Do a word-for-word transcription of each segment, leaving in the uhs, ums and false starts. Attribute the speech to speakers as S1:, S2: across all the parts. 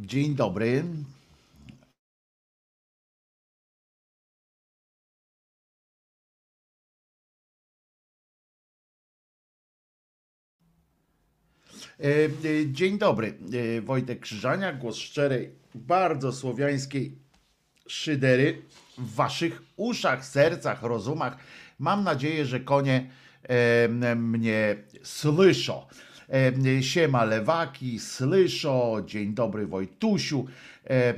S1: Dzień dobry. E, e, Dzień dobry. E, Wojtek Krzyżania, głos szczerej, bardzo słowiańskiej szydery w waszych uszach, sercach, rozumach. Mam nadzieję, że konie e, mnie słyszą. E, Siema lewaki, słyszą. Dzień dobry Wojtusiu. E, e,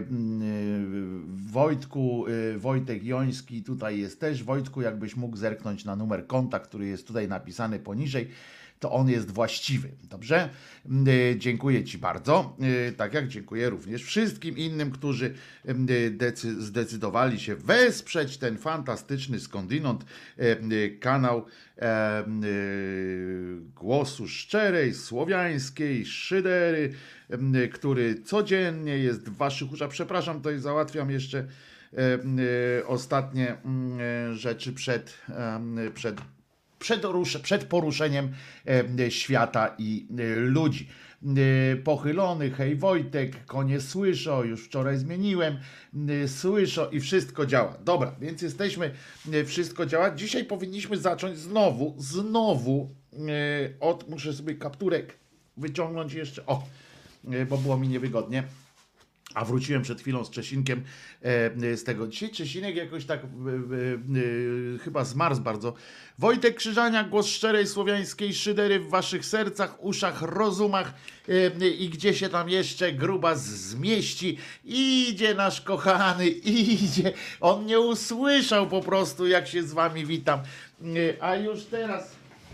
S1: Wojtku, e, Wojtek Joński tutaj jest też. Wojtku, jakbyś mógł zerknąć na numer konta, który jest tutaj napisany poniżej, to on jest właściwy. Dobrze? E, Dziękuję Ci bardzo. E, Tak jak dziękuję również wszystkim innym, którzy e, decy- zdecydowali się wesprzeć ten fantastyczny skądinąd e, e, kanał e, e, głosu szczerej, słowiańskiej szydery, e, który codziennie jest w Waszych uszach. Przepraszam, to załatwiam jeszcze e, e, ostatnie mm, e, rzeczy przed, e, przed przed, rusz- przed poruszeniem e, świata i e, ludzi. E, Pochylony, hej Wojtek, konie słyszą, już wczoraj zmieniłem, e, słyszą i wszystko działa. Dobra, więc jesteśmy, e, wszystko działa. Dzisiaj powinniśmy zacząć znowu, znowu e, od, muszę sobie kapturek wyciągnąć jeszcze, o, e, bo było mi niewygodnie. A wróciłem przed chwilą z Czesinkiem e, z tego. Dzisiaj Czesinek jakoś tak e, e, e, chyba zmarzł bardzo. Wojtek Krzyżania, głos szczerej słowiańskiej szydery w waszych sercach, uszach, rozumach e, i gdzie się tam jeszcze grubas zmieści. Idzie nasz kochany, idzie. On nie usłyszał po prostu, jak się z wami witam. E, a już teraz,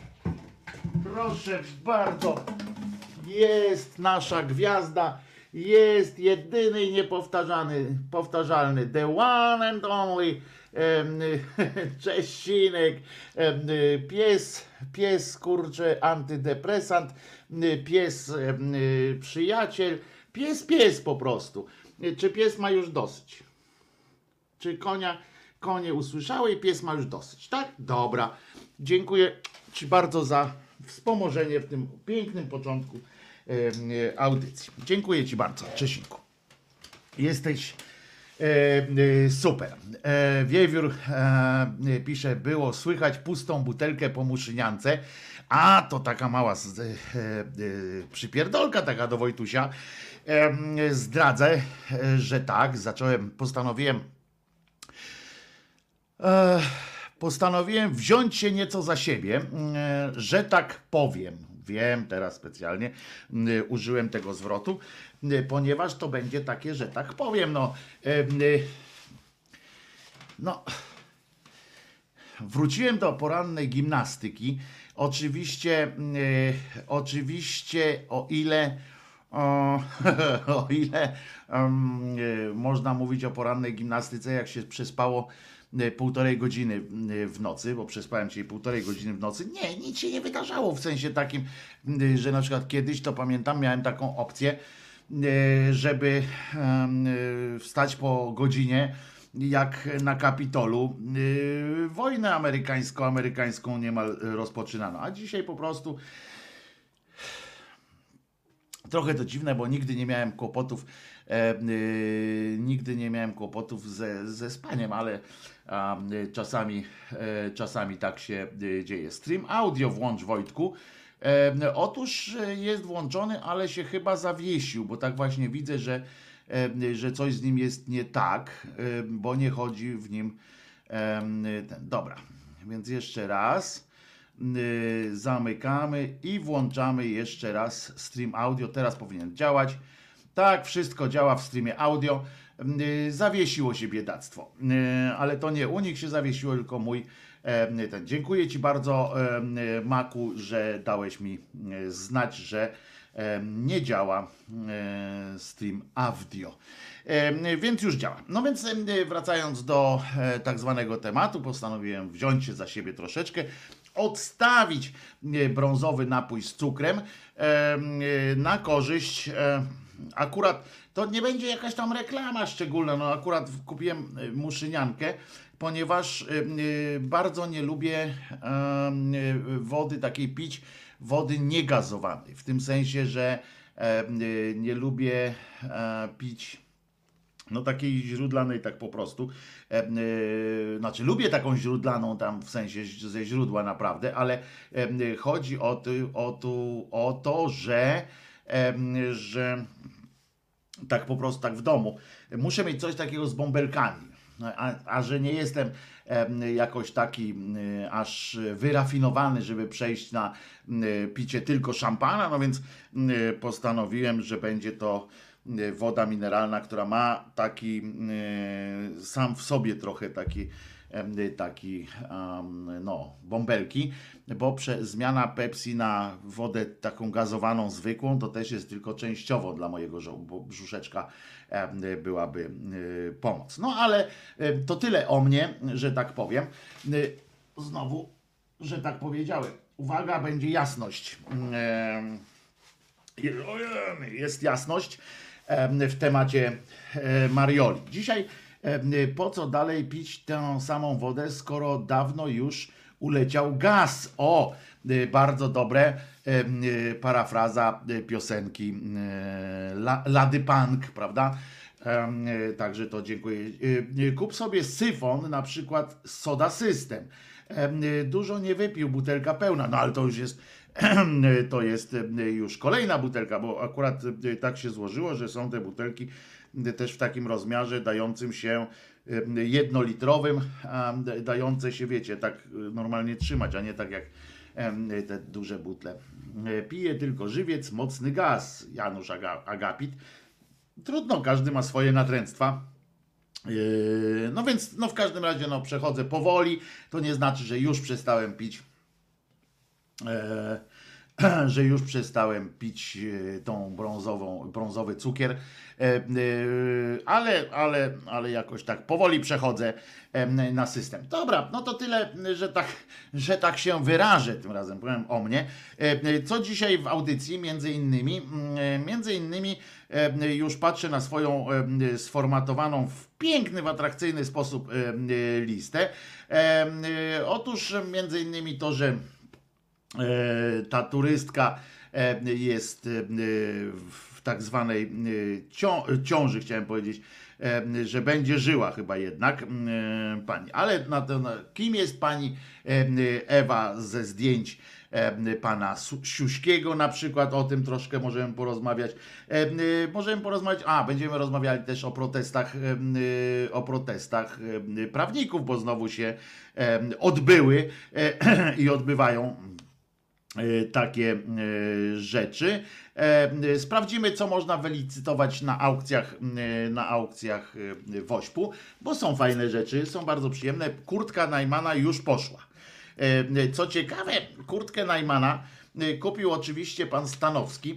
S1: proszę bardzo, jest nasza gwiazda. Jest jedyny i niepowtarzalny, powtarzalny, the one and only em, Czesinek, em, pies, pies kurczę, antydepresant, pies em, przyjaciel, pies, pies po prostu. Czy pies ma już dosyć? Czy konia, konie usłyszały i pies ma już dosyć, tak? Dobra. Dziękuję Ci bardzo za wspomożenie w tym pięknym początku e, audycji. Dziękuję Ci bardzo, Czesinku. Jesteś e, e, super. E, Wiewiór e, pisze, było słychać pustą butelkę po muszyniance. A to taka mała z, e, e, przypierdolka taka do Wojtusia. E, zdradzę, e, że tak, zacząłem, postanowiłem e, postanowiłem wziąć się nieco za siebie, e, że tak powiem. Wiem, teraz specjalnie e, użyłem tego zwrotu, e, ponieważ to będzie takie, że tak powiem. No, e, e, no wróciłem do porannej gimnastyki. Oczywiście, e, oczywiście, o ile o, o ile um, e, można mówić o porannej gimnastyce, jak się przespało e, półtorej godziny e, w nocy, bo przespałem dzisiaj półtorej godziny w nocy. Nie, nic się nie wydarzało w sensie takim, e, że na przykład kiedyś, to pamiętam, miałem taką opcję, e, żeby em, e, wstać po godzinie, jak na Kapitolu yy, wojnę amerykańsko-amerykańską niemal rozpoczynano. A dzisiaj po prostu trochę to dziwne, bo nigdy nie miałem kłopotów, e, y, nigdy nie miałem kłopotów ze, ze spaniem, ale a, y, czasami, e, czasami tak się y, dzieje. Stream audio włącz, Wojtku. E, otóż e, jest włączony, ale się chyba zawiesił, bo tak właśnie widzę, że, e, że coś z nim jest nie tak, e, bo nie chodzi w nim e, ten. Dobra, więc jeszcze raz. Yy, zamykamy i włączamy jeszcze raz stream audio. Teraz powinien działać. Tak, wszystko działa w streamie audio. Yy, zawiesiło się biedactwo, yy, ale to nie u nich się zawiesiło, tylko mój yy, ten. Dziękuję Ci bardzo, yy, Maku, że dałeś mi yy, znać, że yy, nie działa yy, stream audio. Yy, więc już działa. No więc yy, wracając do yy, tak zwanego tematu, postanowiłem wziąć się za siebie troszeczkę, odstawić e, brązowy napój z cukrem e, e, na korzyść, e, akurat to nie będzie jakaś tam reklama szczególna, no akurat kupiłem e, muszyniankę, ponieważ e, e, bardzo nie lubię e, e, wody takiej pić, wody niegazowanej, w tym sensie, że nie lubię pić no takiej źródlanej tak po prostu. E, e, znaczy lubię taką źródlaną tam w sensie ze źródła naprawdę, ale e, chodzi o, ty, o, tu, o to, że, e, że tak po prostu tak w domu muszę mieć coś takiego z bąbelkami. A, a że nie jestem e, jakoś taki e, aż wyrafinowany, żeby przejść na e, picie tylko szampana, no więc e, postanowiłem, że będzie to woda mineralna, która ma taki e, sam w sobie trochę taki, e, taki um, no, bąbelki, bo prze, zmiana Pepsi na wodę taką gazowaną zwykłą to też jest tylko częściowo dla mojego brzuszeczka e, byłaby e, pomoc. No ale e, to tyle o mnie, że tak powiem. E, znowu, że tak powiedziałem. Uwaga, będzie jasność. E, jest jasność w temacie Marioli. Dzisiaj po co dalej pić tę samą wodę, skoro dawno już uleciał gaz? O, bardzo dobre, parafraza piosenki Lady Punk, prawda? Także to dziękuję. Kup sobie syfon, na przykład Soda System. Dużo nie wypił, butelka pełna, no ale to już jest to jest już kolejna butelka, bo akurat tak się złożyło, że są te butelki też w takim rozmiarze dającym się jednolitrowym, dające się, wiecie, tak normalnie trzymać, a nie tak jak te duże butle. Pije tylko żywiec, mocny gaz, Janusz Agapit. Trudno, każdy ma swoje natręctwa. No więc no w każdym razie no przechodzę powoli, to nie znaczy, że już przestałem pić E, że już przestałem pić tą brązową, brązowy cukier, e, e, ale, ale, ale jakoś tak powoli przechodzę na system. Dobra, no to tyle, że tak, że tak się wyrażę, tym razem powiem o mnie. Co dzisiaj w audycji, między innymi, między innymi już patrzę na swoją sformatowaną w piękny, w atrakcyjny sposób listę. Otóż między innymi to, że ta turystka jest w tak zwanej ciąży, chciałem powiedzieć, że będzie żyła chyba jednak pani. Ale na to, kim jest pani Ewa ze zdjęć pana Siuśkiego na przykład, o tym troszkę możemy porozmawiać. Możemy porozmawiać, a będziemy rozmawiali też o protestach, o protestach prawników, bo znowu się odbyły i odbywają takie rzeczy. Sprawdzimy, co można wylicytować na aukcjach, na aukcjach Wośpu, bo są fajne rzeczy, są bardzo przyjemne. Kurtka Najmana już poszła. Co ciekawe, kurtkę Najmana kupił oczywiście pan Stanowski.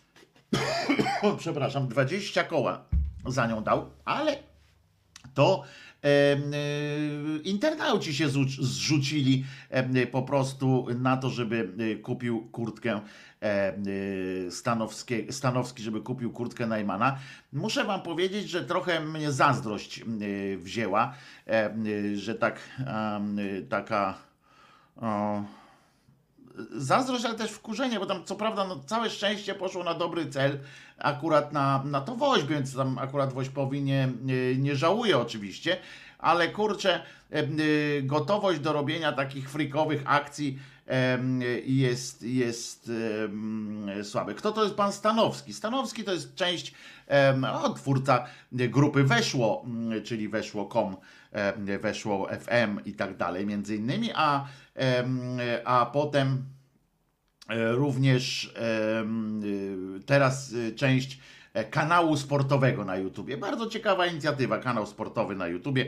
S1: Przepraszam, dwadzieścia koła za nią dał, ale to internauci się zrzucili po prostu na to, żeby kupił kurtkę Stanowski, Stanowski, żeby kupił kurtkę Najmana. Muszę wam powiedzieć, że trochę mnie zazdrość wzięła, że tak taka o, zazdrość, ale też wkurzenie, bo tam co prawda no, całe szczęście poszło na dobry cel, akurat na, na to Woźb, więc tam akurat Woźpowi nie, nie, nie żałuje oczywiście, ale kurczę, gotowość do robienia takich freakowych akcji jest, jest słaby. Kto to jest pan Stanowski? Stanowski to jest część, no, twórca grupy Weszło, czyli weszło kropka com, Weszło F M i tak dalej między innymi, a, a potem również teraz część kanału sportowego na YouTubie. Bardzo ciekawa inicjatywa, kanał sportowy na YouTubie.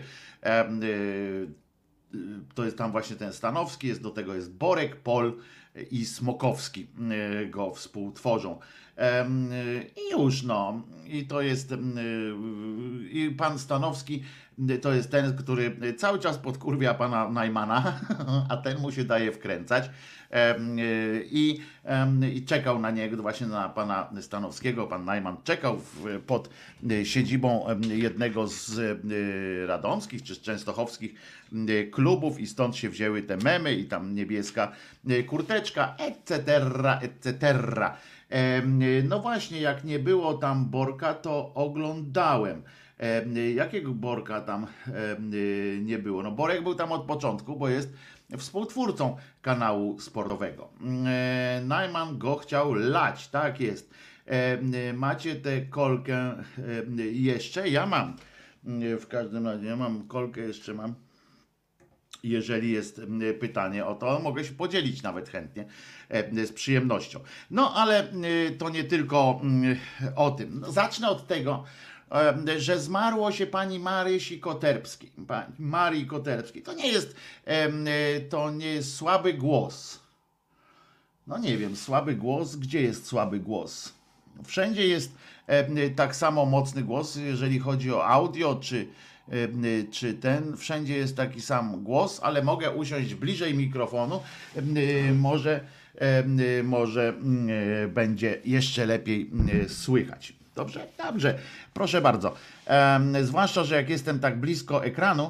S1: To jest tam właśnie ten Stanowski, jest, do tego jest Borek, Pol i Smokowski go współtworzą. I już no, i to jest i pan Stanowski to jest ten, który cały czas podkurwia pana Najmana, a ten mu się daje wkręcać i, i czekał na niego, właśnie na pana Stanowskiego. Pan Najman czekał w, pod siedzibą jednego z radomskich czy z częstochowskich klubów i stąd się wzięły te memy i tam niebieska kurteczka, et cetera, et cetera. No właśnie, jak nie było tam Borka, to oglądałem. Jakiego Borka tam nie było? No Borek był tam od początku, bo jest współtwórcą kanału sportowego. Najman go chciał lać, tak jest. Macie tę kolkę jeszcze? Ja mam. W każdym razie, ja mam kolkę, jeszcze mam. Jeżeli jest pytanie o to, mogę się podzielić nawet chętnie, z przyjemnością. No ale to nie tylko o tym. Zacznę od tego, że zmarło się pani Marysi Koterskiej. Pani Marii Koterskiej. To nie jest, to nie jest słaby głos. No nie wiem, słaby głos. Gdzie jest słaby głos? Wszędzie jest tak samo mocny głos, jeżeli chodzi o audio, czy czy ten, wszędzie jest taki sam głos, ale mogę usiąść bliżej mikrofonu, może, może będzie jeszcze lepiej słychać. Dobrze? Dobrze. Proszę bardzo. Zwłaszcza, że jak jestem tak blisko ekranu,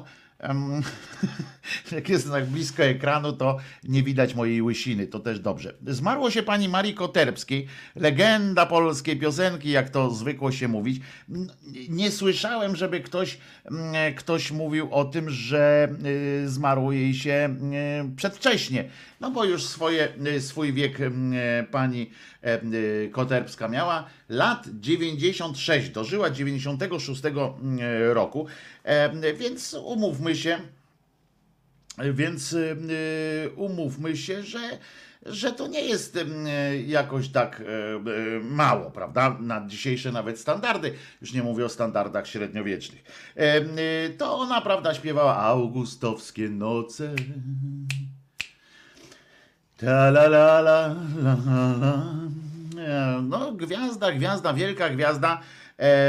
S1: jak jestem tak blisko ekranu, to nie widać mojej łysiny, to też dobrze. Zmarło się pani Marii Koterskiej, legenda polskiej piosenki, jak to zwykło się mówić. Nie słyszałem, żeby ktoś, ktoś mówił o tym, że zmarło jej się przedwcześnie. No bo już swoje, swój wiek pani Koterska miała, lat dziewięćdziesiąt sześć, dożyła dziewięćdziesiątego szóstego roku, więc umówmy się, więc umówmy się, że, że to nie jest jakoś tak mało, prawda? Na dzisiejsze nawet standardy, już nie mówię o standardach średniowiecznych. To ona, prawda, śpiewała Augustowskie noce. Ta la la la la la. No, gwiazda, gwiazda, wielka gwiazda. E, e,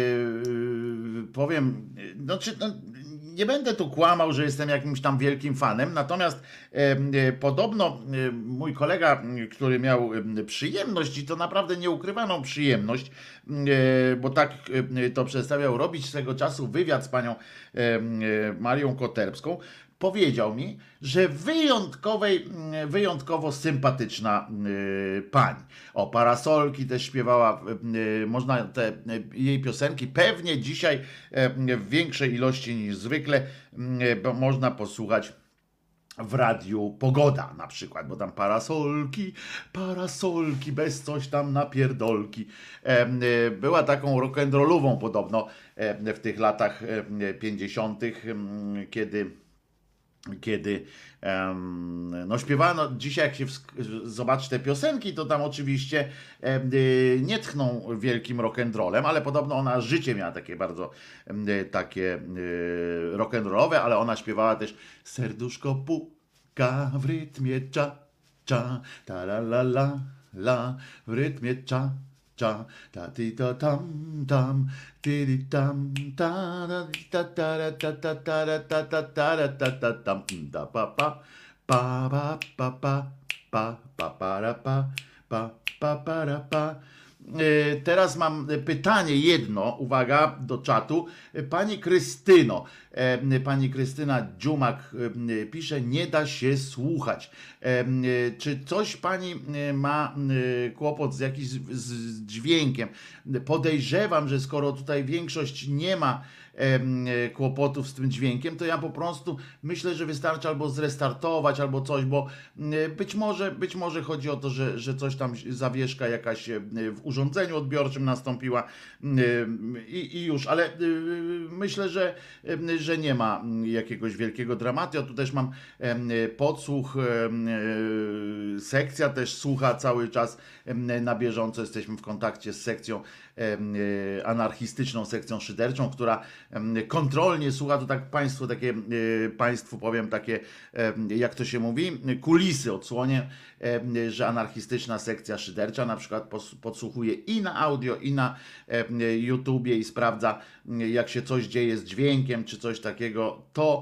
S1: powiem, no, czy, no, nie będę tu kłamał, że jestem jakimś tam wielkim fanem, natomiast e, podobno e, mój kolega, który miał przyjemność, i to naprawdę nieukrywaną przyjemność, e, bo tak e, to przedstawiał, robić swego czasu wywiad z panią e, e, Marią Koterską, powiedział mi, że wyjątkowej, wyjątkowo sympatyczna y, pani. O, Parasolki też śpiewała, y, można te y, jej piosenki pewnie dzisiaj y, w większej ilości niż zwykle y, bo można posłuchać w radiu Pogoda na przykład, bo tam parasolki, parasolki, bez coś tam napierdolki. Y, była taką rock'n'rollową podobno y, w tych latach pięćdziesiątych, y, kiedy kiedy um, no śpiewano, dzisiaj jak się zobaczy te piosenki, to tam oczywiście um, nie tchną wielkim rock'n'rollem, ale podobno ona życie miała takie bardzo um, takie um, rock'n'rollowe, ale ona śpiewała też serduszko puka w rytmie cza, cza, ta la la la, la, w rytmie cza, cza, ta ti ta tam tam, ti di tam ta ta ta ta ta ta ta ta ta ta ta tam da pa pa pa pa pa pa pa pa para pa pa pa para pa. Teraz mam pytanie jedno, uwaga, do czatu. Pani Krystyno, pani Krystyna Dziumak pisze, nie da się słuchać. Czy coś pani ma kłopot z jakimś z dźwiękiem? Podejrzewam, że skoro tutaj większość nie ma kłopotów z tym dźwiękiem, to ja po prostu myślę, że wystarczy albo zrestartować, albo coś, bo być może, być może chodzi o to, że, że coś tam, zawieszka jakaś w urządzeniu odbiorczym nastąpiła i, i już, ale myślę, że, że nie ma jakiegoś wielkiego dramatu. Ja tu też mam podsłuch, sekcja też słucha cały czas na bieżąco, jesteśmy w kontakcie z sekcją anarchistyczną, sekcją szyderczą, która kontrolnie słucha, to tak państwu takie, państwu powiem takie, jak to się mówi, kulisy odsłonię, że anarchistyczna sekcja szydercza na przykład podsłuchuje i na audio, i na YouTubie i sprawdza, jak się coś dzieje z dźwiękiem, czy coś takiego, to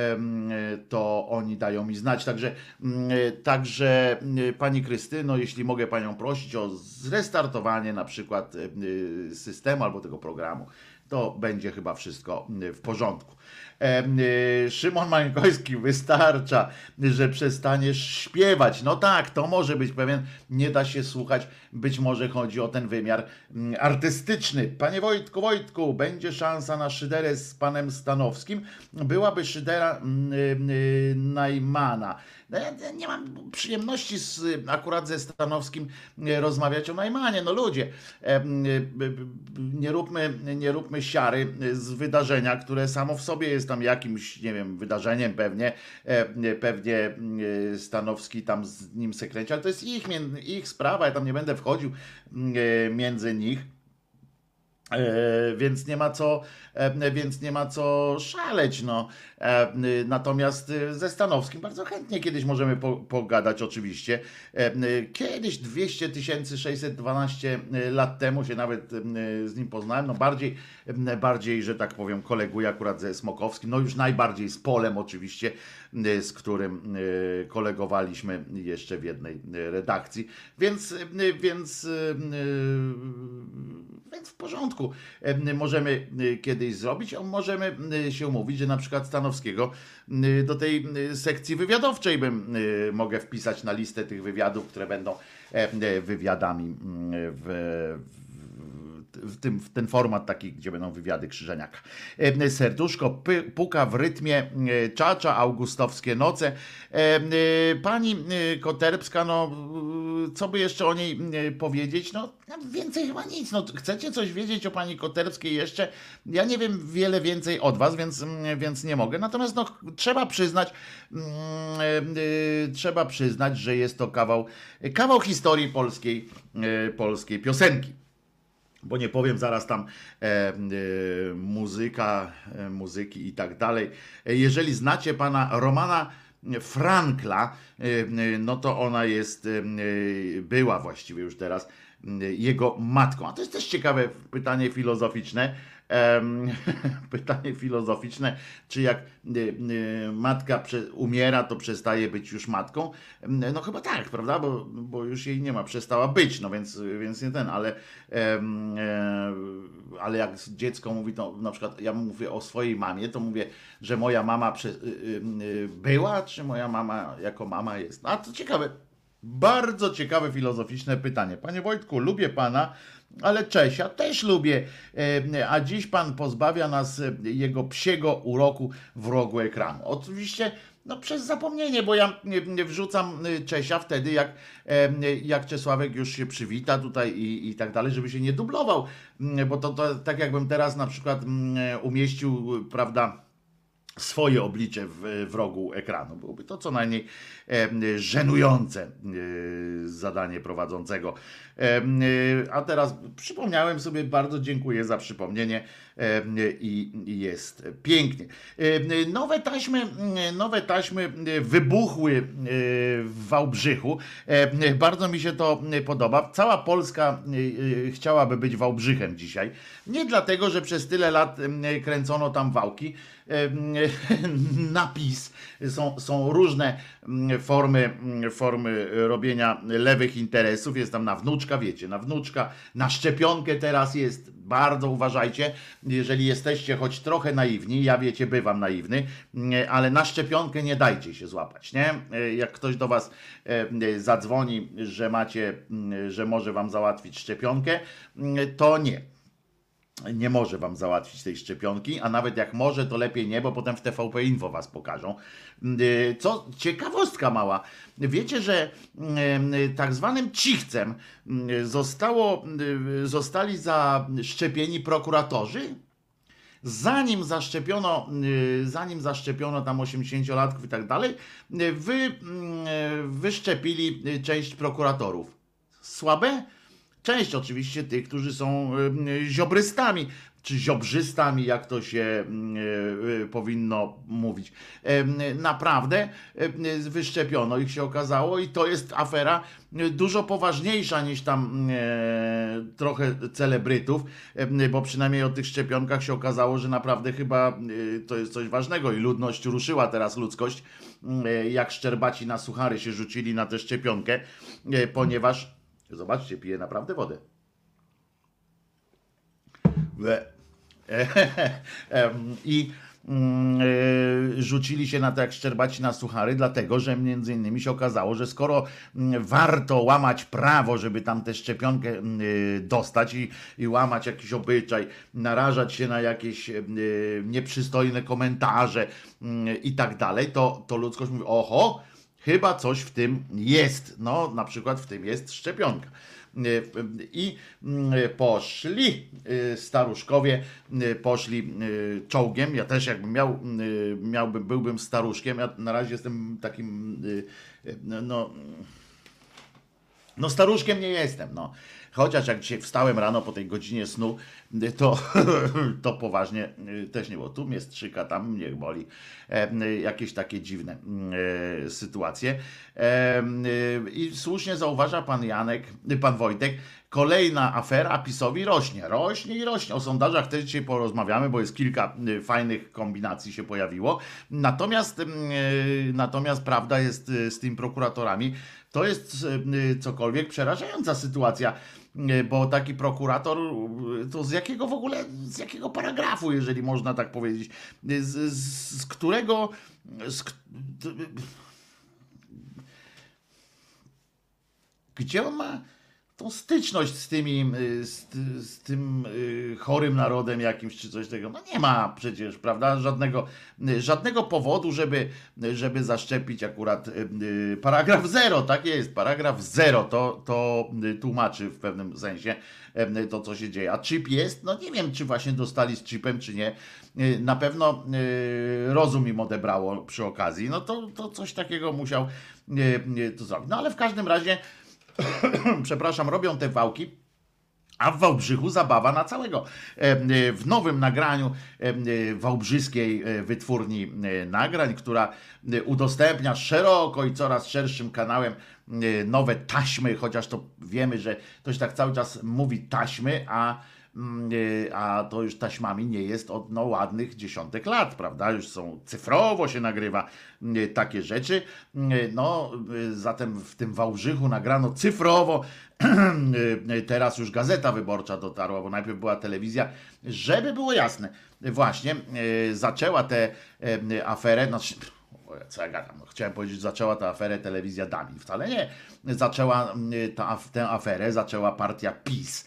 S1: to oni dają mi znać. Także, także pani Krystyno, jeśli mogę panią prosić o zrestartowanie na przykład systemu albo tego programu, to będzie chyba wszystko w porządku. Szymon Mańkoński, wystarcza, że przestaniesz śpiewać. No tak, to może być pewien, nie da się słuchać, być może chodzi o ten wymiar artystyczny. Panie Wojtku, Wojtku, będzie szansa na szyderę z panem Stanowskim. Byłaby szydera Najmana. No ja nie mam przyjemności z, akurat ze Stanowskim rozmawiać o Najmanie. No ludzie, nie róbmy, nie róbmy siary z wydarzenia, które samo w sobie jest tam jakimś, nie wiem, wydarzeniem pewnie. Pewnie Stanowski tam z nim se kręci, ale to jest ich, ich sprawa, ja tam nie będę wchodził między nich. E, więc nie ma co, e, więc nie ma co szaleć. No. E, natomiast ze Stanowskim bardzo chętnie kiedyś możemy po, pogadać oczywiście. E, kiedyś dwieście tysięcy sześćset dwanaście lat temu się nawet e, z nim poznałem. No bardziej, e, bardziej, że tak powiem, koleguję akurat ze Smokowskim. No już najbardziej z Polem oczywiście, e, z którym e, kolegowaliśmy jeszcze w jednej redakcji. Więc, e, więc, e, więc w porządku. Możemy kiedyś zrobić, a możemy się umówić, że na przykład Stanowskiego do tej sekcji wywiadowczej bym mogę wpisać na listę tych wywiadów, które będą wywiadami w, w, tym, w ten format taki, gdzie będą wywiady Krzyżeniaka. Serduszko py, puka w rytmie czacza, augustowskie noce. Pani Koterbska, no co by jeszcze o niej powiedzieć? No więcej chyba nic. No, chcecie coś wiedzieć o pani Koterbskiej jeszcze? Ja nie wiem wiele więcej od was, więc, więc nie mogę. Natomiast no, trzeba przyznać, trzeba przyznać, że jest to kawał, kawał historii polskiej, polskiej piosenki. Bo nie powiem zaraz tam e, e, muzyka, e, muzyki i tak dalej. Jeżeli znacie pana Romana Frankla, e, no to ona jest, e, była właściwie już teraz e, jego matką. A to jest też ciekawe pytanie filozoficzne. Pytanie filozoficzne, czy jak matka umiera, to przestaje być już matką? No chyba tak, prawda? Bo, bo już jej nie ma, przestała być, no więc, więc nie ten, ale, ale jak dziecko mówi, to na przykład ja mówię o swojej mamie, to mówię, że moja mama była, czy moja mama jako mama jest? A to ciekawe, bardzo ciekawe filozoficzne pytanie. Panie Wojtku, lubię pana, ale Czesia też lubię, a dziś pan pozbawia nas jego psiego uroku w rogu ekranu. Oczywiście no przez zapomnienie, bo ja wrzucam Czesia wtedy, jak, jak Czesławek już się przywita tutaj i, i tak dalej, żeby się nie dublował, bo to, to tak jakbym teraz na przykład umieścił, prawda, swoje oblicze w, w rogu ekranu. Byłoby to co najmniej e, żenujące e, zadanie prowadzącego. E, a teraz przypomniałem sobie, bardzo dziękuję za przypomnienie e, i, i jest pięknie. E, nowe taśmy, nowe taśmy wybuchły e, w Wałbrzychu. E, bardzo mi się to podoba. Cała Polska e, chciałaby być Wałbrzychem dzisiaj. Nie dlatego, że przez tyle lat e, kręcono tam wałki, napis, są, są różne formy, formy robienia lewych interesów, jest tam na wnuczka, wiecie, na wnuczka, na szczepionkę teraz jest, bardzo uważajcie, jeżeli jesteście choć trochę naiwni, ja wiecie, bywam naiwny, ale na szczepionkę nie dajcie się złapać, nie? Jak ktoś do was zadzwoni, że macie, że może wam załatwić szczepionkę, to nie. Nie może wam załatwić tej szczepionki, a nawet jak może, to lepiej nie, bo potem w T V P Info was pokażą. Co ciekawostka mała. Wiecie, że tak zwanym cichcem zostało, zostali zaszczepieni prokuratorzy? Zanim zaszczepiono, zanim zaszczepiono tam osiemdziesięciolatków i tak dalej, wy, wyszczepili część prokuratorów. Słabe? Część oczywiście tych, którzy są ziobrystami, czy ziobrzystami, jak to się powinno mówić. Naprawdę wyszczepiono ich, się okazało, i to jest afera dużo poważniejsza niż tam trochę celebrytów, bo przynajmniej o tych szczepionkach się okazało, że naprawdę chyba to jest coś ważnego i ludność ruszyła teraz, ludzkość, jak szczerbaci na suchary się rzucili na tę szczepionkę, ponieważ zobaczcie, piję naprawdę wodę. I mm, e, rzucili się na to jak szczerbaci na suchary, dlatego że między innymi się okazało, że skoro mm, warto łamać prawo, żeby tam tę szczepionkę mm, e, dostać i, i łamać jakiś obyczaj, narażać się na jakieś e, nieprzystojne komentarze mm, i tak dalej, to, to ludzkość mówi, oho, chyba coś w tym jest. No, na przykład w tym jest szczepionka. I poszli staruszkowie, poszli czołgiem. Ja też jakbym miał, miałbym, byłbym staruszkiem. Ja na razie jestem takim, no, no staruszkiem nie jestem, no. Chociaż jak dzisiaj wstałem rano po tej godzinie snu, to, to poważnie też nie było. Tu mnie strzyka, tam mnie boli. E, jakieś takie dziwne e, sytuacje. E, I słusznie zauważa pan Janek, pan Wojtek, kolejna afera PiS-owi rośnie, rośnie i rośnie. O sondażach też dzisiaj porozmawiamy, bo jest kilka fajnych kombinacji się pojawiło. Natomiast, e, natomiast prawda jest z tymi prokuratorami. To jest cokolwiek przerażająca sytuacja, bo taki prokurator, to z jakiego w ogóle, z jakiego paragrafu, jeżeli można tak powiedzieć, z, z, z którego, z, gdzie on ma tą styczność z tymi, z, z tym chorym narodem jakimś, czy coś takiego. No nie ma przecież, prawda, żadnego, żadnego powodu, żeby, żeby zaszczepić akurat paragraf zero, tak jest, paragraf zero, to, to tłumaczy w pewnym sensie to, co się dzieje. A chip jest? No nie wiem, czy właśnie dostali z chipem, czy nie. Na pewno rozum im odebrało przy okazji, no to, to coś takiego musiał to zrobić. No ale w każdym razie przepraszam, robią te wałki, a w Wałbrzychu zabawa na całego. W nowym nagraniu wałbrzyskiej wytwórni nagrań, która udostępnia szeroko i coraz szerszym kanałem nowe taśmy, chociaż to wiemy, że to się tak cały czas mówi taśmy, a a to już taśmami nie jest od no, ładnych dziesiątek lat, prawda? Już są cyfrowo się nagrywa takie rzeczy. No, zatem w tym Wałbrzychu nagrano cyfrowo. Teraz już Gazeta Wyborcza dotarła, bo najpierw była telewizja, żeby było jasne. Właśnie zaczęła tę aferę, znaczy, co ja gadam, no, chciałem powiedzieć, że zaczęła tę aferę telewizja Dami. Wcale nie. Zaczęła ta, tę aferę, zaczęła partia PiS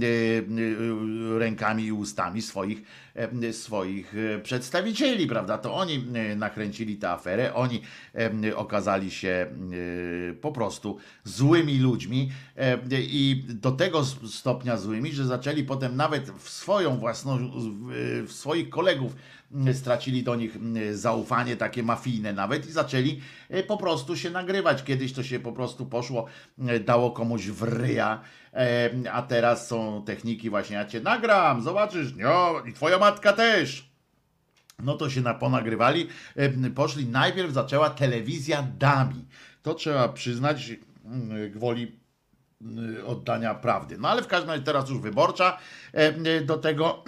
S1: rękami i ustami swoich, swoich przedstawicieli, prawda? To oni nakręcili tę aferę, oni okazali się po prostu złymi ludźmi i do tego stopnia złymi, że zaczęli potem nawet w swoją własną, w swoich kolegów stracili do nich zaufanie takie mafijne nawet i zaczęli po prostu się nagrywać. Kiedyś to się po prostu poszło, dało komuś w ryja, a teraz są techniki właśnie, ja cię nagram, zobaczysz, no i twoja matka też. No to się na, ponagrywali, poszli, najpierw zaczęła telewizja Dami. To trzeba przyznać gwoli oddania prawdy. No ale w każdym razie teraz już Wyborcza do tego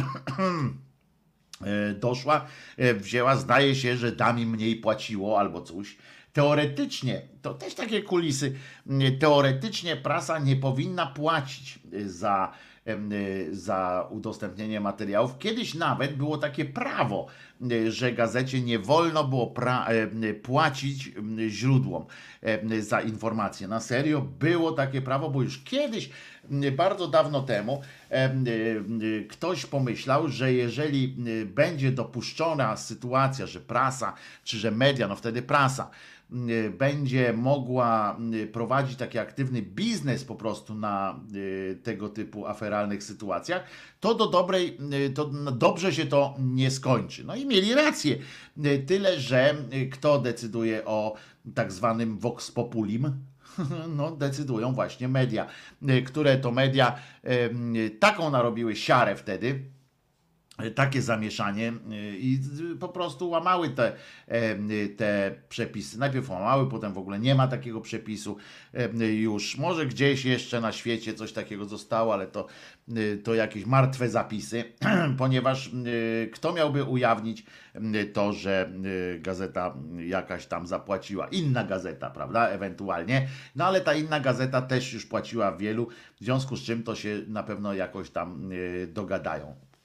S1: doszła, wzięła, zdaje się, że Dami mniej płaciło albo coś. Teoretycznie, to też takie kulisy, teoretycznie prasa nie powinna płacić za, za udostępnienie materiałów. Kiedyś nawet było takie prawo, że gazecie nie wolno było pra- płacić źródłom za informacje. Na serio było takie prawo, bo już kiedyś, bardzo dawno temu, ktoś pomyślał, że jeżeli będzie dopuszczona sytuacja, że prasa, czy że media, no wtedy prasa, będzie mogła prowadzić taki aktywny biznes po prostu na tego typu aferalnych sytuacjach, to do dobrej, to dobrze się to nie skończy. No i mieli rację. Tyle, że kto decyduje o tak zwanym vox populim? No decydują właśnie media, które to media taką narobiły siarę wtedy, takie zamieszanie i po prostu łamały te, te przepisy. Najpierw łamały, potem w ogóle nie ma takiego przepisu już. Może gdzieś jeszcze na świecie coś takiego zostało, ale to, to jakieś martwe zapisy, ponieważ kto miałby ujawnić to, że gazeta jakaś tam zapłaciła, inna gazeta, prawda, ewentualnie, no ale ta inna gazeta też już płaciła wielu, w związku z czym to się na pewno jakoś tam dogadają.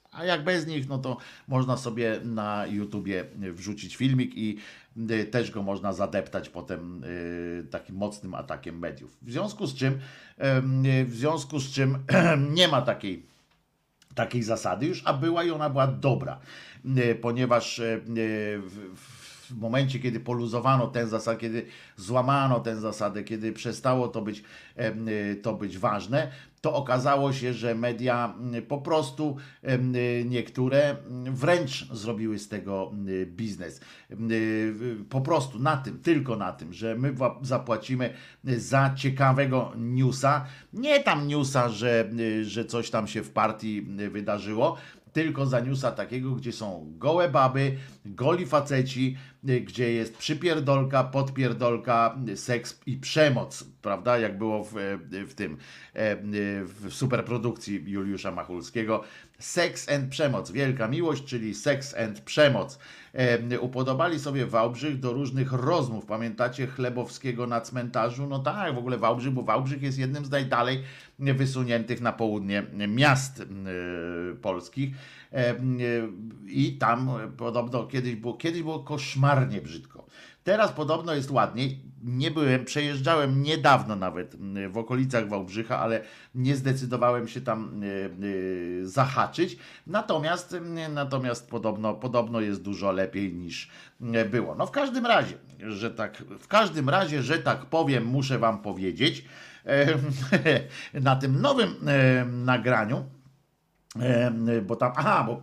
S1: A jak bez nich, no to można sobie na YouTubie wrzucić filmik i y, też go można zadeptać potem y, takim mocnym atakiem mediów. W związku z czym, y, w związku z czym nie ma takiej, takiej zasady już, a była i ona była dobra, y, ponieważ y, w, w momencie, kiedy poluzowano tę zasadę, kiedy złamano tę zasadę, kiedy przestało to być, y, to być ważne, to okazało się, że media po prostu niektóre wręcz zrobiły z tego biznes. Po prostu na tym, tylko na tym, że my zapłacimy za ciekawego newsa, nie tam newsa, że, że coś tam się w partii wydarzyło, tylko za newsa takiego, gdzie są gołe baby, goli faceci, gdzie jest przypierdolka, podpierdolka, seks i przemoc, prawda, jak było w, w tym, w superprodukcji Juliusza Machulskiego. Seks and przemoc, wielka miłość, czyli seks and przemoc. Upodobali sobie Wałbrzych do różnych rozmów. Pamiętacie Chlebowskiego na cmentarzu? No tak, w ogóle Wałbrzych, bo Wałbrzych jest jednym z najdalej wysuniętych na południe miast polskich. I tam podobno kiedyś było, kiedyś było koszmarnie brzydko. Teraz podobno jest ładniej. Nie byłem, przejeżdżałem niedawno nawet w okolicach Wałbrzycha, ale nie zdecydowałem się tam zahaczyć. Natomiast, natomiast podobno, podobno jest dużo lepiej niż było. No w każdym razie, że tak, w każdym razie, że tak powiem, muszę wam powiedzieć, na tym nowym nagraniu, bo tam, aha, bo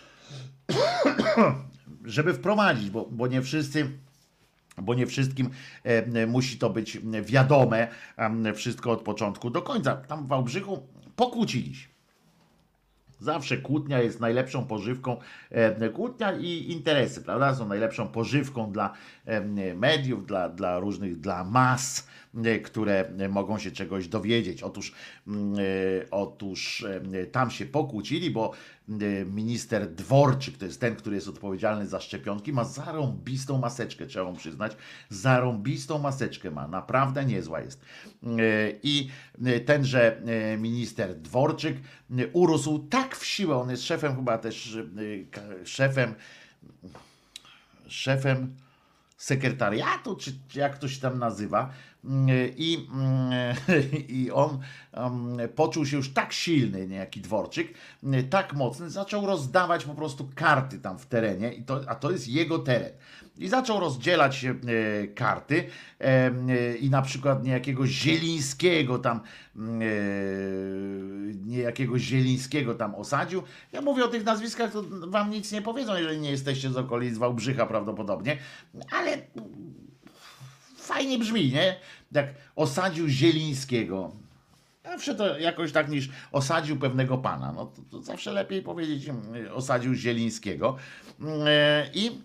S1: żeby wprowadzić, bo, bo nie wszyscy, bo nie wszystkim e, musi to być wiadome, e, wszystko od początku do końca. Tam w Wałbrzychu pokłócili się. Zawsze kłótnia jest najlepszą pożywką, e, kłótnia i interesy, prawda, są najlepszą pożywką dla e, mediów, dla, dla różnych, dla mas, e, które mogą się czegoś dowiedzieć. Otóż, e, otóż e, tam się pokłócili, bo minister Dworczyk, to jest ten, który jest odpowiedzialny za szczepionki, ma zarąbistą maseczkę, trzeba mu przyznać, zarąbistą maseczkę ma, naprawdę niezła jest. I tenże minister Dworczyk urósł tak w siłę, on jest szefem chyba też, szefem, szefem sekretariatu, czy jak to się tam nazywa, i, i on um, poczuł się już tak silny, niejaki Dworczyk, tak mocny, zaczął rozdawać po prostu karty tam w terenie, i to, a to jest jego teren. I zaczął rozdzielać e, karty e, i na przykład niejakiego Zielińskiego tam e, niejakiego Zielińskiego tam osadził. Ja mówię o tych nazwiskach, to wam nic nie powiedzą, jeżeli nie jesteście z okolic Wałbrzycha prawdopodobnie, ale fajnie brzmi, nie? Jak osadził Zielińskiego. Zawsze to jakoś tak niż osadził pewnego pana. No to, to zawsze lepiej powiedzieć osadził Zielińskiego. I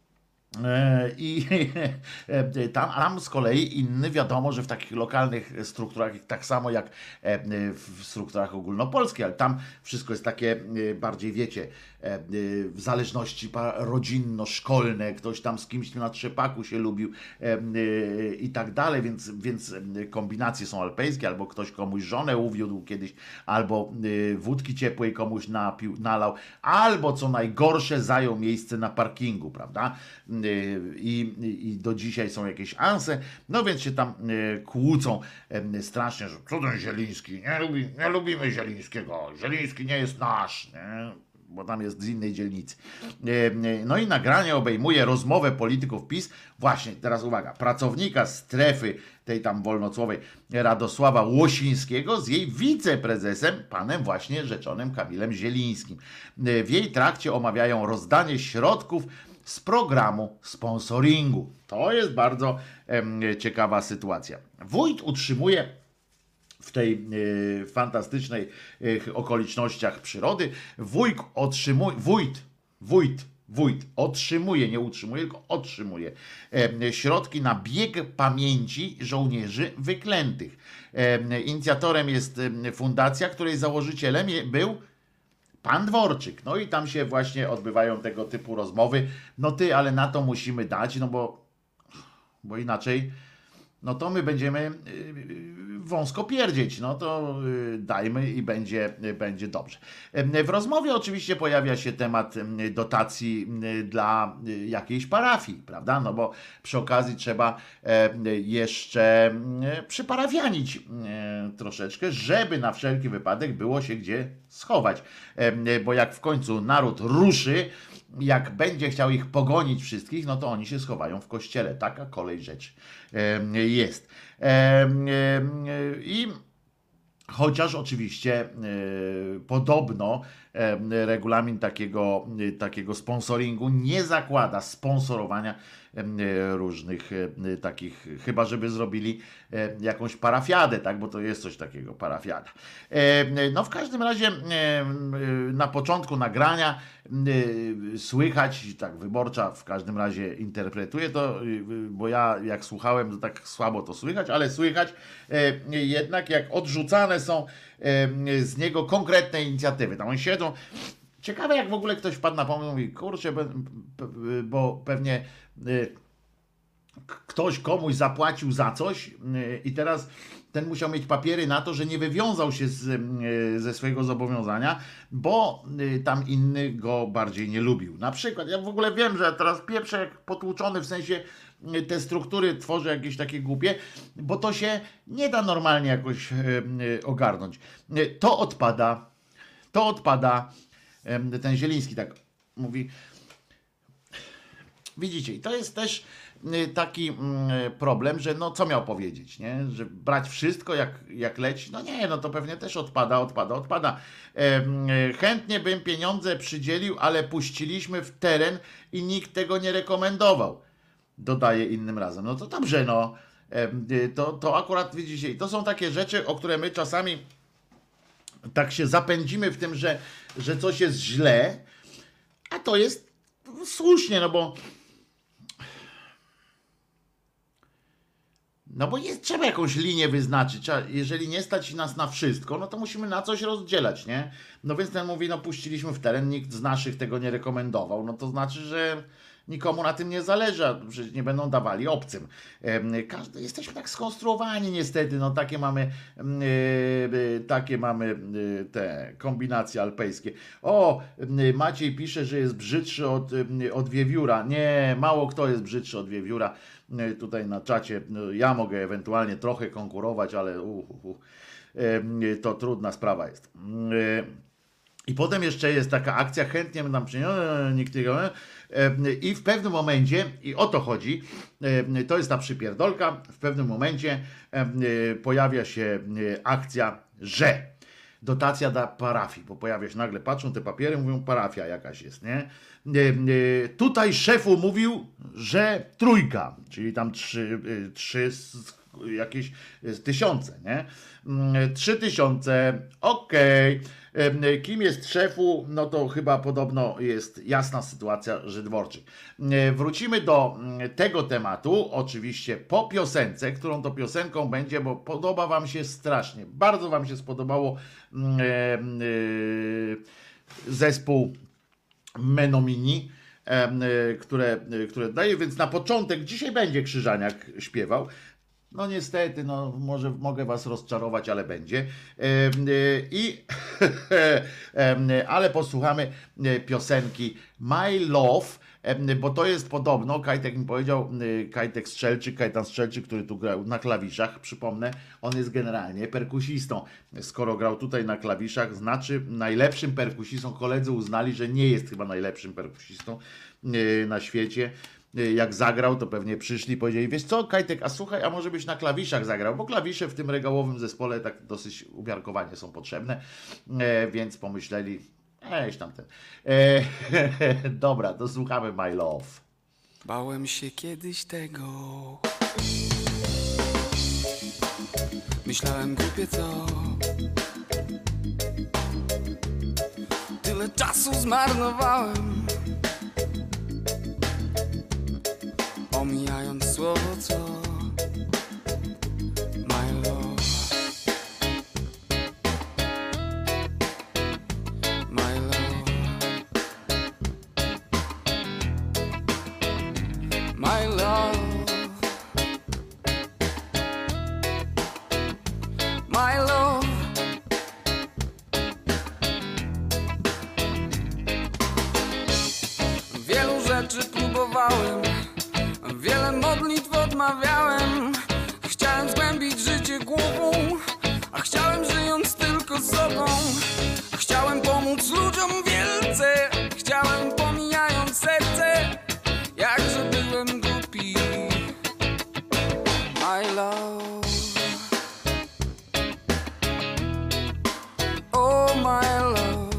S1: I tam, a tam z kolei inny, wiadomo, że w takich lokalnych strukturach, tak samo jak w strukturach ogólnopolskich, ale tam wszystko jest takie bardziej, wiecie, w zależności rodzinno-szkolne, ktoś tam z kimś na trzepaku się lubił i tak dalej, więc, więc kombinacje są alpejskie, albo ktoś komuś żonę uwiódł kiedyś, albo wódki ciepłej komuś napił, nalał, albo co najgorsze zajął miejsce na parkingu, prawda? I, i do dzisiaj są jakieś anse, no więc się tam kłócą strasznie, że co ten Zieliński, nie, lubi, nie lubimy Zielińskiego, Zieliński nie jest nasz, nie? Bo tam jest z innej dzielnicy. No i nagranie obejmuje rozmowę polityków PiS, właśnie teraz uwaga, pracownika strefy tej tam wolnocłowej Radosława Łosińskiego z jej wiceprezesem, panem właśnie rzeczonym Kamilem Zielińskim. W jej trakcie omawiają rozdanie środków z programu sponsoringu. To jest bardzo em, ciekawa sytuacja. Wójt utrzymuje w tej y, fantastycznej y, okolicznościach przyrody, wójt otrzymuje, wójt, wójt, wójt otrzymuje, nie utrzymuje, tylko otrzymuje e, środki na bieg pamięci żołnierzy wyklętych. E, inicjatorem jest e, fundacja, której założycielem je, był pan Dworczyk. No i tam się właśnie odbywają tego typu rozmowy. No ty, ale na to musimy dać, no bo, bo inaczej, no to my będziemy wąsko pierdzieć, no to y, dajmy i będzie, y, będzie dobrze. Y, W rozmowie oczywiście pojawia się temat y, dotacji y, dla y, jakiejś parafii, prawda? No bo przy okazji trzeba y, jeszcze y, przyparafianić y, troszeczkę, żeby na wszelki wypadek było się gdzie schować. Y, Bo jak w końcu naród ruszy, jak będzie chciał ich pogonić wszystkich, no to oni się schowają w kościele. Taka kolej rzeczy e, jest. E, e, I chociaż oczywiście e, podobno e, regulamin takiego, e, takiego sponsoringu nie zakłada sponsorowania e, różnych e, takich, chyba żeby zrobili e, jakąś parafiadę, tak, bo to jest coś takiego, parafiada. E, no w każdym razie e, na początku nagrania e, słychać, tak Wyborcza w każdym razie interpretuje to, e, bo ja jak słuchałem, to tak słabo to słychać, ale słychać e, jednak jak odrzucane są e, z niego konkretne inicjatywy. Tam oni siedzą. Ciekawe, jak w ogóle ktoś wpadł na pomysł, mówi, kurczę, bo pewnie ktoś komuś zapłacił za coś i teraz ten musiał mieć papiery na to, że nie wywiązał się z, ze swojego zobowiązania, bo tam inny go bardziej nie lubił. Na przykład, ja w ogóle wiem, że teraz pieprzę jak potłuczony, w sensie te struktury tworzę jakieś takie głupie, bo to się nie da normalnie jakoś ogarnąć. To odpada, to odpada. Ten Zieliński tak mówi. Widzicie, i to jest też taki problem, że no co miał powiedzieć, nie? Że brać wszystko jak, jak leci, no nie, no to pewnie też odpada, odpada, odpada. Chętnie bym pieniądze przydzielił, ale puściliśmy w teren i nikt tego nie rekomendował. Dodaje innym razem. No to dobrze, no. To, to akurat widzicie, to są takie rzeczy, o które my czasami tak się zapędzimy w tym, że, że coś jest źle, a to jest słusznie, no bo no bo jest, trzeba jakąś linię wyznaczyć. Trzeba, jeżeli nie stać nas na wszystko, no to musimy na coś rozdzielać, nie? No więc ten mówi, no puściliśmy w teren, nikt z naszych tego nie rekomendował, no to znaczy, że nikomu na tym nie zależy, a przecież nie będą dawali obcym. Każdy, jesteśmy tak skonstruowani niestety, no takie mamy yy, takie mamy yy, te kombinacje alpejskie. O, yy, Maciej pisze, że jest brzydszy od, yy, od wiewióra. Nie, mało kto jest brzydszy od wiewióra. Yy, tutaj na czacie yy, ja mogę ewentualnie trochę konkurować, ale uh, uh, uh, yy, to trudna sprawa jest. Yy. I potem jeszcze jest taka akcja, chętnie nam przyniosą, nikt tego, i w pewnym momencie, i o to chodzi, to jest ta przypierdolka, w pewnym momencie pojawia się akcja, że dotacja dla parafii, bo pojawia się nagle, patrzą te papiery, mówią parafia jakaś jest, nie? Tutaj szefu mówił, że trójka, czyli tam trzy, trzy jakieś tysiące, nie? Trzy tysiące, okej. Okay. Kim jest szefu? No to chyba podobno jest jasna sytuacja Żydworczyk. Wrócimy do tego tematu, oczywiście po piosence, którą to piosenką będzie, bo podoba wam się strasznie. Bardzo wam się spodobało zespół Menomini, które, które daje, więc na początek, dzisiaj będzie Krzyżaniak śpiewał. No niestety, no może mogę was rozczarować, ale będzie. I ale posłuchamy piosenki My Love, bo to jest podobno, Kajtek mi powiedział, Kajtek Strzelczyk, Kajtan Strzelczyk, który tu grał na klawiszach, przypomnę, on jest generalnie perkusistą. Skoro grał tutaj na klawiszach, znaczy najlepszym perkusistą. Koledzy uznali, że nie jest chyba najlepszym perkusistą na świecie. Jak zagrał, to pewnie przyszli i powiedzieli, wiesz co, Kajtek, a słuchaj, a może byś na klawiszach zagrał, bo klawisze w tym regałowym zespole tak dosyć umiarkowanie są potrzebne, e, więc pomyśleli, eś tamten. E, dobra, to słuchamy My Love.
S2: Bałem się kiedyś tego, myślałem głupie co, tyle czasu zmarnowałem, omijając słowo co. My love, my love, my love, modlitw odmawiałem. Chciałem zgłębić życie głową, a chciałem żyjąc tylko sobą. Chciałem pomóc ludziom wielce, chciałem pomijając serce, jakże byłem głupi. My love, oh my love,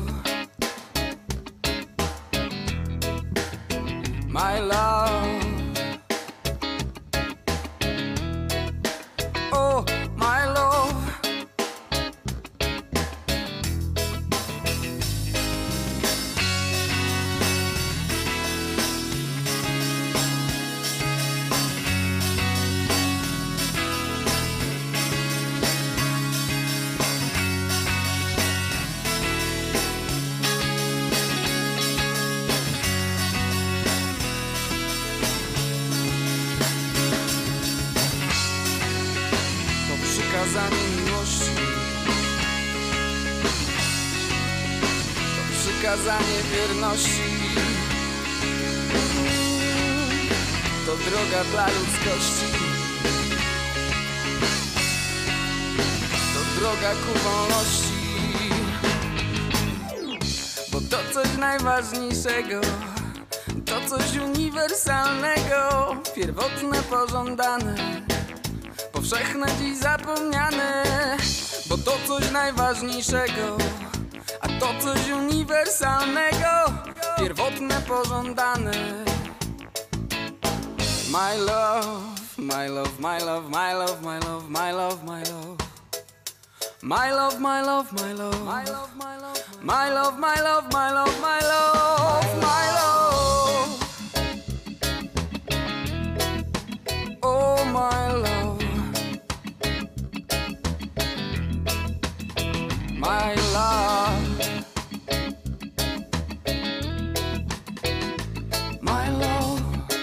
S2: my love, oh my love. Przykazanie miłości, to przykazanie wierności, to droga dla ludzkości, to droga ku wolności. Bo to coś najważniejszego, to coś uniwersalnego, pierwotne, pożądane, powszechne, dziś zapomniane. Bo to coś najważniejszego, a to coś uniwersalnego, pierwotne, pożądane. My love, my love, my love, my love, my love, my love, my love, my love, my love, my love, my love, my love, my love, my love, my love, my love, my love, oh my love, my love, my love.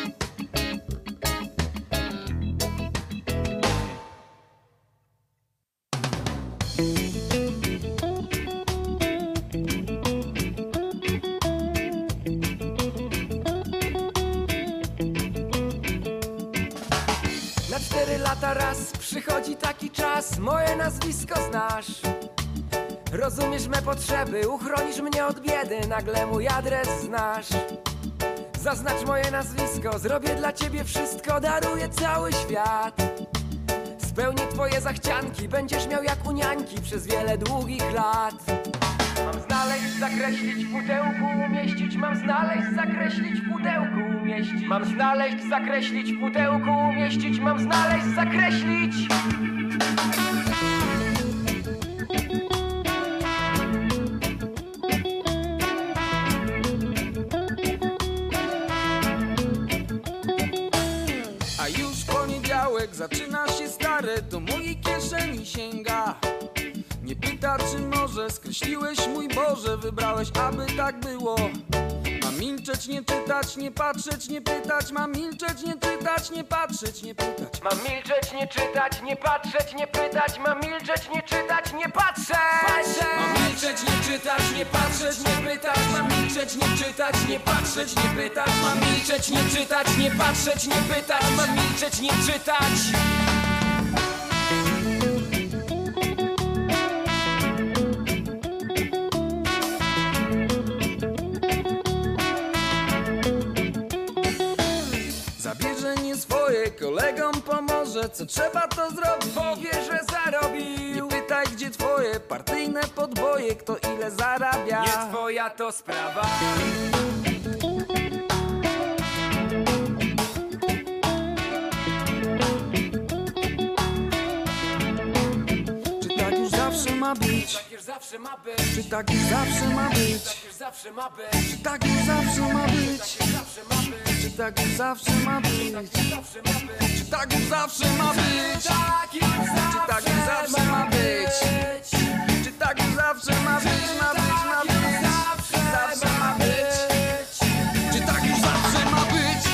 S3: Na cztery lata raz przychodzi taki czas, moje nazwisko znasz. Rozumiesz me potrzeby, uchronisz mnie od biedy, nagle mój adres znasz. Zaznacz moje nazwisko, zrobię dla ciebie wszystko, daruję cały świat. Spełnię twoje zachcianki, będziesz miał jak u niańki przez wiele długich lat. Mam znaleźć, zakreślić, w pudełku umieścić. Mam znaleźć, zakreślić, w pudełku umieścić. Mam znaleźć, zakreślić, w pudełku umieścić. Mam znaleźć, zakreślić.
S2: A już poniedziałek zaczyna się stare, do mojej kieszeni sięga. Nie pyta, czy może skreśliłeś, mój Boże, wybrałeś, aby tak było. Mam milczeć, nie czytać, nie patrzeć, nie pytać. Mam milczeć, nie czytać, nie patrzeć, nie pytać.
S3: Mam milczeć, nie czytać, nie patrzeć, nie pytać. Mam milczeć, nie czytać, nie patrzeć.
S2: Mam milczeć, nie czytać, nie patrzeć, nie pytać. Mam milczeć, nie czytać, nie patrzeć, nie pytać. Mam milczeć, nie czytać, nie patrzeć, nie pytać. Mam milczeć, nie czytać. Zabierze nie swoje, kolegom pomoże. Co trzeba to zrobić?
S3: Powie, że zarobił.
S2: Nie pytaj, gdzie twoje partyjne podboje, kto ile zarabia.
S3: Nie twoja to sprawa.
S2: Czy tak już zawsze ma być?
S3: Tak już zawsze ma być.
S2: Czy tak już zawsze ma być?
S3: Tak już zawsze ma być.
S2: Czy tak już zawsze ma być?
S3: Tak już zawsze ma być.
S2: Czy tak już zawsze ma być?
S3: Zawsze ma być.
S2: Czy tak już zawsze ma być?
S3: Tak już
S2: Czy tak już zawsze ma być? Czy tak już zawsze ma być? Ma być, ma być. Zawsze ma być. Czy tak już zawsze ma być?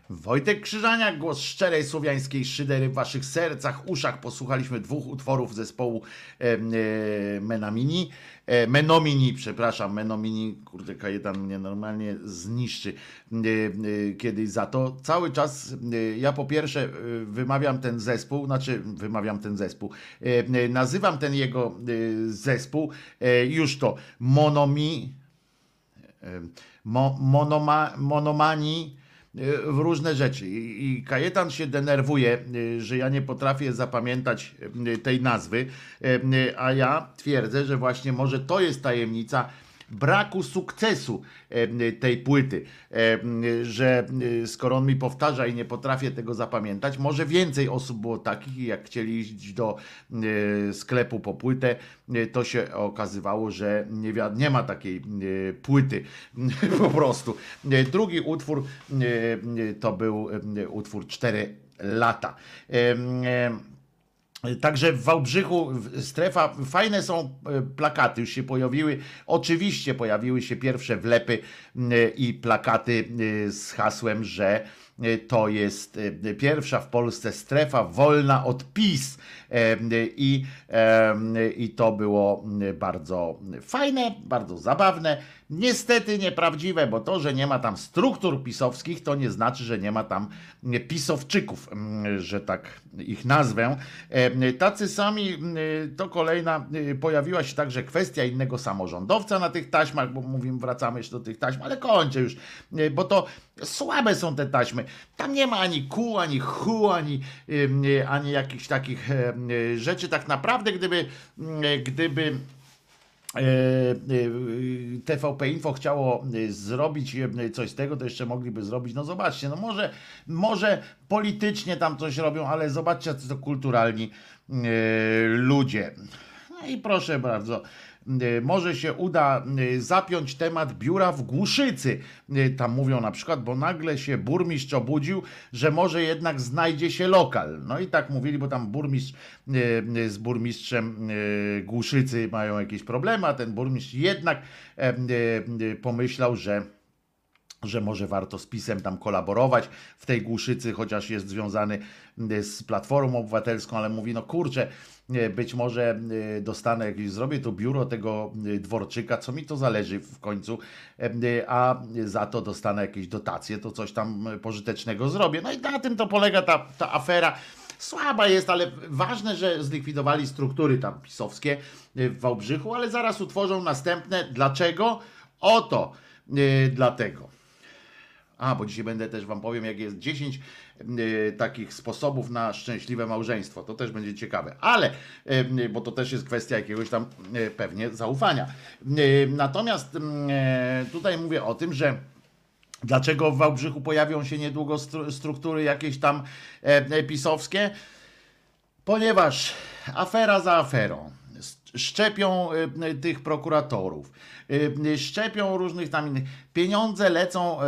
S1: Wojtek Krzyżaniak, głos szczerej słowiańskiej szydery w waszych sercach, uszach. Posłuchaliśmy dwóch utworów zespołu e, e, Menamini, e, Menomini, przepraszam, Menomini, kurde, Kajetan mnie normalnie zniszczy e, e, kiedyś za to. Cały czas e, ja po pierwsze e, wymawiam ten zespół, znaczy wymawiam ten zespół, e, e, nazywam ten jego e, zespół, e, już to, Monomi, e, mo, monoma, Monomani, w różne rzeczy. I, I Kajetan się denerwuje, że ja nie potrafię zapamiętać tej nazwy, a ja twierdzę, że właśnie może to jest tajemnica braku sukcesu tej płyty, że skoro on mi powtarza i nie potrafię tego zapamiętać, może więcej osób było takich, jak chcieli iść do sklepu po płytę, to się okazywało, że nie, wi- nie ma takiej płyty po prostu. Drugi utwór to był utwór cztery lata. Także w Wałbrzychu strefa, fajne są plakaty, już się pojawiły, oczywiście pojawiły się pierwsze wlepy i plakaty z hasłem, że to jest pierwsza w Polsce strefa wolna od PiS i, i to było bardzo fajne, bardzo zabawne, niestety nieprawdziwe, bo to, że nie ma tam struktur pisowskich, to nie znaczy, że nie ma tam pisowczyków, że tak ich nazwę. Tacy sami, to kolejna, pojawiła się także kwestia innego samorządowca na tych taśmach, bo mówimy, wracamy jeszcze do tych taśm, ale kończę już, bo to słabe są te taśmy. Tam nie ma ani kół, ani hu, ani, ani jakichś takich rzeczy. Tak naprawdę, gdyby, gdyby T V P Info chciało zrobić coś z tego, to jeszcze mogliby zrobić, no zobaczcie, no może, może politycznie tam coś robią, ale zobaczcie, co to kulturalni ludzie. No i proszę bardzo, może się uda zapiąć temat biura w Głuszycy. Tam mówią na przykład, bo nagle się burmistrz obudził, że może jednak znajdzie się lokal. No i tak mówili, bo tam burmistrz z burmistrzem Głuszycy mają jakieś problemy, a ten burmistrz jednak pomyślał, że że może warto z PiS-em tam kolaborować w tej Głuszycy, chociaż jest związany z Platformą Obywatelską, ale mówi, no kurczę, być może dostanę jakieś, zrobię to biuro tego Dworczyka, co mi to zależy w końcu, a za to dostanę jakieś dotacje, to coś tam pożytecznego zrobię. No i na tym to polega ta, ta afera. Słaba jest, ale ważne, że zlikwidowali struktury tam pisowskie w Wałbrzychu, ale zaraz utworzą następne. Dlaczego? Oto yy, dlatego. A, bo dzisiaj będę też wam powiem, jak jest dziesięć y, takich sposobów na szczęśliwe małżeństwo. To też będzie ciekawe. Ale, y, bo to też jest kwestia jakiegoś tam y, pewnie zaufania. Y, natomiast y, tutaj mówię o tym, że dlaczego w Wałbrzychu pojawią się niedługo stru, struktury jakieś tam y, pisowskie? Ponieważ afera za aferą. Szczepią y, tych prokuratorów, y, szczepią różnych tam innych. Pieniądze lecą y,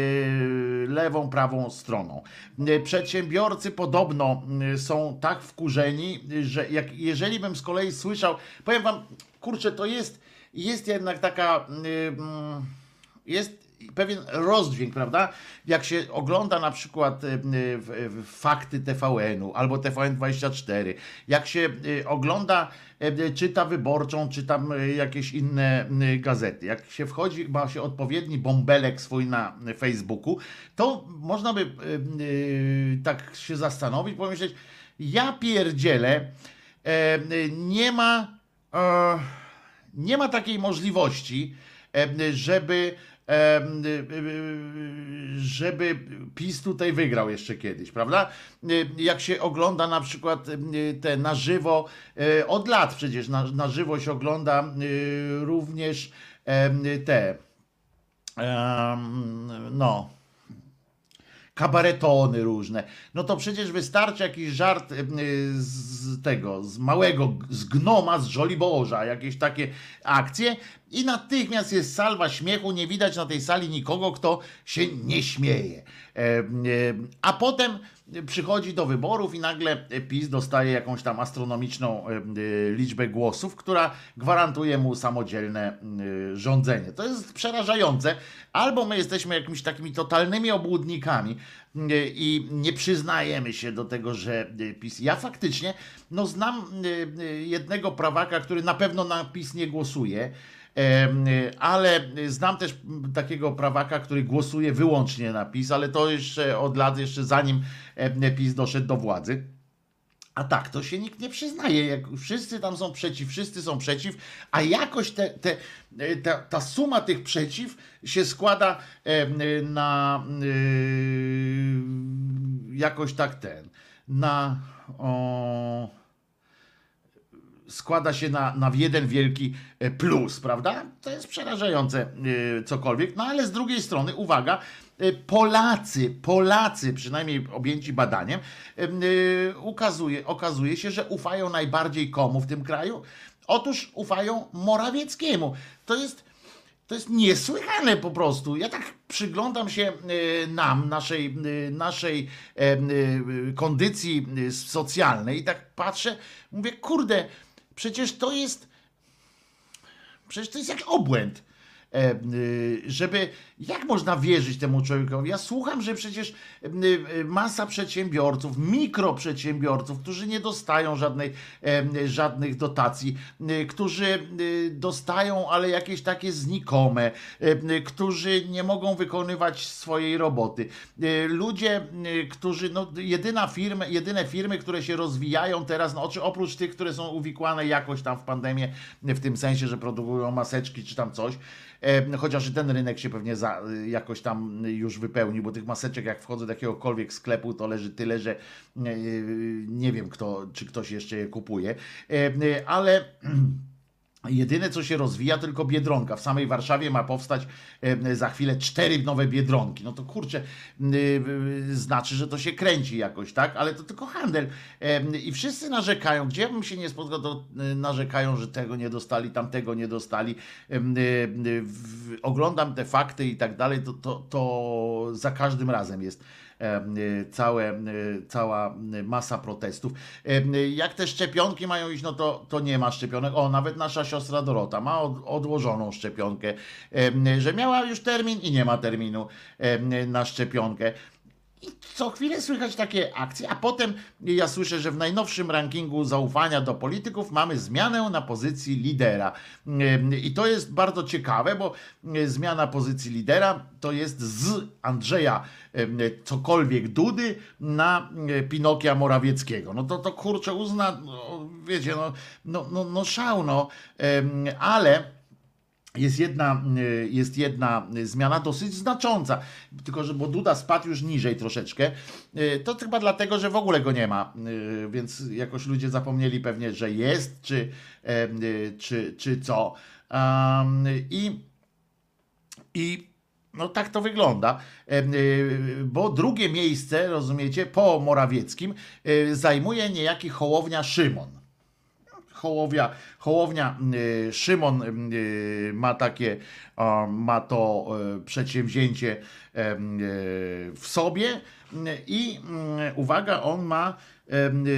S1: y, lewą, prawą stroną. Y, przedsiębiorcy podobno y, są tak wkurzeni, że jak, jeżeli bym z kolei słyszał, powiem wam, kurczę, to jest, jest jednak taka, y, y, jest pewien rozdźwięk, prawda? Jak się ogląda na przykład y, y, fakty T V N-u albo T V N dwadzieścia cztery, jak się y, ogląda, y, czyta Wyborczą, czy tam y, jakieś inne y, gazety, jak się wchodzi, ma się odpowiedni bąbelek swój na Facebooku, to można by y, y, tak się zastanowić, pomyśleć, ja pierdzielę, y, nie ma y, nie ma takiej możliwości, y, żeby żeby PiS tutaj wygrał jeszcze kiedyś, prawda? Jak się ogląda na przykład te na żywo, od lat przecież na, na żywo się ogląda również te no kabaretony różne, no to przecież wystarczy jakiś żart z tego, z małego, z gnoma, z Żoliborza, jakieś takie akcje i natychmiast jest salwa śmiechu, nie widać na tej sali nikogo, kto się nie śmieje. A potem przychodzi do wyborów i nagle PiS dostaje jakąś tam astronomiczną liczbę głosów, która gwarantuje mu samodzielne rządzenie. To jest przerażające. Albo my jesteśmy jakimiś takimi totalnymi obłudnikami i nie przyznajemy się do tego, że PiS... Ja faktycznie no znam jednego prawaka, który na pewno na PiS nie głosuje, ale znam też takiego prawaka, który głosuje wyłącznie na PiS, ale to jeszcze od lat, jeszcze zanim PiS doszedł do władzy. A tak, to się nikt nie przyznaje, jak wszyscy tam są przeciw, wszyscy są przeciw, a jakoś te, te, ta, ta suma tych przeciw się składa na jakoś tak ten, na... O, składa się na, na jeden wielki plus, prawda? To jest przerażające cokolwiek. No ale z drugiej strony, uwaga, Polacy, Polacy, przynajmniej objęci badaniem, ukazuje, okazuje się, że ufają najbardziej komu w tym kraju? Otóż ufają Morawieckiemu. To jest, to jest niesłychane po prostu. Ja tak przyglądam się nam, naszej, naszej kondycji socjalnej i tak patrzę, mówię, kurde, przecież to jest, przecież to jest jak obłęd, żeby, jak można wierzyć temu człowiekowi? Ja słucham, że przecież masa przedsiębiorców, mikroprzedsiębiorców, którzy nie dostają żadnej, żadnych dotacji, którzy dostają, ale jakieś takie znikome, którzy nie mogą wykonywać swojej roboty. Ludzie, którzy, no jedyna firma, jedyne firmy, które się rozwijają teraz, no oprócz tych, które są uwikłane jakoś tam w pandemię, w tym sensie, że produkują maseczki czy tam coś, chociaż ten rynek się pewnie za, jakoś tam już wypełnił, bo tych maseczek, jak wchodzę do jakiegokolwiek sklepu, to leży tyle, że nie wiem, kto, czy ktoś jeszcze je kupuje, ale jedyne, co się rozwija, tylko Biedronka. W samej Warszawie ma powstać za chwilę cztery nowe Biedronki. No to kurczę, znaczy, że to się kręci jakoś, tak? Ale to tylko handel. I wszyscy narzekają, gdzie bym się nie spotkał, to narzekają, że tego nie dostali, tamtego nie dostali. Oglądam te fakty i tak dalej, to, to, to za każdym razem jest całe, cała masa protestów. Jak te szczepionki mają iść, no to, to nie ma szczepionek. O, nawet nasza siostra Dorota ma od, odłożoną szczepionkę, że miała już termin i nie ma terminu na szczepionkę. I co chwilę słychać takie akcje, a potem ja słyszę, że w najnowszym rankingu zaufania do polityków mamy zmianę na pozycji lidera. I to jest bardzo ciekawe, bo zmiana pozycji lidera to jest z Andrzeja cokolwiek Dudy na Pinokia Morawieckiego. No to to kurczę uzna, no, wiecie, no, no, no, no szał, no, ale Jest jedna, jest jedna zmiana dosyć znacząca, tylko że bo Duda spadł już niżej troszeczkę, to chyba dlatego, że w ogóle go nie ma, więc jakoś ludzie zapomnieli pewnie, że jest, czy, czy, czy co. I, i no tak to wygląda, bo drugie miejsce, rozumiecie, po Morawieckim zajmuje niejaki Hołownia Szymon. Hołownia, Hołownia y, Szymon y, ma takie, y, ma to y, przedsięwzięcie y, w sobie i y, uwaga, on ma y,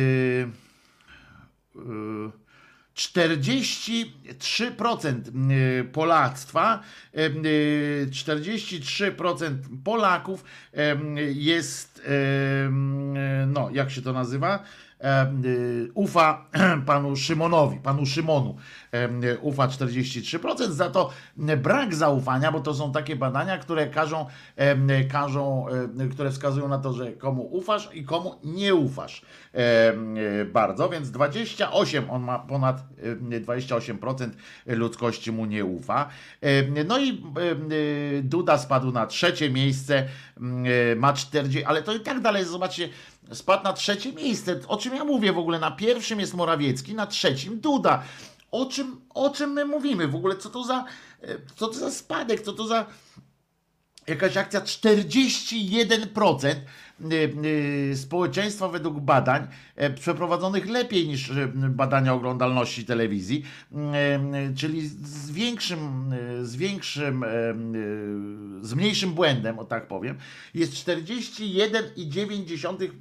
S1: y, czterdzieści trzy procent Polactwa, czterdzieści trzy procent Polaków jest, no jak się to nazywa, ufa panu Szymonowi, panu Szymonu ufa czterdzieści trzy procent, za to brak zaufania, bo to są takie badania, które każą, każą, które wskazują na to, że komu ufasz i komu nie ufasz bardzo, więc dwadzieścia osiem, on ma ponad dwadzieścia osiem procent ludzkości mu nie ufa. No i Duda spadł na trzecie miejsce, ma czterdzieści, ale to i tak dalej, zobaczcie, spadł na trzecie miejsce. O czym ja mówię w ogóle? Na pierwszym jest Morawiecki, na trzecim Duda. O czym, o czym my mówimy w ogóle? Co to za, co to za spadek? Co to za jakaś akcja, czterdzieści jeden procent społeczeństwa według badań przeprowadzonych lepiej niż badania oglądalności telewizji, czyli z większym, z większym, z mniejszym błędem, o tak powiem, jest czterdzieści jeden i dziewięć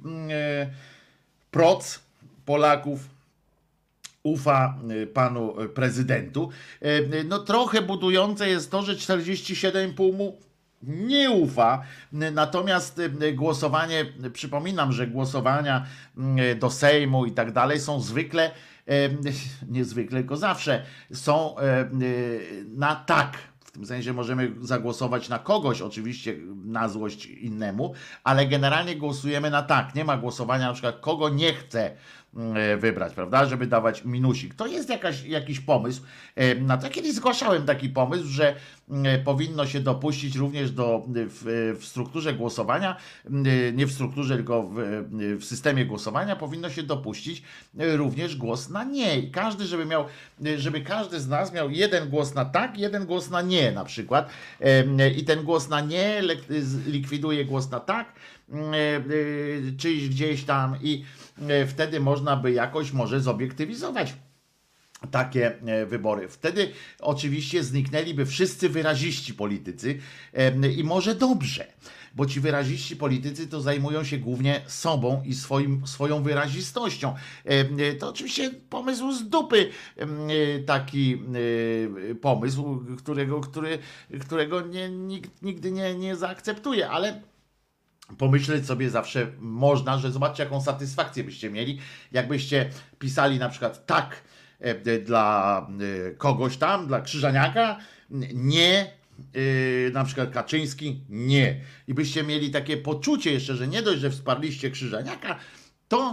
S1: procent Polaków ufa panu prezydentu. No trochę budujące jest to, że czterdzieści siedem i pół mu nie ufa, natomiast głosowanie, przypominam, że głosowania do Sejmu i tak dalej są zwykle, niezwykle, tylko zawsze są na tak. W tym sensie możemy zagłosować na kogoś, oczywiście na złość innemu, ale generalnie głosujemy na tak. Nie ma głosowania na przykład kogo nie chce wybrać, prawda, żeby dawać minusik. To jest jakaś, jakiś pomysł. Na to kiedyś zgłaszałem taki pomysł, że powinno się dopuścić również do, w, w strukturze głosowania, nie w strukturze, tylko w, w systemie głosowania powinno się dopuścić również głos na nie. I każdy, żeby miał, żeby każdy z nas miał jeden głos na tak, jeden głos na nie na przykład. I ten głos na nie likwiduje głos na tak, czyjś gdzieś tam i wtedy można by jakoś może zobiektywizować takie wybory. Wtedy oczywiście zniknęliby wszyscy wyraziści politycy i może dobrze, bo ci wyraziści politycy to zajmują się głównie sobą i swoim, swoją wyrazistością. To oczywiście pomysł z dupy, taki pomysł, którego, który, którego nie, nikt nigdy nie, nie zaakceptuje, ale pomyśleć sobie zawsze można, że zobaczcie, jaką satysfakcję byście mieli, jakbyście pisali na przykład tak dla kogoś tam, dla Krzyżaniaka, nie, na przykład Kaczyński, nie. I byście mieli takie poczucie jeszcze, że nie dość, że wsparliście Krzyżaniaka, to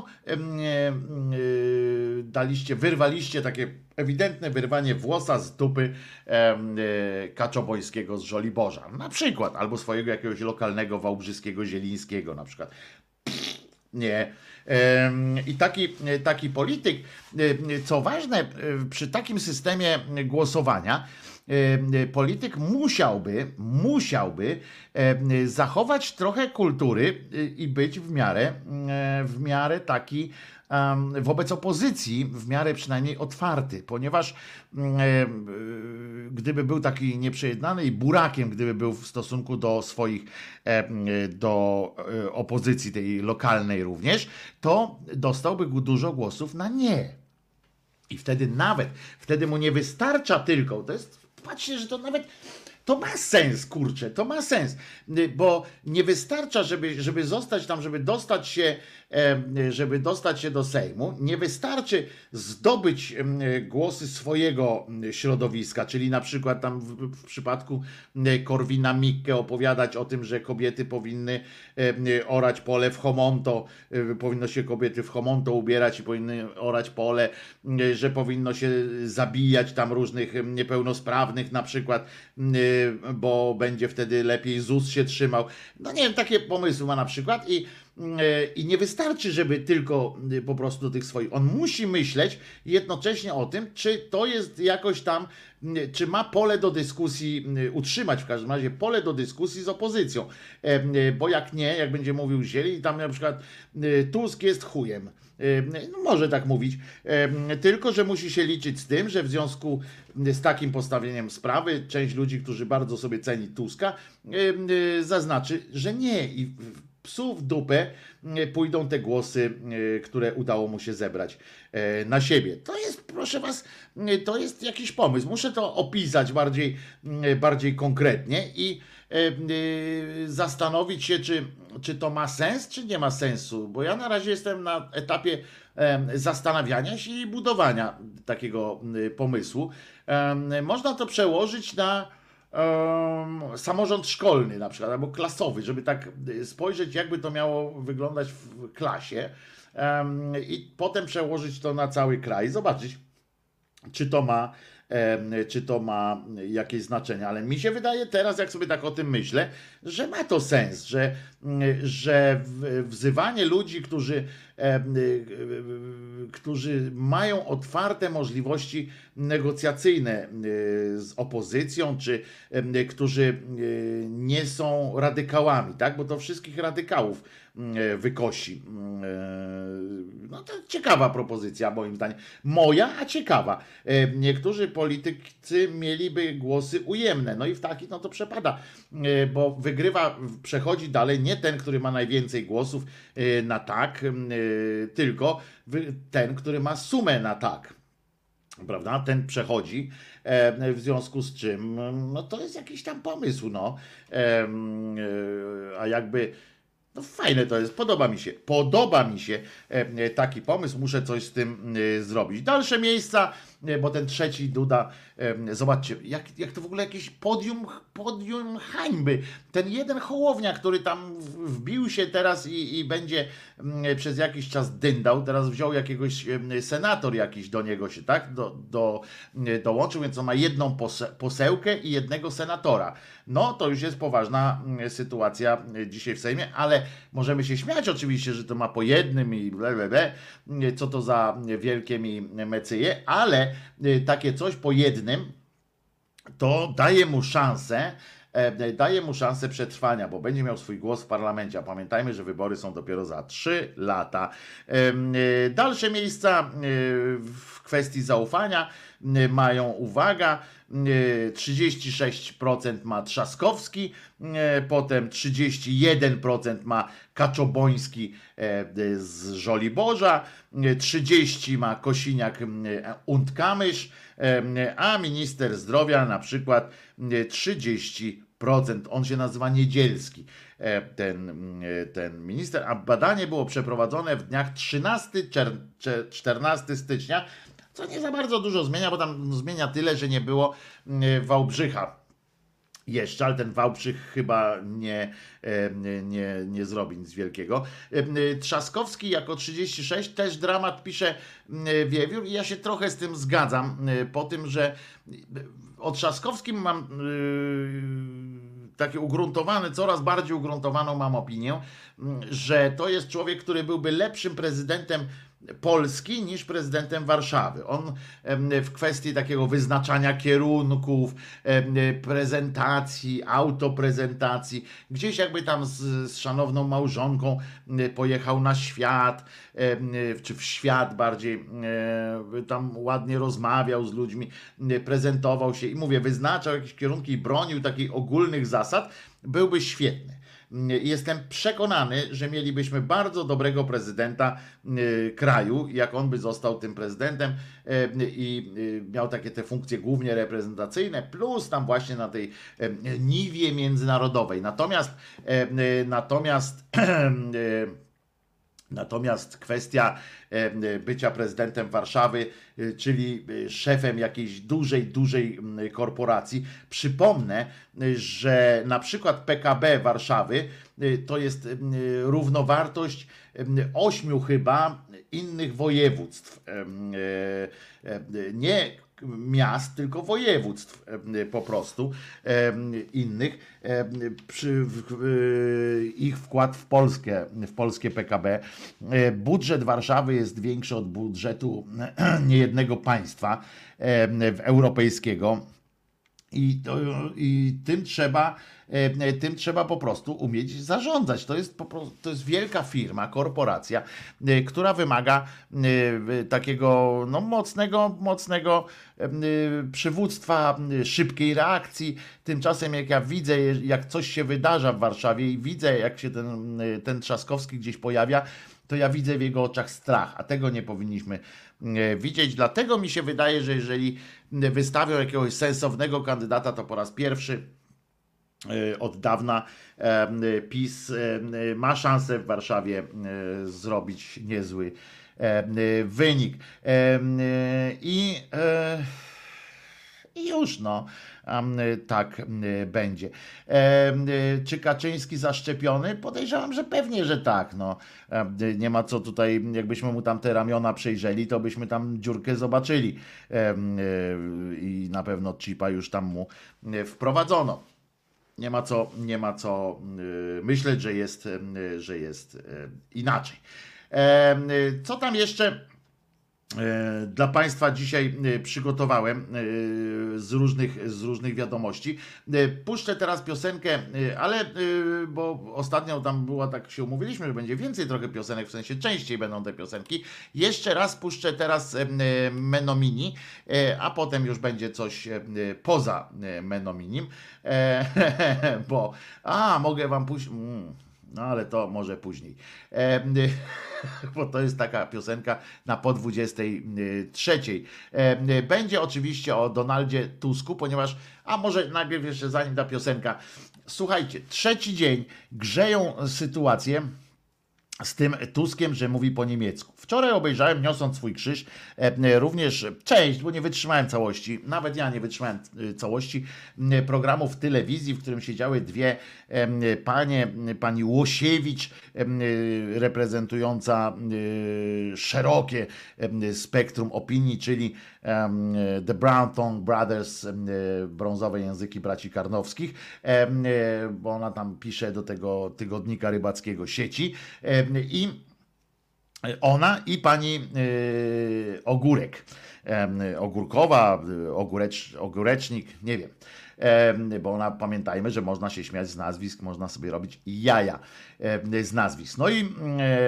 S1: daliście, wyrwaliście takie ewidentne wyrwanie włosa z dupy Kaczobojskiego z Żoliborza. Na przykład, albo swojego jakiegoś lokalnego wałbrzyskiego Zielińskiego na przykład. Nie. I taki, taki polityk, co ważne, przy takim systemie głosowania, polityk musiałby, musiałby zachować trochę kultury i być w miarę, w miarę taki wobec opozycji, w miarę przynajmniej otwarty, ponieważ gdyby był taki nieprzejednany i burakiem, gdyby był w stosunku do swoich, do opozycji tej lokalnej również, to dostałby dużo głosów na nie. I wtedy nawet, wtedy mu nie wystarcza tylko, to jest, patrzcie, że to nawet, to ma sens, kurczę, to ma sens, bo nie wystarcza, żeby, żeby zostać tam, żeby dostać się, żeby dostać się do Sejmu, nie wystarczy zdobyć głosy swojego środowiska, czyli na przykład tam w, w przypadku Korwina-Mikke opowiadać o tym, że kobiety powinny orać pole w Chomonto, powinno się kobiety w Chomonto ubierać i powinny orać pole, że powinno się zabijać tam różnych niepełnosprawnych na przykład, bo będzie wtedy lepiej Z U S się trzymał. No nie wiem, takie pomysły ma na przykład i I nie wystarczy, żeby tylko po prostu tych swoich. On musi myśleć jednocześnie o tym, czy to jest jakoś tam, czy ma pole do dyskusji, utrzymać w każdym razie pole do dyskusji z opozycją. Bo jak nie, jak będzie mówił Zieli, tam na przykład Tusk jest chujem. No może tak mówić, tylko że musi się liczyć z tym, że w związku z takim postawieniem sprawy część ludzi, którzy bardzo sobie ceni Tuska, zaznaczy, że nie. I psu w dupę pójdą te głosy, które udało mu się zebrać na siebie. To jest, proszę was, to jest jakiś pomysł. Muszę to opisać bardziej, bardziej konkretnie i zastanowić się, czy, czy to ma sens, czy nie ma sensu. Bo ja na razie jestem na etapie zastanawiania się i budowania takiego pomysłu. Można to przełożyć na Um, samorząd szkolny na przykład, albo klasowy, żeby tak spojrzeć, jakby to miało wyglądać w klasie um, i potem przełożyć to na cały kraj, zobaczyć, czy to ma czy to ma jakieś znaczenie, ale mi się wydaje teraz, jak sobie tak o tym myślę, że ma to sens, że, że wzywanie ludzi, którzy, którzy mają otwarte możliwości negocjacyjne z opozycją, czy którzy nie są radykałami, tak? Bo to wszystkich radykałów wykosi. No to ciekawa propozycja moim zdaniem. Moja, a ciekawa. Niektórzy politycy mieliby głosy ujemne. No i w taki no to przepada, bo wygrywa, przechodzi dalej nie ten, który ma najwięcej głosów na tak, tylko ten, który ma sumę na tak. Prawda? Ten przechodzi, w związku z czym no to jest jakiś tam pomysł, no. A jakby no fajne to jest, podoba mi się, podoba mi się taki pomysł, muszę coś z tym zrobić. Dalsze miejsca, bo ten trzeci Duda, zobaczcie, jak, jak to w ogóle jakieś podium, podium hańby. Ten jeden Hołownia, który tam wbił się teraz i, i będzie przez jakiś czas dyndał, teraz wziął jakiegoś senator jakiś do niego się, tak, do, do, dołączył, więc on ma jedną pose, posełkę i jednego senatora. No to już jest poważna sytuacja dzisiaj w Sejmie, ale możemy się śmiać oczywiście, że to ma po jednym i ble, ble, ble, co to za wielkie mi mecyje, ale takie coś po jednym to daje mu szansę, daje mu szansę przetrwania, bo będzie miał swój głos w parlamencie, a pamiętajmy, że wybory są dopiero za trzy lata. Dalsze miejsca w kwestii zaufania mają, uwaga, trzydzieści sześć procent ma Trzaskowski, potem trzydzieści jeden procent ma Kaczoboński z Żoliborza, trzydzieści ma Kosiniak-Kamysz, a minister zdrowia na przykład trzydzieści procent. On się nazywa Niedzielski, ten, ten minister, a badanie było przeprowadzone w dniach trzynastego czternastego stycznia, co nie za bardzo dużo zmienia, bo tam zmienia tyle, że nie było Wałbrzycha jeszcze, ale ten Wałbrzych chyba nie, nie, nie, nie zrobi nic wielkiego. Trzaskowski jako trzydzieści sześć też dramat, pisze Wiewiór, i ja się trochę z tym zgadzam, po tym, że o Trzaskowskim mam yy, takie ugruntowane, coraz bardziej ugruntowaną mam opinię, że to jest człowiek, który byłby lepszym prezydentem Polski niż prezydentem Warszawy. On w kwestii takiego wyznaczania kierunków, prezentacji, autoprezentacji, gdzieś jakby tam z, z szanowną małżonką pojechał na świat, czy w świat bardziej, tam ładnie rozmawiał z ludźmi, prezentował się i mówię, wyznaczał jakieś kierunki i bronił takich ogólnych zasad, byłby świetny. Jestem przekonany, że mielibyśmy bardzo dobrego prezydenta kraju, jak on by został tym prezydentem i miał takie te funkcje głównie reprezentacyjne, plus tam właśnie na tej niwie międzynarodowej. Natomiast natomiast Natomiast kwestia bycia prezydentem Warszawy, czyli szefem jakiejś dużej, dużej korporacji. Przypomnę, że na przykład P K B Warszawy to jest równowartość ośmiu chyba innych województw. Nie miast, tylko województw po prostu innych. Przy, ich wkład w Polskę, w polskie P K B. Budżet Warszawy jest większy od budżetu niejednego państwa europejskiego. I, to, i tym trzeba, tym trzeba po prostu umieć zarządzać. To jest, po prostu, to jest wielka firma, korporacja, która wymaga takiego no, mocnego, mocnego przywództwa, szybkiej reakcji. Tymczasem jak ja widzę, jak coś się wydarza w Warszawie i widzę, jak się ten, ten Trzaskowski gdzieś pojawia, to ja widzę w jego oczach strach, a tego nie powinniśmy widzieć. Dlatego mi się wydaje, że jeżeli wystawią jakiegoś sensownego kandydata, to po raz pierwszy od dawna PiS ma szansę w Warszawie zrobić niezły wynik. I i już no, tak będzie. E, czy Kaczyński zaszczepiony? Podejrzewam, że pewnie, że tak. No. Nie ma co tutaj, jakbyśmy mu tam te ramiona przejrzeli, to byśmy tam dziurkę zobaczyli i na pewno chipa już tam mu wprowadzono. Nie ma co, nie ma co myśleć, że jest, że jest inaczej. Co tam jeszcze dla Państwa dzisiaj przygotowałem z różnych, z różnych wiadomości. Puszczę teraz piosenkę, ale bo ostatnio tam była, tak się umówiliśmy, że będzie więcej trochę piosenek, w sensie częściej będą te piosenki. Jeszcze raz puszczę teraz Menomini, a potem już będzie coś poza Menominim, bo a, mogę wam puścić... No ale to może później, e, bo to jest taka piosenka na po dwudziestej trzeciej. E, będzie oczywiście o Donaldzie Tusku, ponieważ, a może najpierw jeszcze zanim ta piosenka, słuchajcie, trzeci dzień grzeją sytuację z tym Tuskiem, że mówi po niemiecku. Wczoraj obejrzałem, niosąc swój krzyż, e, również część, bo nie wytrzymałem całości, nawet ja nie wytrzymałem całości e, programu w telewizji, w którym siedziały dwie e, panie, pani Łosiewicz, e, reprezentująca e, szerokie e, spektrum opinii, czyli e, The Brown Tongue Brothers, e, brązowe języki braci Karnowskich, e, bo ona tam pisze do tego tygodnika rybackiego Sieci, e, i ona i pani y, Ogórek, y, Ogórkowa, y, ogórecz, Ogórecznik, nie wiem, y, bo ona, pamiętajmy, że można się śmiać z nazwisk, można sobie robić jaja y, z nazwisk. No i, y,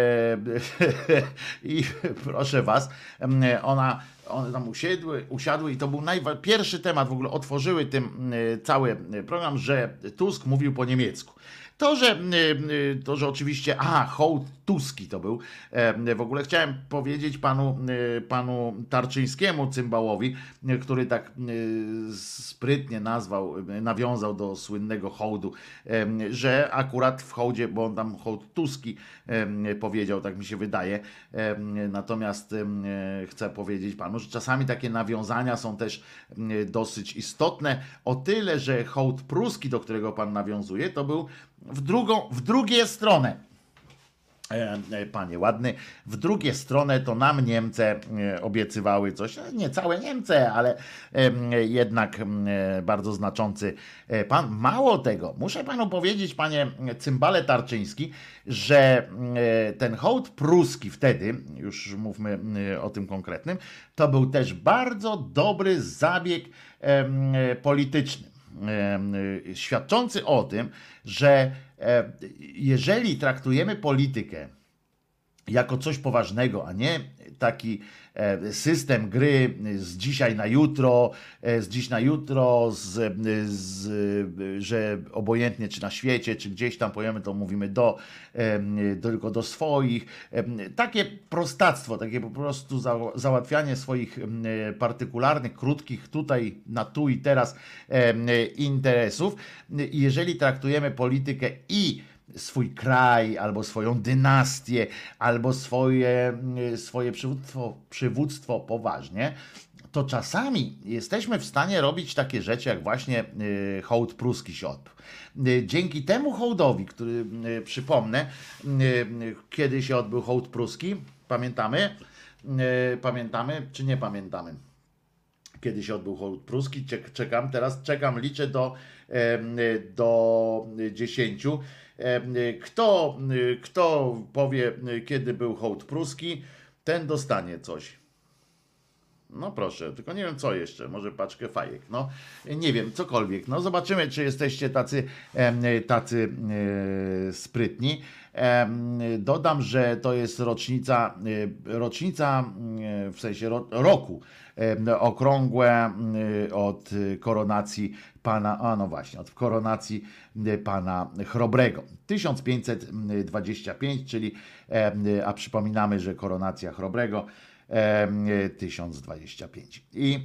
S1: i proszę was, y, ona one tam usiadły, usiadły i to był najwa- pierwszy temat, w ogóle otworzyły tym y, cały program, że Tusk mówił po niemiecku. To, że, to, że oczywiście, aha, hołd Tuski to był, w ogóle chciałem powiedzieć panu, panu Tarczyńskiemu, cymbałowi, który tak sprytnie nazwał, nawiązał do słynnego hołdu, że akurat w hołdzie, bo on tam hołd Tuski powiedział, tak mi się wydaje, natomiast chcę powiedzieć panu, że czasami takie nawiązania są też dosyć istotne, o tyle, że hołd pruski, do którego pan nawiązuje, to był w drugą, w drugie stronę. Panie ładny, w drugie stronę to nam Niemcy obiecywały coś, nie całe Niemcy, ale jednak bardzo znaczący pan. Mało tego, muszę panu powiedzieć, panie cymbale Tarczyński, że ten hołd pruski wtedy, już mówmy o tym konkretnym, to był też bardzo dobry zabieg polityczny, świadczący o tym, że jeżeli traktujemy politykę jako coś poważnego, a nie taki system gry z dzisiaj na jutro, z dziś na jutro, z, z, że obojętnie czy na świecie, czy gdzieś tam powiemy, to mówimy do, tylko do swoich. Takie prostactwo, takie po prostu za, załatwianie swoich partykularnych, krótkich, tutaj, na tu i teraz interesów. Jeżeli traktujemy politykę i swój kraj, albo swoją dynastię, albo swoje, swoje przywództwo, przywództwo poważnie, to czasami jesteśmy w stanie robić takie rzeczy, jak właśnie hołd pruski się odbył. Dzięki temu hołdowi, który, przypomnę, kiedy się odbył hołd pruski, pamiętamy? Pamiętamy, czy nie pamiętamy? Kiedy się odbył hołd pruski, czekam, teraz czekam, liczę do, do dziesięciu. Kto, kto powie, kiedy był hołd pruski, ten dostanie coś. No proszę, tylko nie wiem co jeszcze, może paczkę fajek, no nie wiem, cokolwiek. No zobaczymy, czy jesteście tacy, tacy sprytni. Dodam, że to jest rocznica, rocznica w sensie roku, okrągłe od koronacji pana, a no właśnie, od koronacji pana Chrobrego. tysiąc pięćset dwadzieścia pięć, czyli, a przypominamy, że koronacja Chrobrego tysiąc dwadzieścia pięć. I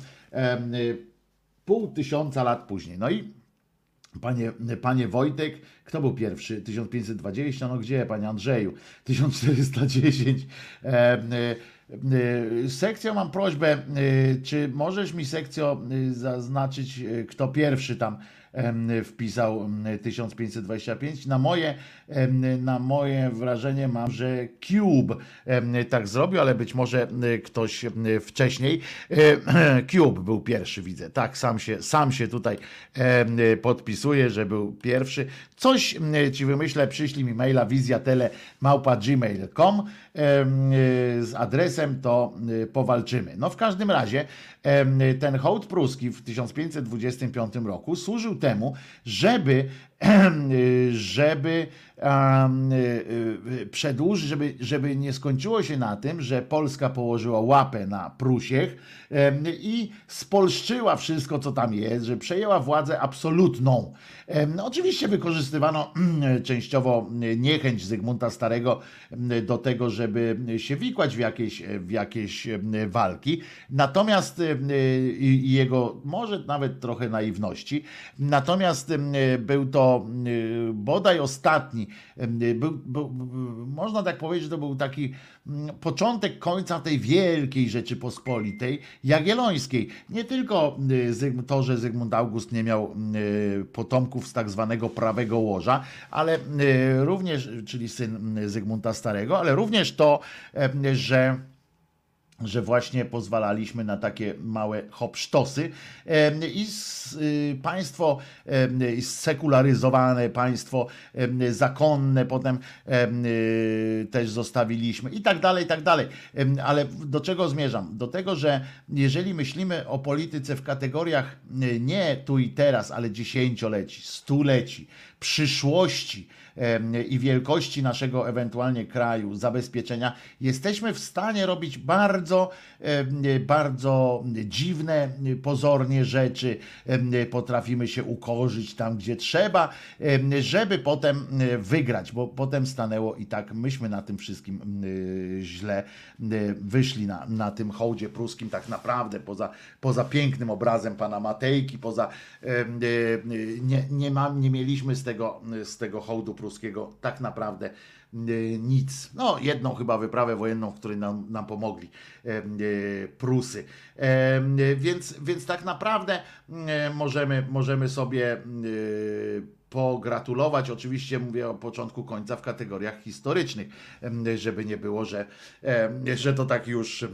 S1: pół tysiąca lat później. No i Panie, panie Wojtek, kto był pierwszy? tysiąc pięćset dwadzieścia, no gdzie, panie Andrzeju? tysiąc czterysta dziesięć. E, Sekcjo, mam prośbę, czy możesz mi, sekcjo, zaznaczyć, kto pierwszy tam wpisał tysiąc pięćset dwadzieścia pięć. Na moje, na moje wrażenie mam, że Cube tak zrobił, ale być może ktoś wcześniej. Cube był pierwszy, widzę. Tak, sam się, sam się tutaj podpisuje, że był pierwszy. Coś ci wymyślę, przyślij mi maila wizjatele małpa gmail kropka com z adresem, to powalczymy. No w każdym razie ten hołd pruski w tysiąc pięćset dwudziestym piątym roku służył temu, żeby żeby um, przedłużyć, żeby, żeby nie skończyło się na tym, że Polska położyła łapę na Prusiech um, i spolszczyła wszystko, co tam jest, że przejęła władzę absolutną. Um, oczywiście wykorzystywano um, częściowo niechęć Zygmunta Starego um, do tego, żeby się wikłać w jakieś, w jakieś um, walki, natomiast um, i jego może nawet trochę naiwności, natomiast um, był to bodaj ostatni, był, był, można tak powiedzieć, że to był taki początek końca tej wielkiej Rzeczypospolitej Jagiellońskiej. Nie tylko to, że Zygmunt August nie miał potomków z tak zwanego prawego łoża, ale również, czyli syn Zygmunta Starego, ale również to, że że właśnie pozwalaliśmy na takie małe hopsztosy i państwo sekularyzowane, państwo zakonne potem też zostawiliśmy i tak dalej, i tak dalej. Ale do czego zmierzam? Do tego, że jeżeli myślimy o polityce w kategoriach nie tu i teraz, ale dziesięcioleci, stuleci, przyszłości i wielkości naszego ewentualnie kraju, zabezpieczenia, jesteśmy w stanie robić bardzo, bardzo dziwne pozornie rzeczy, potrafimy się ukorzyć tam, gdzie trzeba, żeby potem wygrać, bo potem stanęło i tak, myśmy na tym wszystkim źle wyszli na, na tym hołdzie pruskim, tak naprawdę, poza, poza pięknym obrazem pana Matejki, poza nie, nie, ma, nie mieliśmy z tego, z tego hołdu pruskiego tak naprawdę nic. No, jedną chyba wyprawę wojenną, w której nam, nam pomogli Prusy. Więc, więc tak naprawdę możemy, możemy sobie pogratulować. Oczywiście mówię o początku końca w kategoriach historycznych, żeby nie było, że, że to tak już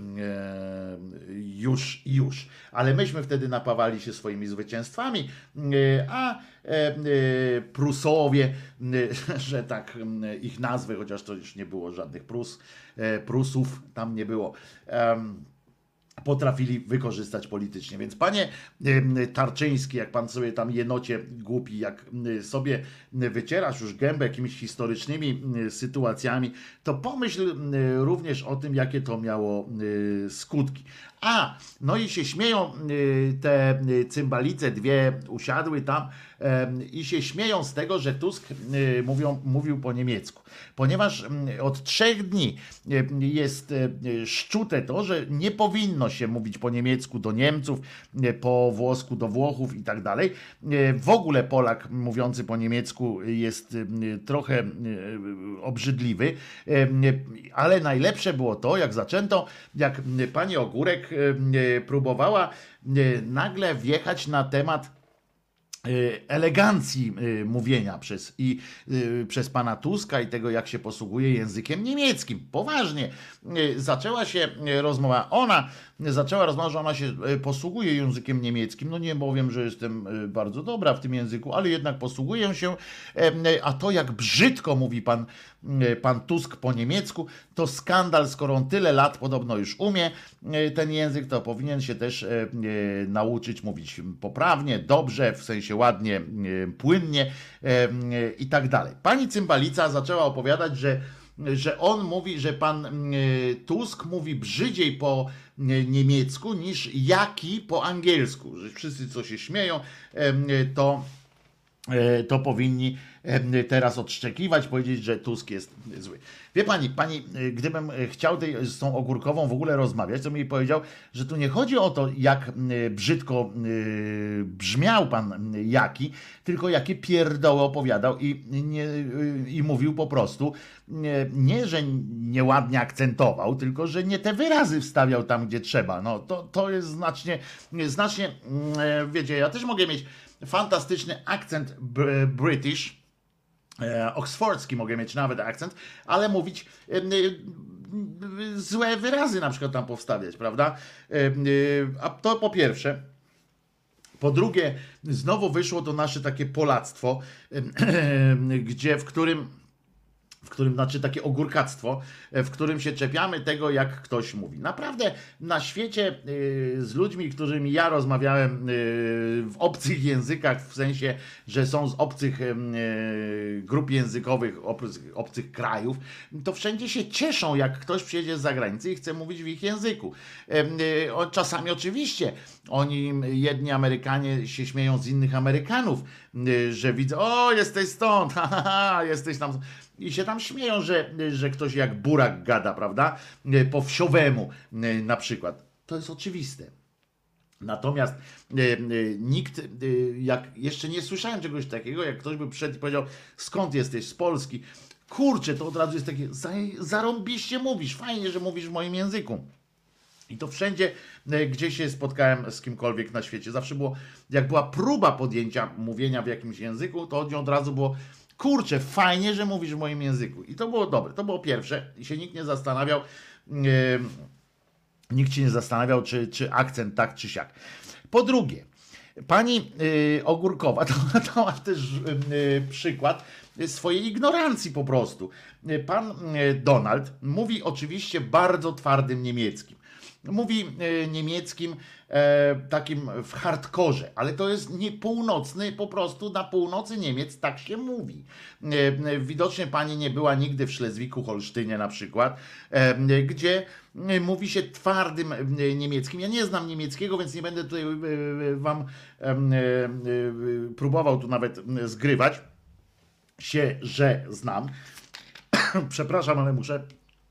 S1: już już. Ale myśmy wtedy napawali się swoimi zwycięstwami, a Prusowie, że tak ich nazwy, chociaż to już nie było żadnych Prus, Prusów tam nie było, potrafili wykorzystać politycznie. Więc panie Tarczyński, jak pan sobie tam jenocie głupi, jak sobie wycierasz już gębę jakimiś historycznymi sytuacjami, to pomyśl również o tym, jakie to miało skutki. A, no i się śmieją te cymbalice, dwie usiadły tam i się śmieją z tego, że Tusk mówią, mówił po niemiecku. Ponieważ od trzech dni jest szczute to, że nie powinno się mówić po niemiecku do Niemców, po włosku do Włochów i tak dalej. W ogóle Polak mówiący po niemiecku jest trochę obrzydliwy, ale najlepsze było to, jak zaczęto, jak pani Ogórek próbowała nagle wjechać na temat elegancji mówienia przez, i, przez pana Tuska i tego, jak się posługuje językiem niemieckim. Poważnie zaczęła się rozmowa. Ona zaczęła rozmowa, że ona się posługuje językiem niemieckim. No nie powiem, że jestem bardzo dobra w tym języku, ale jednak posługuję się. A to, jak brzydko mówi pan, pan Tusk po niemiecku, to skandal, skoro on tyle lat podobno już umie ten język, to powinien się też nauczyć mówić poprawnie, dobrze, w sensie ładnie, płynnie i tak dalej. Pani Cymbalica zaczęła opowiadać, że, że on mówi, że pan Tusk mówi brzydziej po niemiecku niż jaki po angielsku. Że wszyscy, co się śmieją, to to powinni teraz odszczekiwać, powiedzieć, że Tusk jest zły. Wie pani, pani, gdybym chciał tej, z tą Ogórkową w ogóle rozmawiać, to mi powiedział, że tu nie chodzi o to, jak brzydko brzmiał pan Jaki, tylko jakie pierdoły opowiadał i, nie, i mówił po prostu, nie, że nieładnie akcentował, tylko że nie te wyrazy wstawiał tam, gdzie trzeba. No to, to jest znacznie, znacznie, wiecie, ja też mogę mieć fantastyczny akcent British, e, oksfordzki mogę mieć nawet akcent, ale mówić e, e, złe wyrazy na przykład tam powstawiać, prawda? E, e, a to po pierwsze. Po drugie, znowu wyszło to nasze takie polactwo, e, e, gdzie, w którym w którym, znaczy takie ogórkactwo, w którym się czepiamy tego, jak ktoś mówi. Naprawdę na świecie y, z ludźmi, którymi ja rozmawiałem y, w obcych językach, w sensie, że są z obcych y, grup językowych, obcych, obcych krajów, to wszędzie się cieszą, jak ktoś przyjedzie z zagranicy i chce mówić w ich języku. Y, y, czasami oczywiście oni, jedni Amerykanie się śmieją z innych Amerykanów, y, że widzą, o, jesteś stąd, ha, ha, ha, jesteś tam... I się tam śmieją, że, że ktoś jak burak gada, prawda? Po wsiowemu na przykład. To jest oczywiste. Natomiast e, e, nikt, e, jak jeszcze nie słyszałem czegoś takiego, jak ktoś by przyszedł i powiedział, skąd jesteś, z Polski? Kurczę, to od razu jest takie, zarąbiście mówisz, fajnie, że mówisz w moim języku. I to wszędzie, gdzie się spotkałem z kimkolwiek na świecie. Zawsze było, jak była próba podjęcia mówienia w jakimś języku, to od, od razu było, kurczę, fajnie, że mówisz w moim języku. I to było dobre. To było pierwsze. I się nikt nie zastanawiał, yy, nikt się nie zastanawiał, czy, czy akcent tak, czy siak. Po drugie, pani yy, Ogórkowa to, to ma też yy, przykład swojej ignorancji po prostu. Pan yy, Donald mówi oczywiście bardzo twardym niemieckim. Mówi e, niemieckim e, takim w hardkorze, ale to jest nie północny, po prostu na północy Niemiec tak się mówi. E, widocznie pani nie była nigdy w Szlezwiku-Holsztynie na przykład, e, gdzie mówi się twardym e, niemieckim. Ja nie znam niemieckiego, więc nie będę tutaj e, wam e, e, próbował tu nawet zgrywać się, że znam. Przepraszam, ale muszę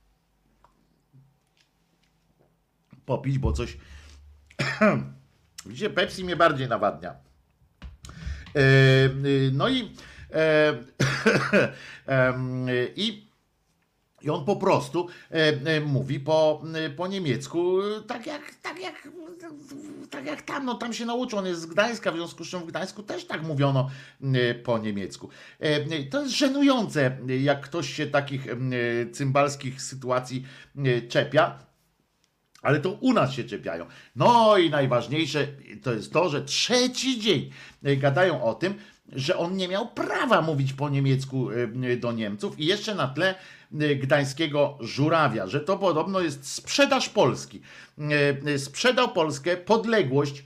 S1: popić, bo coś... Widzicie, Pepsi mnie bardziej nawadnia. E, no i... E, e, i I on po prostu e, mówi po, po niemiecku tak jak, tak, jak, tak jak tam, no tam się nauczył, on jest z Gdańska, w związku z czym w Gdańsku też tak mówiono e, po niemiecku. E, to jest żenujące, jak ktoś się takich e, cymbalskich sytuacji e, czepia. Ale to u nas się czepiają. No i najważniejsze to jest to, że trzeci dzień gadają o tym, że on nie miał prawa mówić po niemiecku do Niemców i jeszcze na tle gdańskiego żurawia, że to podobno jest sprzedaż Polski. Sprzedał Polskę, podległość.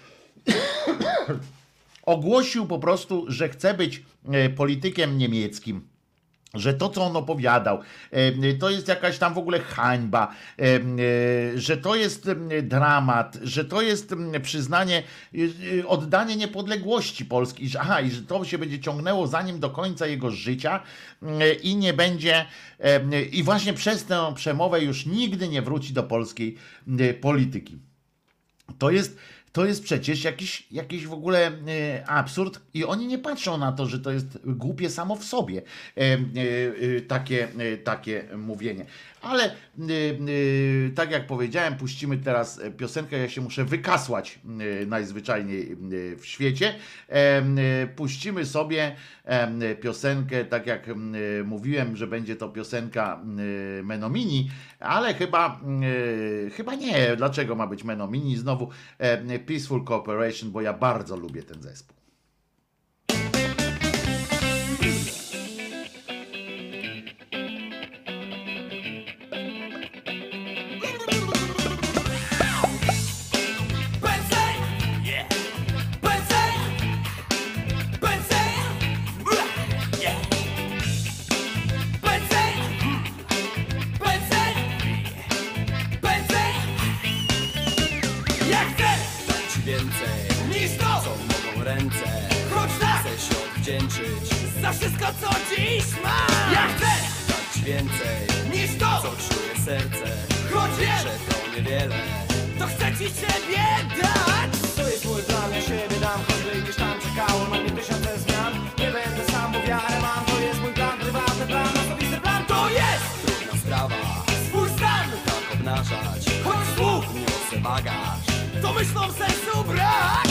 S1: Ogłosił po prostu, że chce być politykiem niemieckim. Że to, co on opowiadał, to jest jakaś tam w ogóle hańba, że to jest dramat, że to jest przyznanie, oddanie niepodległości Polski, i że, aha, i że to się będzie ciągnęło za nim do końca jego życia i nie będzie, i właśnie przez tę przemowę już nigdy nie wróci do polskiej polityki. To jest To jest przecież jakiś, jakiś w ogóle e, absurd i oni nie patrzą na to, że to jest głupie samo w sobie e, e, takie, e, takie mówienie. Ale e, e, tak jak powiedziałem, puścimy teraz piosenkę, ja się muszę wykasłać e, najzwyczajniej w świecie. E, e, puścimy sobie e, piosenkę, tak jak e, mówiłem, że będzie to piosenka e, Menomini, ale chyba, e, chyba nie. Dlaczego ma być Menomini? Znowu e, Peaceful Cooperation, bo ja bardzo lubię ten zespół.
S2: Więcej niż to, co mogą ręce.
S3: za wszystko, co dziś mam. Ja chcę
S4: dać więcej
S3: niż to,
S4: co czuje serce.
S3: choć wiem,
S4: Że to niewiele,
S3: to chcę ci siebie dać.
S4: to jest mój plan, ja siebie dam. Choćby gdzieś tam czekało na mnie tysiące zmian. Nie będę sam, bo wiarę mam. To jest mój plan, prywatny plan, osobisty plan.
S3: To jest
S4: Trudna sprawa,
S3: swój stan,
S4: tak obnażać.
S3: choć słów
S4: Niosę bagaż.
S3: to myślą w sercu brak.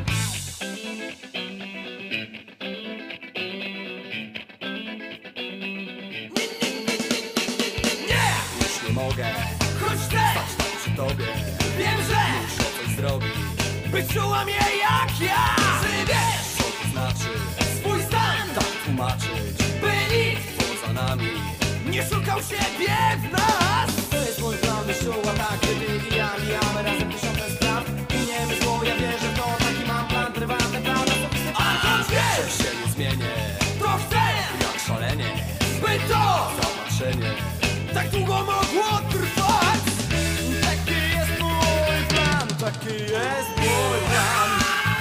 S3: Nie,
S4: Już nie mogę
S3: choć chcę,
S4: stać tam przy tobie.
S3: wiem, że
S4: Muszę coś zrobić.
S3: by czuła mnie jak ja. Czy wiesz
S4: Co to znaczy?
S3: swój stan,
S4: Tak tłumaczyć.
S3: by nikt
S4: Poza nami.
S3: nie szukał siebie w nas.
S4: To jest mój plan, wyszuła tak, gdy ty i ja mijamy razem tysiące spraw. Miniemy zło, ja wierzę w to, taki mam plan, prywatny plan, osobisty plan.
S3: A to wiesz,
S4: Że się nie zmienię,
S3: to chcę,
S4: jak szalenie.
S3: by to
S4: Zapatrzenie.
S3: tak długo mogło trwać.
S4: Taki jest mój plan, taki jest mój plan.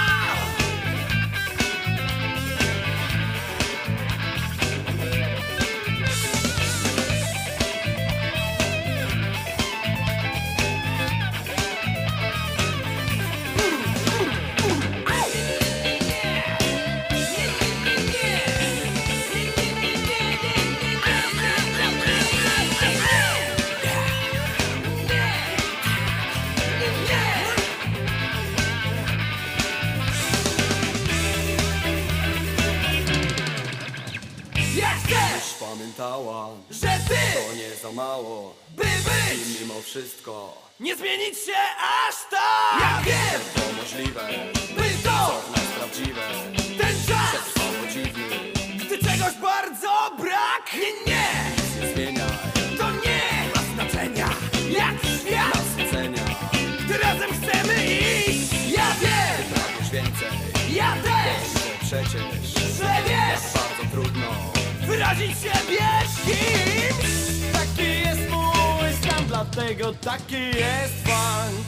S3: Ja chcę,
S4: Już pamiętała,
S3: że ty,
S4: to nie za mało.
S3: by być,
S4: I mimo wszystko,
S3: nie zmienić się aż tak. Ja wiem,
S4: to możliwe,
S3: by
S4: co
S3: to
S4: w nas prawdziwe.
S3: ten czas,
S4: Przetrwało dziwny,
S3: gdy czegoś bardzo brak. Nie, nie,
S4: nie zmieniaj
S3: to nie ma znaczenia. Jak świat,
S4: nasycenia.
S3: gdy razem chcemy iść. Ja wiem,
S4: Pragniesz więcej,
S3: ja też,
S4: że przecież
S3: że wiesz,
S4: bardzo trudno.
S3: wyrazić siebie z kimś.
S4: Taki jest mój stan, dlatego taki jest funk.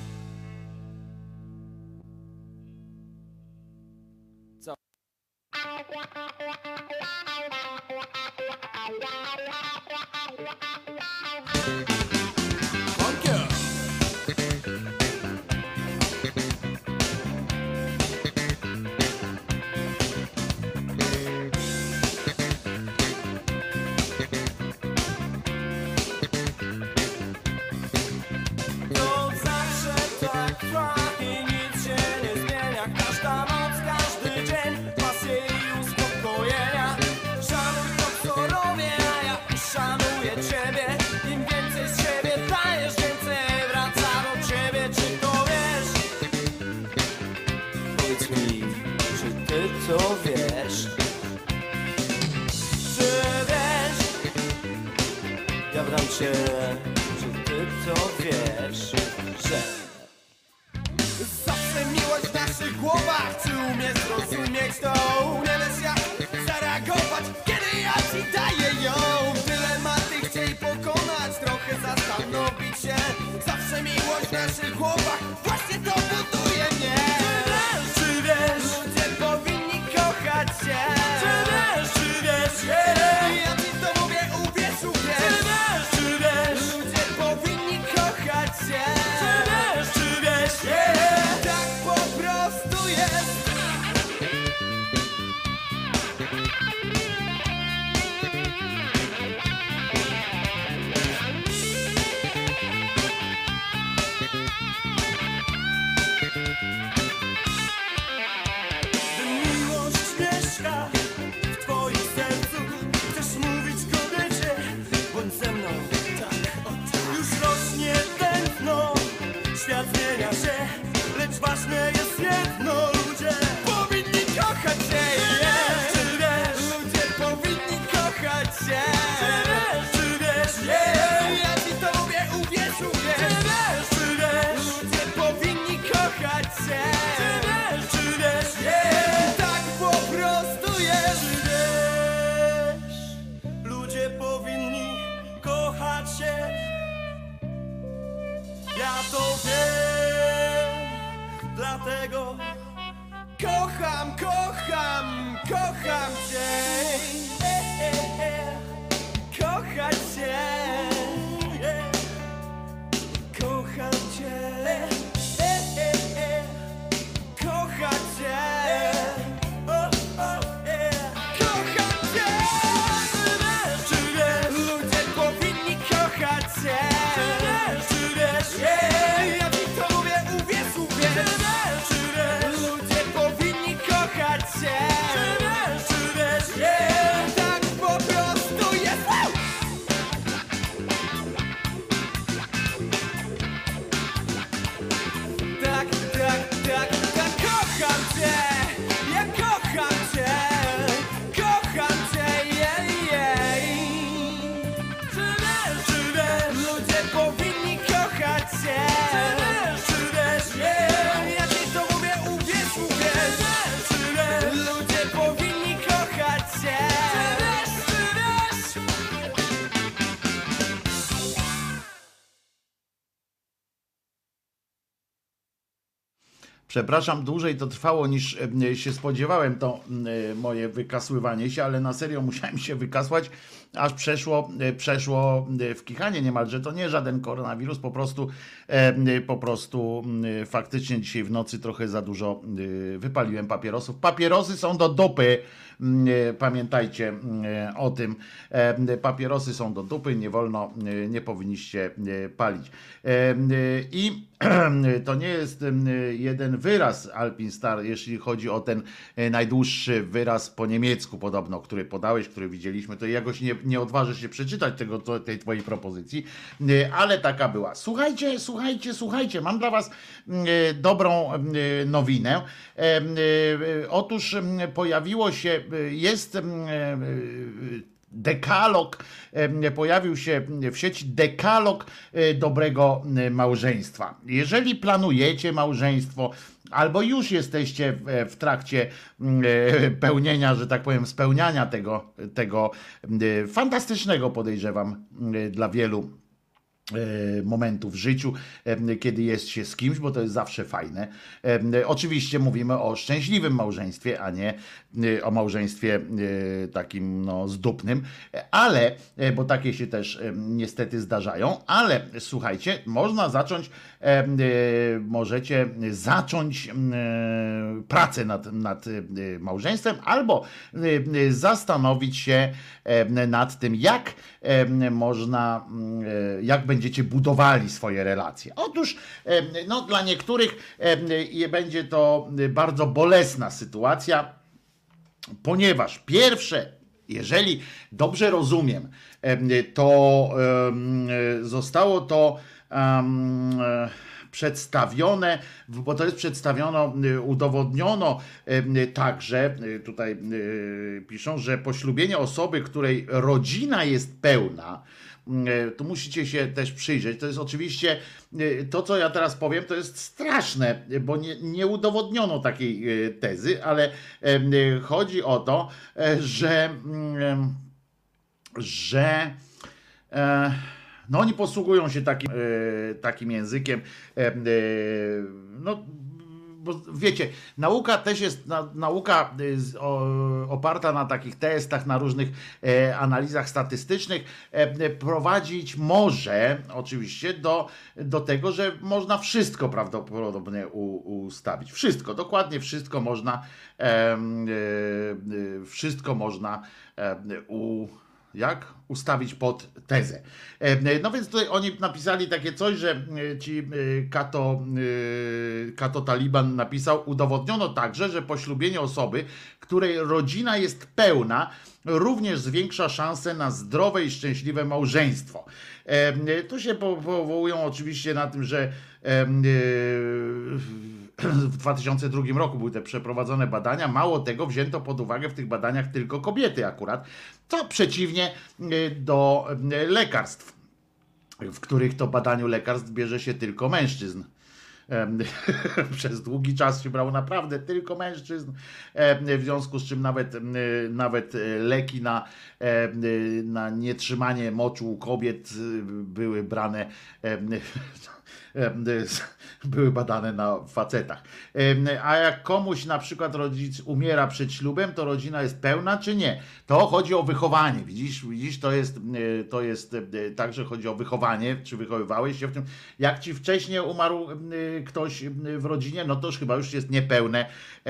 S4: To zawsze tak trwa i nic się nie zmienia. Każda noc, każdy dzień, pasje i uspokojenia. Szanuj to, co robię, a ja szanuję ciebie. Im więcej z siebie dajesz, więcej wraca do ciebie. Czy to wiesz? Powiedz mi, czy ty to wiesz? Czy wiesz? Ja bram cię. Czy ty to wiesz, że
S3: Zawsze miłość w naszych głowach. Czy umiesz zrozumieć to? Nie wiesz jak zareagować, kiedy ja ci daję ją. Dylematy chciej pokonać, trochę zastanowić się. Zawsze miłość w naszych głowach, właśnie to buduje mnie.
S4: czy wiesz,
S3: Ludzie powinni kochać się.
S4: czy wiesz, czy wiesz, yeah.
S3: Ja ci to mówię, uwierz,
S4: Czy
S3: uwierz.
S4: wiesz, czy wiesz,
S3: Ludzie powinni kochać się.
S4: czy wiesz, czy wiesz, yeah.
S3: Tak po prostu jest.
S4: Miłość mieszka w twoim sercu. Chcesz mówić kobiecie, bądź ze mną, tak, o tak. Już rośnie tętno, świat zmienia się, lecz ważne jest jedno, ludzie
S3: Powinni kochać się.
S4: wiesz, czy wiesz,
S3: Ludzie powinni kochać się.
S4: czy wiesz, czy wiesz, yeah.
S3: Ja ci to mówię, uwierz,
S4: Czy
S3: uwierz.
S4: wiesz, czy wiesz,
S3: Ludzie powinni kochać się.
S4: czy wiesz, czy wiesz, yeah.
S3: Tak po prostu jest.
S4: Wiesz, ludzie powinni kochać się. Ja to wiem, dlatego
S3: Kocham, kocham, kocham cię.
S1: Przepraszam, dłużej to trwało niż e, się spodziewałem, to e, moje wykasływanie się, ale na serio musiałem się wykasłać, aż przeszło, e, przeszło w kichanie niemalże. To nie żaden koronawirus, po prostu, e, po prostu e, faktycznie dzisiaj w nocy trochę za dużo e, wypaliłem papierosów. Papierosy są do dupy. Pamiętajcie o tym. Papierosy są do dupy, nie wolno, nie powinniście palić. I to nie jest jeden wyraz Alpinstar, jeśli chodzi o ten najdłuższy wyraz po niemiecku podobno, który podałeś, który widzieliśmy, to jakoś nie, nie odważę się przeczytać tego, tej twojej propozycji, ale taka była. Słuchajcie, słuchajcie, słuchajcie, mam dla was dobrą nowinę. Otóż pojawiło się, jest dekalog, pojawił się w sieci dekalog dobrego małżeństwa. Jeżeli planujecie małżeństwo, albo już jesteście w trakcie pełnienia, że tak powiem, spełniania tego, tego fantastycznego, podejrzewam, dla wielu momentów w życiu, kiedy jest się z kimś, bo to jest zawsze fajne. Oczywiście mówimy o szczęśliwym małżeństwie, a nie o małżeństwie takim no zdupnym, ale, bo takie się też niestety zdarzają, ale słuchajcie, można zacząć, możecie zacząć pracę nad, nad małżeństwem, albo zastanowić się nad tym, jak można, jak będziecie budowali swoje relacje. Otóż no, dla niektórych będzie to bardzo bolesna sytuacja, ponieważ pierwsze, jeżeli dobrze rozumiem, to zostało to przedstawione, bo to jest przedstawiono, udowodniono także, tutaj piszą, że poślubienie osoby, której rodzina jest pełna, tu musicie się też przyjrzeć. To jest oczywiście, to co ja teraz powiem, to jest straszne, bo nie, nie udowodniono takiej tezy, ale chodzi o to, że, że no oni posługują się takim, takim językiem, no bo wiecie, nauka też jest, na, nauka z, o, oparta na takich testach, na różnych e, analizach statystycznych, e, prowadzić może oczywiście do, do tego, że można wszystko prawdopodobnie u, ustawić. Wszystko, dokładnie wszystko można, e, e, wszystko można e, u jak ustawić pod tezę. No więc tutaj oni napisali takie coś, że ci Kato, Kato Taliban napisał, udowodniono także, że poślubienie osoby, której rodzina jest pełna, również zwiększa szanse na zdrowe i szczęśliwe małżeństwo. Tu się powołują oczywiście na tym, że w dwa tysiące drugim roku były te przeprowadzone badania. Mało tego, wzięto pod uwagę w tych badaniach tylko kobiety akurat, co przeciwnie do lekarstw, w których to badaniu lekarstw bierze się tylko mężczyzn. Przez długi czas się brało naprawdę tylko mężczyzn, w związku z czym nawet, nawet leki na, na nietrzymanie moczu u kobiet były brane, były badane na facetach. A jak komuś na przykład rodzic umiera przed ślubem, to rodzina jest pełna czy nie? To chodzi o wychowanie. Widzisz, widzisz to jest, to jest także chodzi o wychowanie. Czy wychowywałeś się w tym? Jak ci wcześniej umarł ktoś w rodzinie, no to już chyba już jest niepełne.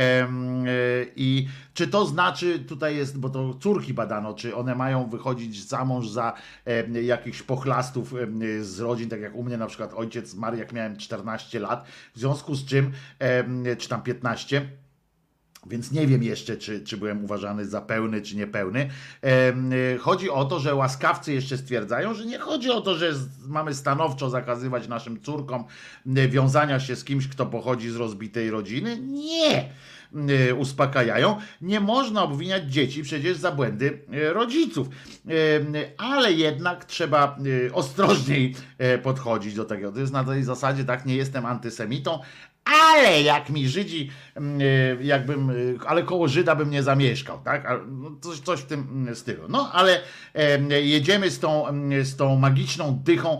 S1: I czy to znaczy, tutaj jest, bo to córki badano, czy one mają wychodzić za mąż za jakichś pochlastów z rodzin, tak jak u mnie na przykład ojciec zmarł, jak miałem czternaście lat, w związku z czym, czy tam piętnaście, więc nie wiem jeszcze, czy, czy byłem uważany za pełny, czy niepełny. Chodzi o to, że łaskawcy jeszcze stwierdzają, że nie chodzi o to, że mamy stanowczo zakazywać naszym córkom wiązania się z kimś, kto pochodzi z rozbitej rodziny. Nie! Uspokajają. Nie można obwiniać dzieci przecież za błędy rodziców, ale jednak trzeba ostrożniej podchodzić do tego. To jest na tej zasadzie, tak, nie jestem antysemitą, ale jak mi Żydzi, jakbym, ale koło Żyda bym nie zamieszkał, tak? Coś, coś w tym stylu. No, ale jedziemy z tą, z tą magiczną dychą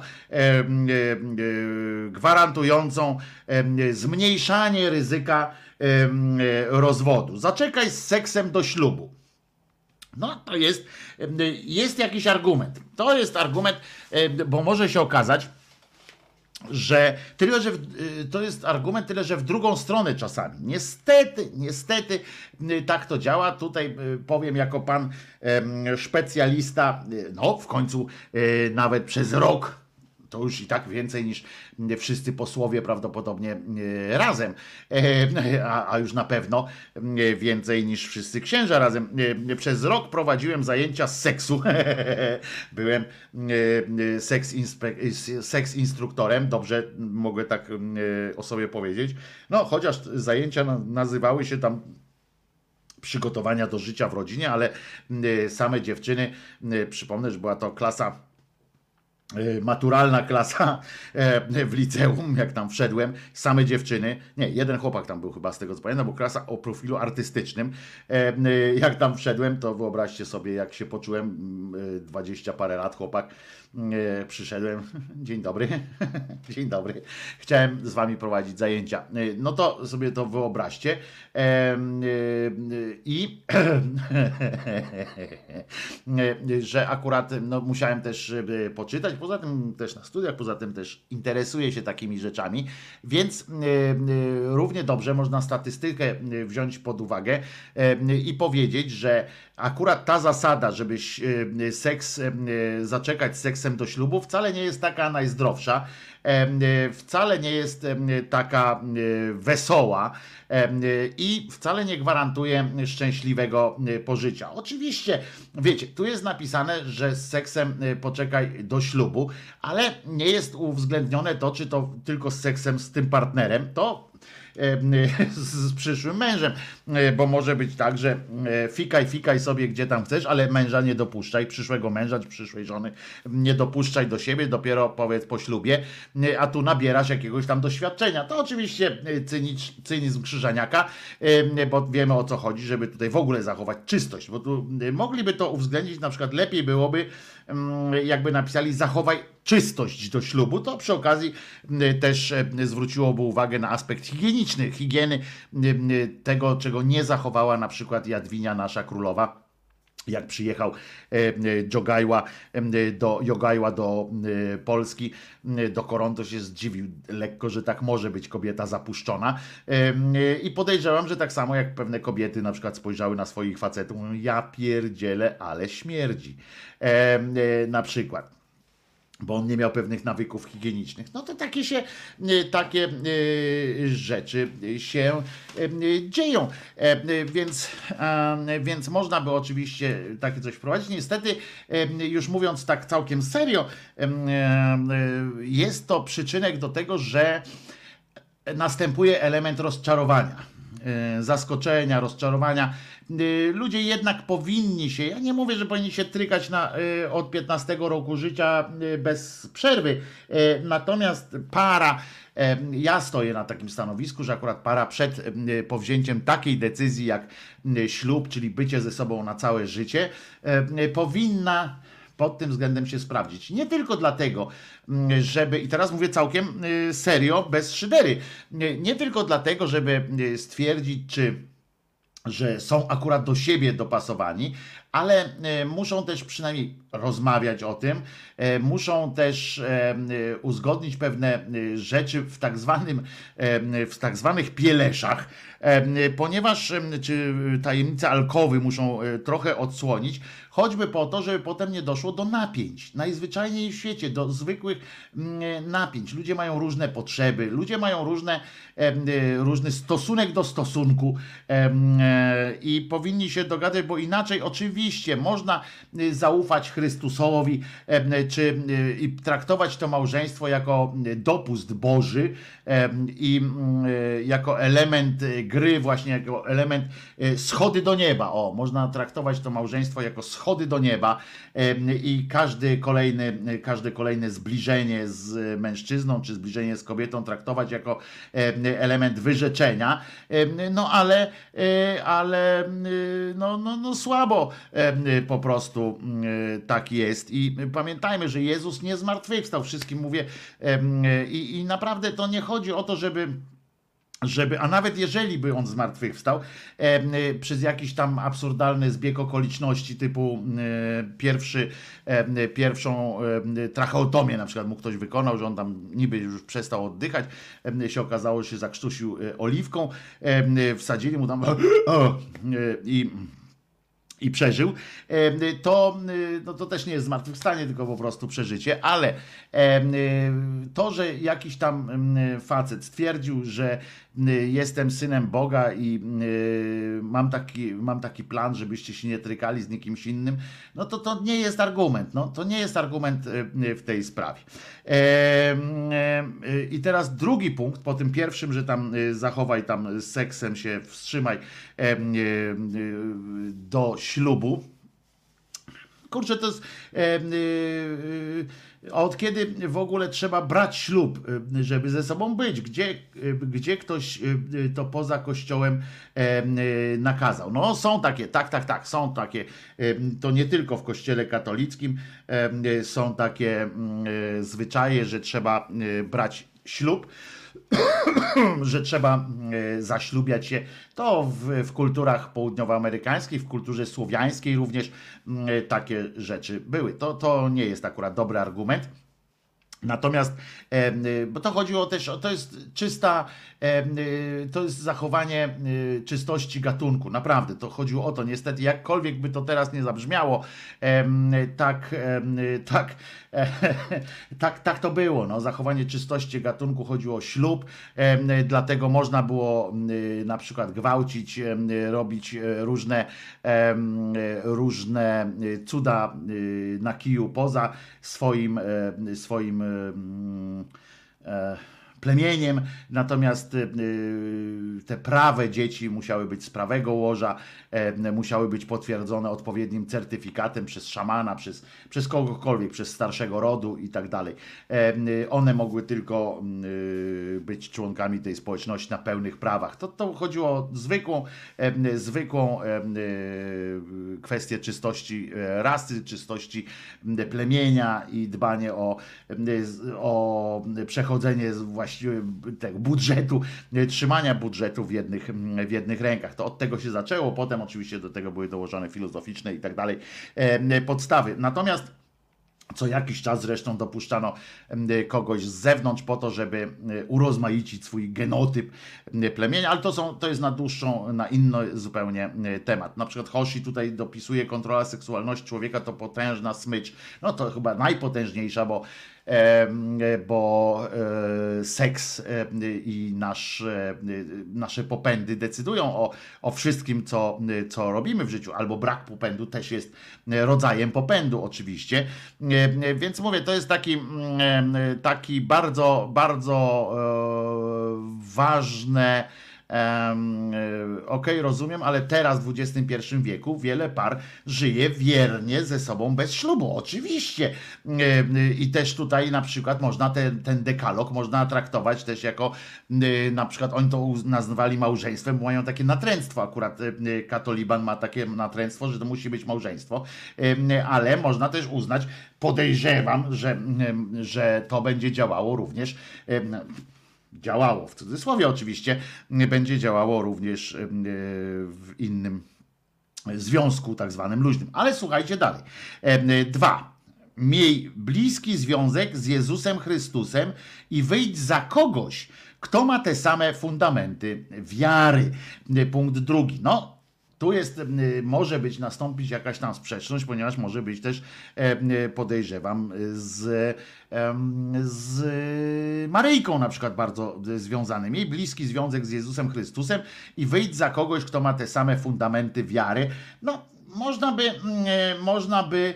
S1: gwarantującą zmniejszanie ryzyka rozwodu. Zaczekaj z seksem do ślubu. No, to jest, jest jakiś argument. To jest argument, bo może się okazać, że tyle, że w, to jest argument tyle, że w drugą stronę czasami. Niestety, niestety tak to działa. Tutaj powiem jako pan specjalista, no w końcu nawet przez rok, to już i tak więcej niż wszyscy posłowie prawdopodobnie razem, a, a już na pewno więcej niż wszyscy księża razem. Przez rok prowadziłem zajęcia z seksu. Byłem seks, inspe- seks instruktorem, dobrze mogę tak o sobie powiedzieć. No chociaż zajęcia nazywały się tam przygotowania do życia w rodzinie, ale same dziewczyny, przypomnę, że była to klasa maturalna klasa w liceum, jak tam wszedłem, same dziewczyny, nie, jeden chłopak tam był chyba z tego co pamiętam, bo klasa o profilu artystycznym, jak tam wszedłem, to wyobraźcie sobie jak się poczułem, dwadzieścia parę lat chłopak, przyszedłem, dzień dobry, dzień dobry, chciałem z wami prowadzić zajęcia, no to sobie to wyobraźcie i że akurat no, musiałem też poczytać, poza tym też na studiach, poza tym też interesuję się takimi rzeczami, więc równie dobrze można statystykę wziąć pod uwagę i powiedzieć, że akurat ta zasada, żeby seks, zaczekać z seksem do ślubu, wcale nie jest taka najzdrowsza, wcale nie jest taka wesoła i wcale nie gwarantuje szczęśliwego pożycia. Oczywiście, wiecie, tu jest napisane, że z seksem poczekaj do ślubu, ale nie jest uwzględnione to, czy to tylko z seksem z tym partnerem, to z przyszłym mężem, bo może być tak, że fikaj, fikaj sobie gdzie tam chcesz, ale męża nie dopuszczaj, przyszłego męża czy przyszłej żony nie dopuszczaj do siebie, dopiero powiedz po ślubie, a tu nabierasz jakiegoś tam doświadczenia. To oczywiście cynicz, cynizm Krzyżaniaka, bo wiemy o co chodzi, żeby tutaj w ogóle zachować czystość, bo tu mogliby to uwzględnić, na przykład lepiej byłoby jakby napisali zachowaj czystość do ślubu, to przy okazji też zwróciłoby uwagę na aspekt higieniczny, higieny tego, czego nie zachowała na przykład Jadwinia, nasza królowa, jak przyjechał Jogajła do, Jogajła do Polski, do Koron, to się zdziwił lekko, że tak może być kobieta zapuszczona i podejrzewam, że tak samo jak pewne kobiety na przykład spojrzały na swoich facetów, mówią, ja pierdzielę, ale śmierdzi na przykład, bo on nie miał pewnych nawyków higienicznych. No to takie się, takie rzeczy się dzieją. Więc, więc można by oczywiście takie coś wprowadzić. Niestety, już mówiąc tak całkiem serio, jest to przyczynek do tego, że następuje element rozczarowania, zaskoczenia, rozczarowania. Ludzie jednak powinni się, ja nie mówię, że powinni się trykać na, od piętnastego roku życia bez przerwy, natomiast para, ja stoję na takim stanowisku, że akurat para przed powzięciem takiej decyzji jak ślub, czyli bycie ze sobą na całe życie, powinna pod tym względem się sprawdzić. Nie tylko dlatego, żeby, i teraz mówię całkiem serio, bez szydery, nie tylko dlatego, żeby stwierdzić, czy że są akurat do siebie dopasowani, ale muszą też przynajmniej rozmawiać o tym, muszą też uzgodnić pewne rzeczy w tak zwanym, w tak zwanych pieleszach, ponieważ czy tajemnice alkowy muszą trochę odsłonić, choćby po to, żeby potem nie doszło do napięć. Najzwyczajniej w świecie, do zwykłych napięć. Ludzie mają różne potrzeby, ludzie mają różne, różny stosunek do stosunku i powinni się dogadać, bo inaczej oczywiście oczywiście można zaufać Chrystusowi, czy i traktować to małżeństwo jako dopust Boży i jako element gry, właśnie jako element schody do nieba. O, można traktować to małżeństwo jako schody do nieba i każdy kolejny, każde kolejne zbliżenie z mężczyzną, czy zbliżenie z kobietą traktować jako element wyrzeczenia, no ale, ale no, no, no słabo po prostu tak jest. I pamiętajmy, że Jezus nie zmartwychwstał, wszystkim mówię, i, i naprawdę to nie chodzi o to, żeby żeby, a nawet jeżeli by on zmartwychwstał e, przez jakiś tam absurdalny zbieg okoliczności typu e, pierwszy, e, pierwszą e, tracheotomię na przykład mu ktoś wykonał, że on tam niby już przestał oddychać, e, się okazało, że się zakrztusił e, oliwką, e, wsadzili mu tam e, i i przeżył, to, no to też nie jest zmartwychwstanie, tylko po prostu przeżycie, ale to, że jakiś tam facet stwierdził, że jestem synem Boga i mam taki, mam taki plan, żebyście się nie trykali z nikimś innym, no to to nie jest argument, no to nie jest argument w tej sprawie. I teraz drugi punkt, po tym pierwszym, że tam zachowaj tam z seksem się, wstrzymaj do ślubu. Kurczę, to jest e, e, od kiedy w ogóle trzeba brać ślub, żeby ze sobą być? Gdzie, gdzie ktoś to poza Kościołem e, nakazał? No są takie, tak, tak, tak, są takie, e, to nie tylko w Kościele katolickim e, są takie e, zwyczaje, że trzeba e, brać ślub, że trzeba zaślubiać się. To w, w kulturach południowoamerykańskich, w kulturze słowiańskiej również takie rzeczy były. To, to nie jest akurat dobry argument. Natomiast, bo to chodziło też, to jest czysta, to jest zachowanie czystości gatunku, naprawdę, to chodziło o to, niestety, jakkolwiek by to teraz nie zabrzmiało, tak, tak, tak, tak to było, no, zachowanie czystości gatunku, chodziło o ślub, dlatego można było na przykład gwałcić, robić różne, różne cuda na kiju poza swoim, swoim plemieniem, natomiast te prawe dzieci musiały być z prawego łoża, musiały być potwierdzone odpowiednim certyfikatem przez szamana, przez, przez kogokolwiek, przez starszego rodu i tak dalej. One mogły tylko być członkami tej społeczności na pełnych prawach. To, to chodziło o zwykłą, zwykłą kwestię czystości rasy, czystości plemienia i dbanie o, o przechodzenie właściwie tego budżetu, trzymania budżetu w jednych, w jednych rękach. To od tego się zaczęło, potem oczywiście do tego były dołożone filozoficzne i tak dalej podstawy. Natomiast co jakiś czas zresztą dopuszczano kogoś z zewnątrz po to, żeby urozmaicić swój genotyp plemienia, ale to, są, to jest na dłuższą, na inny zupełnie temat. Na przykład Hoshi tutaj dopisuje, kontrola seksualności człowieka to potężna smycz. No to chyba najpotężniejsza, bo bo seks i nasz, nasze popędy decydują o, o wszystkim, co, co robimy w życiu, albo brak popędu też jest rodzajem popędu oczywiście, więc mówię, to jest taki, taki bardzo, bardzo ważne. Um, Okej, okay, rozumiem, ale teraz w dwudziestym pierwszym wieku wiele par żyje wiernie ze sobą bez ślubu, oczywiście. I też tutaj na przykład można ten, ten dekalog można traktować też jako, na przykład oni to nazywali małżeństwem, bo mają takie natręctwo, akurat katoliban ma takie natręctwo, że to musi być małżeństwo, ale można też uznać, podejrzewam, że, że to będzie działało również, działało w cudzysłowie oczywiście, będzie działało również w innym związku tak zwanym luźnym. Ale słuchajcie dalej. Dwa. Miej bliski związek z Jezusem Chrystusem i wyjdź za kogoś, kto ma te same fundamenty wiary. Punkt drugi. No, tu jest, może być, nastąpić jakaś tam sprzeczność, ponieważ może być też, podejrzewam, z, z Maryjką na przykład bardzo związany. Miej bliski związek z Jezusem Chrystusem i wyjdź za kogoś, kto ma te same fundamenty wiary. No, można by, można by,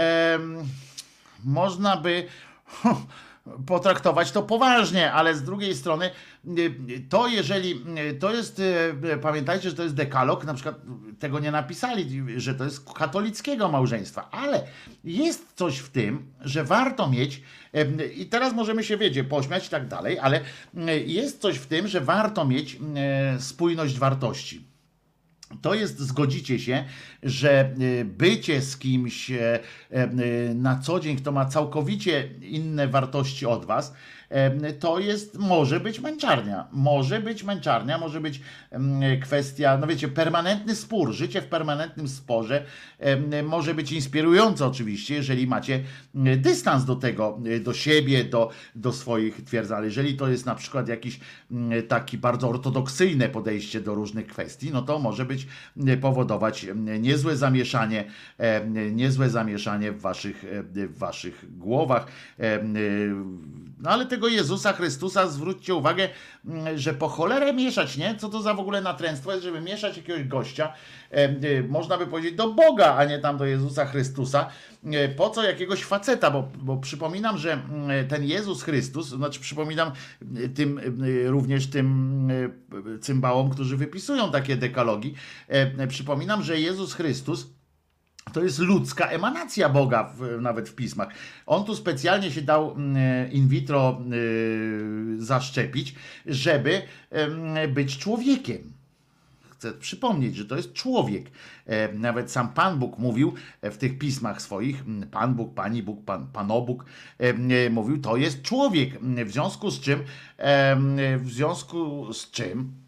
S1: można by potraktować to poważnie, ale z drugiej strony to jeżeli, to jest, pamiętajcie, że to jest dekalog, na przykład tego nie napisali, że to jest katolickiego małżeństwa, ale jest coś w tym, że warto mieć, i teraz możemy się, wiecie, pośmiać i tak dalej, ale jest coś w tym, że warto mieć spójność wartości. To jest, zgodzicie się, że bycie z kimś na co dzień, kto ma całkowicie inne wartości od was, to jest, może być męczarnia. Może być męczarnia, może być kwestia, no wiecie, permanentny spór, życie w permanentnym sporze może być inspirujące oczywiście, jeżeli macie dystans do tego, do siebie, do, do swoich twierdz, ale jeżeli to jest na przykład jakiś taki bardzo ortodoksyjne podejście do różnych kwestii, no to może być powodować niezłe zamieszanie, niezłe zamieszanie w waszych, w waszych głowach. No ale tego Jezusa Chrystusa, zwróćcie uwagę, że po cholerę mieszać, nie? Co to za w ogóle natręctwo jest, żeby mieszać jakiegoś gościa, można by powiedzieć do Boga, a nie tam do Jezusa Chrystusa. Po co jakiegoś faceta, bo, bo przypominam, że ten Jezus Chrystus, znaczy przypominam tym również tym cymbałom, którzy wypisują takie dekalogi, przypominam, że Jezus Chrystus to jest ludzka emanacja Boga, w, nawet w pismach. On tu specjalnie się dał in vitro y, zaszczepić, żeby y, być człowiekiem. Chcę przypomnieć, że to jest człowiek. E, nawet sam Pan Bóg mówił w tych pismach swoich, Pan Bóg, Pani Bóg, Pan, Panobóg, e, mówił, to jest człowiek. W związku z czym, e, w związku z czym,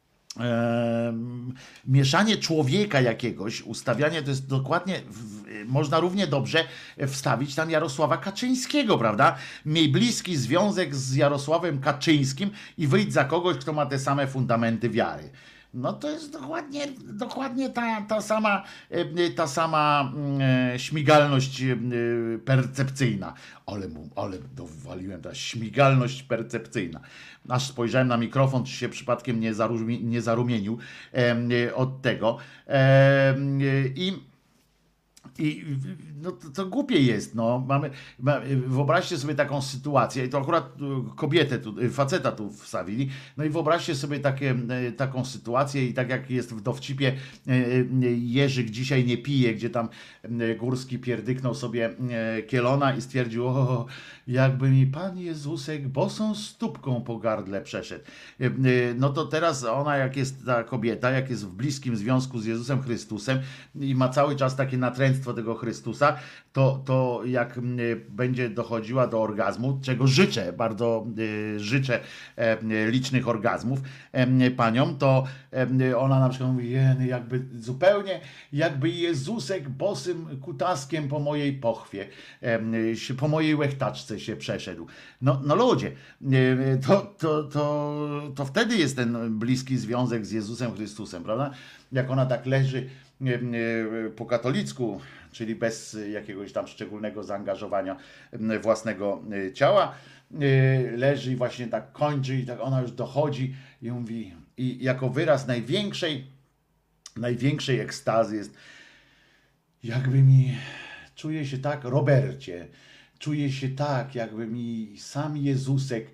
S1: mieszanie człowieka jakiegoś, ustawianie, to jest dokładnie, można równie dobrze wstawić tam Jarosława Kaczyńskiego, prawda? Miej bliski związek z Jarosławem Kaczyńskim i wyjdź za kogoś, kto ma te same fundamenty wiary. No to jest dokładnie, dokładnie ta, ta sama, ta sama śmigalność percepcyjna. Ale, mu, ale dowaliłem, ta śmigalność percepcyjna. Aż spojrzałem na mikrofon, czy się przypadkiem nie, zarumie, nie zarumienił e, od tego. E, I I no to, to głupie jest, no. Mamy, wyobraźcie sobie taką sytuację, i to akurat kobietę, tu, faceta tu wstawili, no i wyobraźcie sobie takie, taką sytuację i tak jak jest w dowcipie Jerzyk dzisiaj nie pije, gdzie tam Górski pierdyknął sobie kielona i stwierdził, o, jakby mi Pan Jezusek bosą stópką po gardle przeszedł. No to teraz ona, jak jest ta kobieta, jak jest w bliskim związku z Jezusem Chrystusem i ma cały czas takie natręctwo tego Chrystusa, to, to jak będzie dochodziła do orgazmu, czego życzę, bardzo życzę licznych orgazmów paniom, to ona na przykład mówi, jakby zupełnie jakby Jezusek bosym kutaskiem po mojej pochwie, po mojej łechtaczce się przeszedł. No, no ludzie, to, to, to, to wtedy jest ten bliski związek z Jezusem Chrystusem, prawda? Jak ona tak leży po katolicku, czyli bez jakiegoś tam szczególnego zaangażowania własnego ciała, leży i właśnie tak kończy i tak ona już dochodzi i mówi, i jako wyraz największej, największej ekstazy jest, jakby mi, czuję się tak, Robercie, czuję się tak, jakby mi sam Jezusek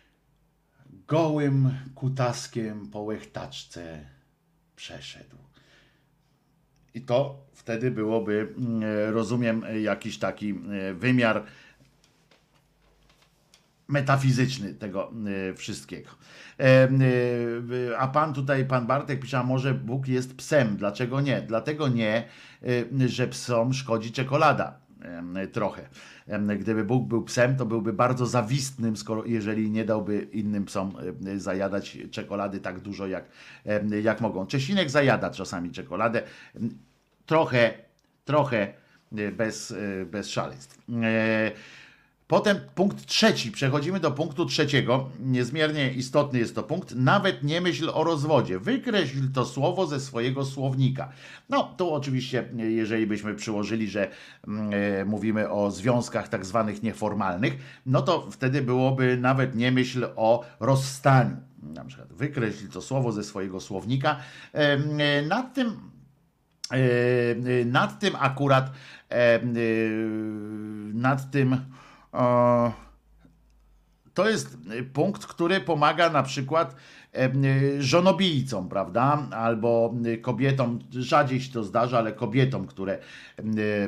S1: gołym kutaskiem po łechtaczce przeszedł. I to wtedy byłoby, rozumiem, jakiś taki wymiar metafizyczny tego wszystkiego. A pan tutaj, pan Bartek pisze, a może Bóg jest psem? Dlaczego nie? Dlatego nie, że psom szkodzi czekolada. Trochę. Gdyby Bóg był psem, to byłby bardzo zawistnym, skoro, jeżeli nie dałby innym psom zajadać czekolady tak dużo, jak, jak mogą. Czesinek zajada czasami czekoladę. Trochę, trochę bez, bez szaleństw. Potem punkt trzeci, przechodzimy do punktu trzeciego, niezmiernie istotny jest to punkt, nawet nie myśl o rozwodzie, wykreśl to słowo ze swojego słownika. No tu oczywiście, jeżeli byśmy przyłożyli, że y, mówimy o związkach tak zwanych nieformalnych, no to wtedy byłoby nawet nie myśl o rozstaniu. Na przykład wykreśl to słowo ze swojego słownika. Y, y, nad tym E, Nad tym akurat, e, e, nad tym o, to jest punkt, który pomaga na przykład e, żonobijcom, prawda? Albo kobietom, rzadziej się to zdarza, ale kobietom, które e, e,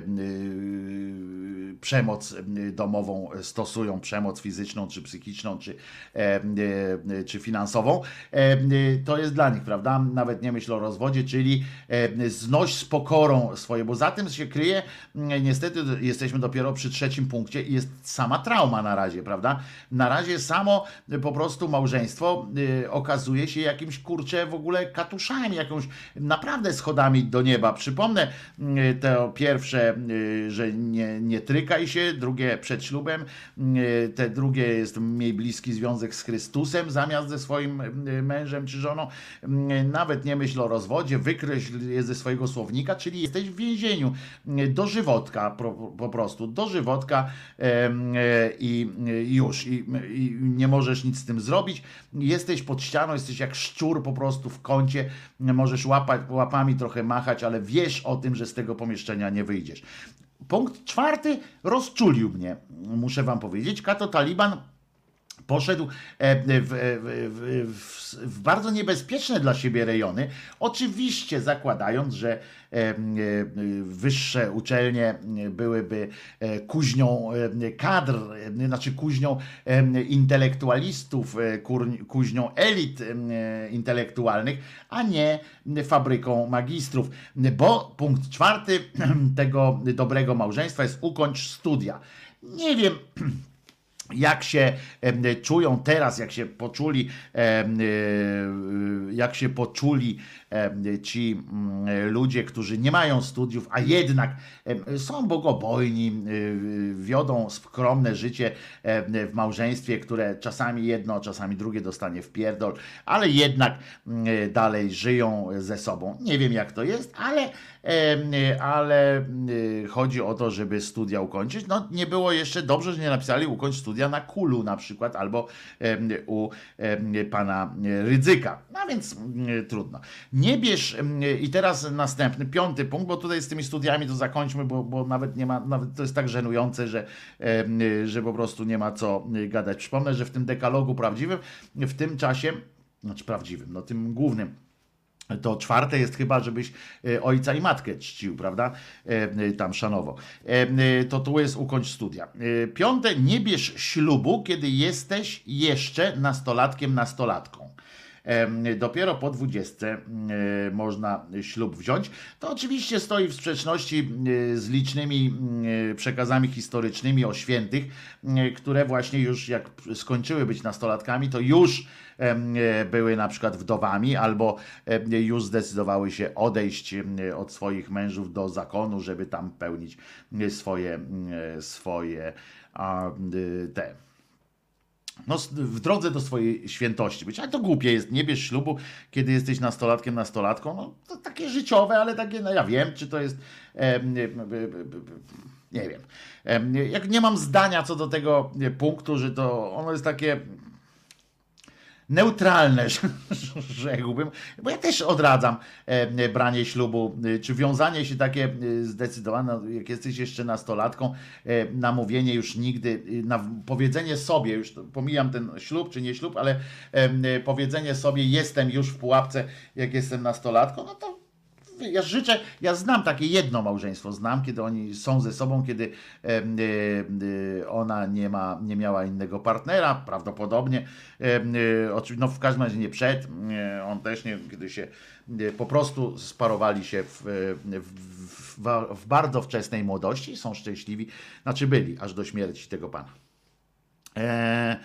S1: przemoc domową stosują, przemoc fizyczną, czy psychiczną, czy, e, e, czy finansową. E, to jest dla nich, prawda? Nawet nie myśl o rozwodzie, czyli e, znoś z pokorą swoje, bo za tym się kryje, niestety jesteśmy dopiero przy trzecim punkcie i jest sama trauma na razie, prawda? Na razie samo po prostu małżeństwo y, okazuje się jakimś, kurczę, w ogóle katuszami, jakąś naprawdę schodami do nieba. Przypomnę y, to pierwsze, y, że nie, nie trykaj się, drugie przed ślubem, y, te drugie jest miej bliski związek z Chrystusem zamiast ze swoim y, mężem czy żoną. Y, nawet nie myśl o rozwodzie, wykreśl je ze swojego słownika, czyli jesteś w więzieniu y, dożywotka, po, po prostu dożywotka y, y, i już. I, i nie możesz nic z tym zrobić. Jesteś pod ścianą, jesteś jak szczur po prostu w kącie, możesz łapać, łapami trochę machać, ale wiesz o tym, że z tego pomieszczenia nie wyjdziesz. Punkt czwarty rozczulił mnie, muszę wam powiedzieć. Kato Taliban poszedł w, w, w, w bardzo niebezpieczne dla siebie rejony, oczywiście zakładając, że wyższe uczelnie byłyby kuźnią kadr, znaczy kuźnią intelektualistów, kuźnią elit intelektualnych, a nie fabryką magistrów. Bo punkt czwarty tego dobrego małżeństwa jest ukończ studia. Nie wiem, jak się e, czują teraz, jak się poczuli, e, e, jak się poczuli e, ci e, ludzie, którzy nie mają studiów, a jednak e, są bogobojni, e, wiodą skromne życie e, w małżeństwie, które czasami jedno, czasami drugie dostanie w pierdol, ale jednak e, dalej żyją ze sobą. Nie wiem, jak to jest, ale, e, ale e, chodzi o to, żeby studia ukończyć. No nie było jeszcze dobrze, że nie napisali ukończ studia na Kulu na przykład, albo e, u e, pana Rydzyka. No więc e, trudno. Nie bierz, e, i teraz następny, piąty punkt, bo tutaj z tymi studiami to zakończmy, bo, bo nawet nie ma, nawet to jest tak żenujące, że, e, że po prostu nie ma co gadać. Przypomnę, że w tym dekalogu prawdziwym, w tym czasie, znaczy prawdziwym, no tym głównym, to czwarte jest chyba, żebyś ojca i matkę czcił, prawda? Tam szanował. To tu jest ukończ studia. Piąte, nie bierz ślubu, kiedy jesteś jeszcze nastolatkiem, nastolatką. Dopiero po dwudziestce można ślub wziąć. To oczywiście stoi w sprzeczności z licznymi przekazami historycznymi o świętych, które właśnie już jak skończyły być nastolatkami, to już były na przykład wdowami albo już zdecydowały się odejść od swoich mężów do zakonu, żeby tam pełnić swoje, swoje te no, w drodze do swojej świętości być. Ale to głupie jest, nie bierz ślubu, kiedy jesteś nastolatkiem, nastolatką. No, to takie życiowe, ale takie, no ja wiem, czy to jest e, nie, nie wiem. E, jak nie mam zdania co do tego punktu, że to ono jest takie neutralne, rzekłbym, bo ja też odradzam e, branie ślubu, e, czy wiązanie się takie e, zdecydowane, jak jesteś jeszcze nastolatką, e, na mówienie już nigdy, e, na powiedzenie sobie, już pomijam ten ślub czy nie ślub, ale e, powiedzenie sobie jestem już w pułapce, jak jestem nastolatką, no to ja życzę, ja znam takie jedno małżeństwo, znam, kiedy oni są ze sobą, kiedy e, e, ona nie ma, nie miała innego partnera, prawdopodobnie, e, e, no w każdym razie nie przed, e, on też nie, kiedy się e, po prostu sparowali się w, w, w, w bardzo wczesnej młodości i są szczęśliwi, znaczy byli, aż do śmierci tego pana. E,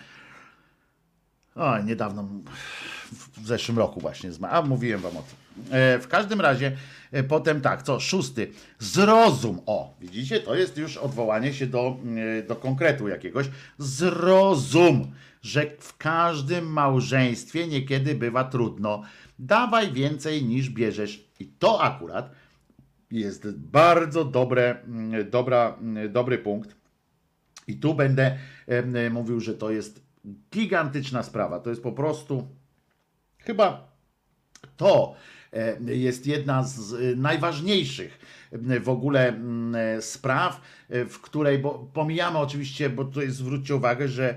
S1: o, niedawno, w zeszłym roku właśnie zmarł, a mówiłem wam o tym. E, w każdym razie e, potem tak, co? Szósty. Zrozum. O, widzicie? To jest już odwołanie się do, e, do konkretu jakiegoś. Zrozum, że w każdym małżeństwie niekiedy bywa trudno. Dawaj więcej niż bierzesz. I to akurat jest bardzo dobre, dobra, dobry punkt. I tu będę e, mówił, że to jest gigantyczna sprawa. To jest po prostu chyba to, jest jedna z najważniejszych w ogóle spraw, w której, bo pomijamy oczywiście, bo tutaj zwróćcie uwagę, że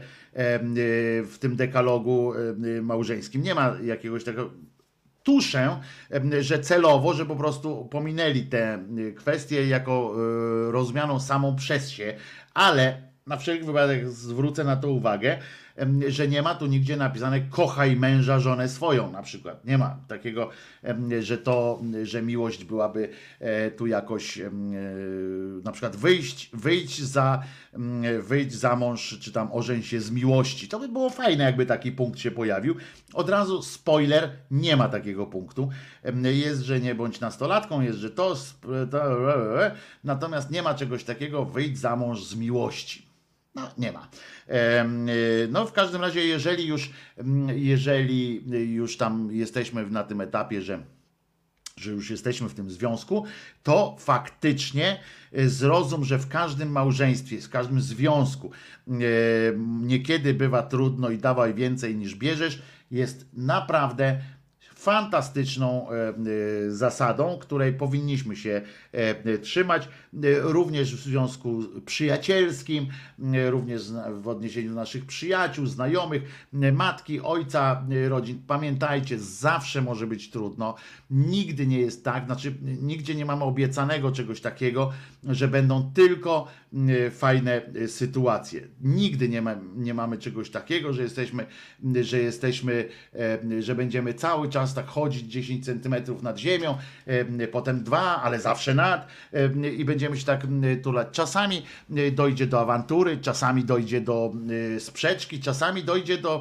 S1: w tym dekalogu małżeńskim nie ma jakiegoś takiego, tuszę, że celowo, że po prostu pominęli te kwestie jako rozumianą samą przez się, ale na wszelki wypadek zwrócę na to uwagę, że nie ma tu nigdzie napisane kochaj męża, żonę swoją na przykład. Nie ma takiego, że to, że miłość byłaby tu jakoś na przykład wyjść, wyjść za, wyjść za mąż, czy tam ożeń się z miłości. To by było fajne, jakby taki punkt się pojawił. Od razu spoiler, nie ma takiego punktu. Jest, że nie bądź nastolatką, jest, że to, to natomiast nie ma czegoś takiego, wyjść za mąż z miłości. No, nie ma. No, w każdym razie, jeżeli już, jeżeli już tam jesteśmy na tym etapie, że, że już jesteśmy w tym związku, to faktycznie zrozum, że w każdym małżeństwie, w każdym związku niekiedy bywa trudno i dawaj więcej niż bierzesz, jest naprawdę fantastyczną zasadą, której powinniśmy się trzymać, również w związku przyjacielskim, również w odniesieniu do naszych przyjaciół, znajomych, matki, ojca, rodzin. Pamiętajcie, zawsze może być trudno, nigdy nie jest tak, znaczy nigdzie nie mamy obiecanego czegoś takiego, że będą tylko fajne sytuacje. Nigdy nie, ma, nie mamy czegoś takiego, że jesteśmy, że jesteśmy, że będziemy cały czas tak chodzić dziesięć centymetrów nad ziemią, potem dwa, ale zawsze nad i będziemy się tak tulać. Czasami dojdzie do awantury, czasami dojdzie do sprzeczki, czasami dojdzie do,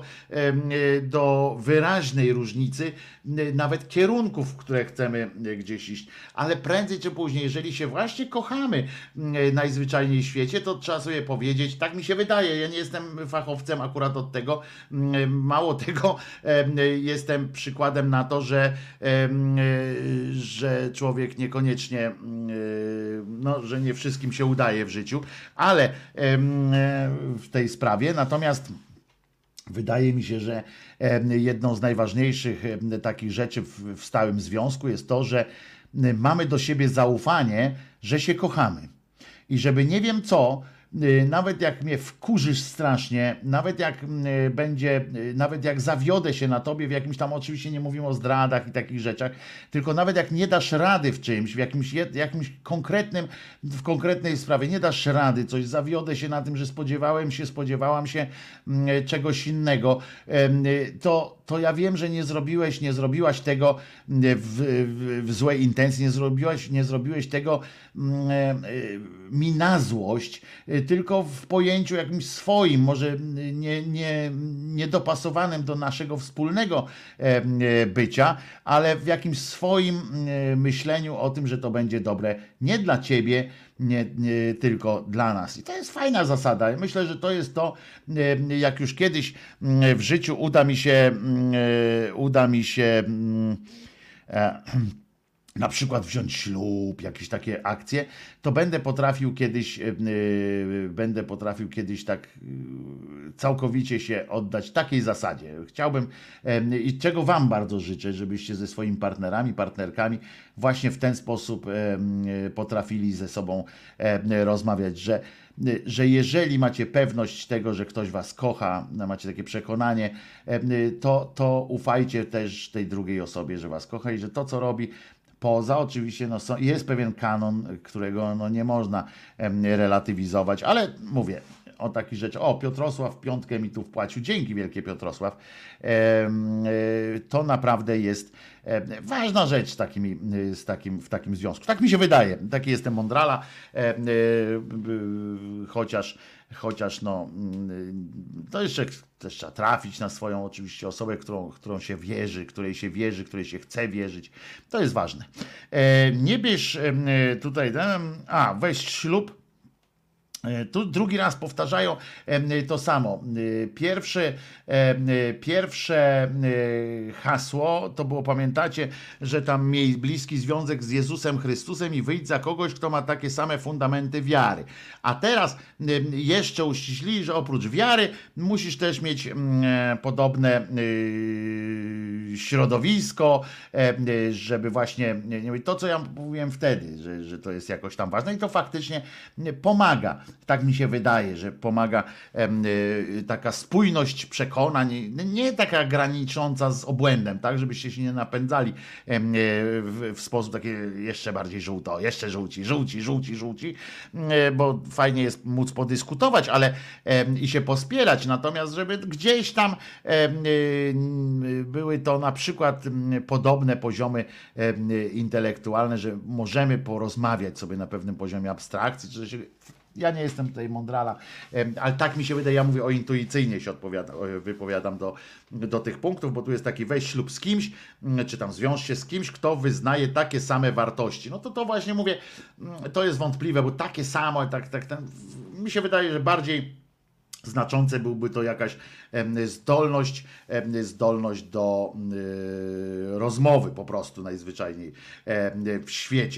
S1: do wyraźnej różnicy, nawet kierunków, w które chcemy gdzieś iść, ale prędzej czy później, jeżeli się właśnie kochamy najzwyczajniej w świecie, to trzeba sobie powiedzieć, tak mi się wydaje, ja nie jestem fachowcem akurat od tego, mało tego, jestem przykładem na to, że, że człowiek niekoniecznie, no, że nie wszystkim się udaje w życiu, ale w tej sprawie, natomiast wydaje mi się, że jedną z najważniejszych takich rzeczy w, w stałym związku jest to, że mamy do siebie zaufanie, że się kochamy. I żeby nie wiem co, nawet jak mnie wkurzysz strasznie, nawet jak będzie, nawet jak zawiodę się na tobie w jakimś tam, oczywiście nie mówimy o zdradach i takich rzeczach, tylko nawet jak nie dasz rady w czymś, w jakimś, jakimś konkretnym, w konkretnej sprawie, nie dasz rady, coś zawiodę się na tym, że spodziewałem się, spodziewałam się czegoś innego, to, to ja wiem, że nie zrobiłeś, nie zrobiłaś tego w, w, w złej intencji, nie zrobiłaś, nie zrobiłeś tego mi na złość, tylko w pojęciu jakimś swoim, może nie, nie, niedopasowanym do naszego wspólnego bycia, ale w jakimś swoim myśleniu o tym, że to będzie dobre nie dla ciebie, nie, nie tylko dla nas. I to jest fajna zasada. Myślę, że to jest to, jak już kiedyś w życiu uda mi się, uda mi się na przykład wziąć ślub, jakieś takie akcje, to będę potrafił kiedyś, yy, będę potrafił kiedyś tak yy, całkowicie się oddać takiej zasadzie. Chciałbym yy, i czego wam bardzo życzę, żebyście ze swoimi partnerami, partnerkami właśnie w ten sposób yy, potrafili ze sobą yy, rozmawiać, że że jeżeli macie pewność tego, że ktoś was kocha, macie takie przekonanie, to, to ufajcie też tej drugiej osobie, że was kocha i że to, co robi, poza oczywiście, no, są, jest pewien kanon, którego no, nie można em, relatywizować, ale mówię o takich rzeczach. O, Piotrosław piątkę mi tu wpłacił. Dzięki wielkie, Piotrosław. Em, e, to naprawdę jest e, ważna rzecz z takimi, z takim, w takim związku. Tak mi się wydaje. Taki jestem mądrala, e, e, chociaż Chociaż no, to jeszcze też trzeba trafić na swoją oczywiście osobę, którą, którą się wierzy, której się wierzy, której się chce wierzyć. To jest ważne. E, nie bierz e, tutaj, a weź ślub Tu drugi raz powtarzają to samo. Pierwsze, pierwsze hasło to było, pamiętacie, że tam miej bliski związek z Jezusem Chrystusem i wyjdź za kogoś, kto ma takie same fundamenty wiary. A teraz jeszcze uściślili, że oprócz wiary musisz też mieć podobne środowisko, żeby właśnie to, co ja mówiłem wtedy, że, że to jest jakoś tam ważne i to faktycznie pomaga. Tak mi się wydaje, że pomaga e, taka spójność przekonań, nie taka granicząca z obłędem, tak, żebyście się nie napędzali e, w, w sposób taki jeszcze bardziej żółto, jeszcze żółci, żółci, żółci, żółci, e, bo fajnie jest móc podyskutować, ale e, i się pospierać, natomiast żeby gdzieś tam e, e, były to na przykład podobne poziomy e, intelektualne, że możemy porozmawiać sobie na pewnym poziomie abstrakcji, czy się ja nie jestem tutaj mądrala, ale tak mi się wydaje, ja mówię o intuicyjnie się odpowiadam, wypowiadam do, do tych punktów, bo tu jest taki weź ślub z kimś, czy tam zwiąż się z kimś, kto wyznaje takie same wartości. No to to właśnie mówię, to jest wątpliwe, bo takie samo, tak, tak, tak, mi się wydaje, że bardziej znaczące byłby to jakaś zdolność, zdolność do rozmowy po prostu najzwyczajniej w świecie.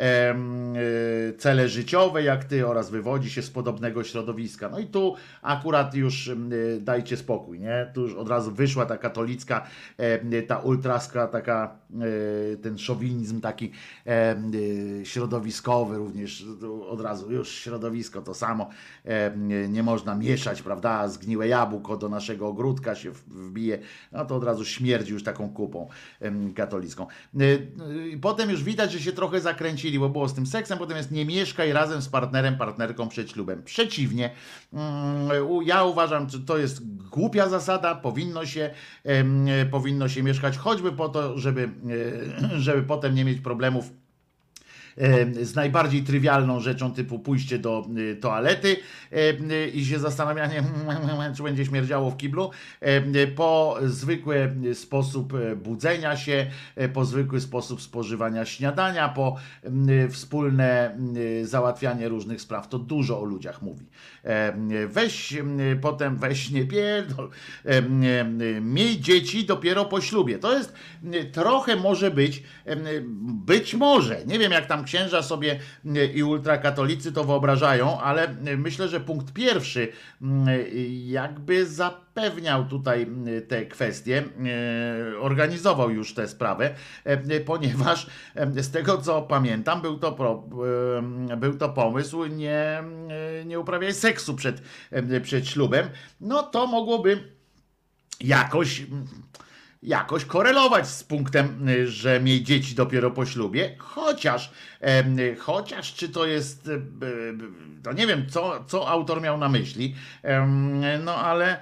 S1: Cele życiowe jak ty oraz wywodzi się z podobnego środowiska. No i tu akurat już dajcie spokój, nie? Tu już od razu wyszła ta katolicka, ta ultraska, taka, ten szowinizm taki środowiskowy również, od razu już środowisko to samo, nie można mieszać, prawda, zgniłe jabłko do naszego ogródka się wbije, no to od razu śmierdzi już taką kupą katolicką. Potem już widać, że się trochę zakręcili, bo było z tym seksem, potem jest nie mieszkaj razem z partnerem, partnerką przed ślubem. Przeciwnie, ja uważam, że to jest głupia zasada, powinno się, powinno się mieszkać choćby po to, żeby, żeby potem nie mieć problemów z najbardziej trywialną rzeczą typu pójście do toalety i się zastanawianie, czy będzie śmierdziało w kiblu, po zwykły sposób budzenia się, po zwykły sposób spożywania śniadania, po wspólne załatwianie różnych spraw. To dużo o ludziach mówi. Weź potem, weź nie pierdol, miej dzieci dopiero po ślubie. To jest trochę może być, być może, nie wiem jak tam księża sobie i ultrakatolicy to wyobrażają, ale myślę, że punkt pierwszy jakby zapewniał tutaj te kwestie, organizował już tę sprawę, ponieważ z tego co pamiętam był to, pro, był to pomysł nie, nie uprawiaj seksu przed, przed ślubem, no to mogłoby jakoś jakoś korelować z punktem, że miej dzieci dopiero po ślubie, chociaż, chociaż czy to jest, to nie wiem, co, co autor miał na myśli, no ale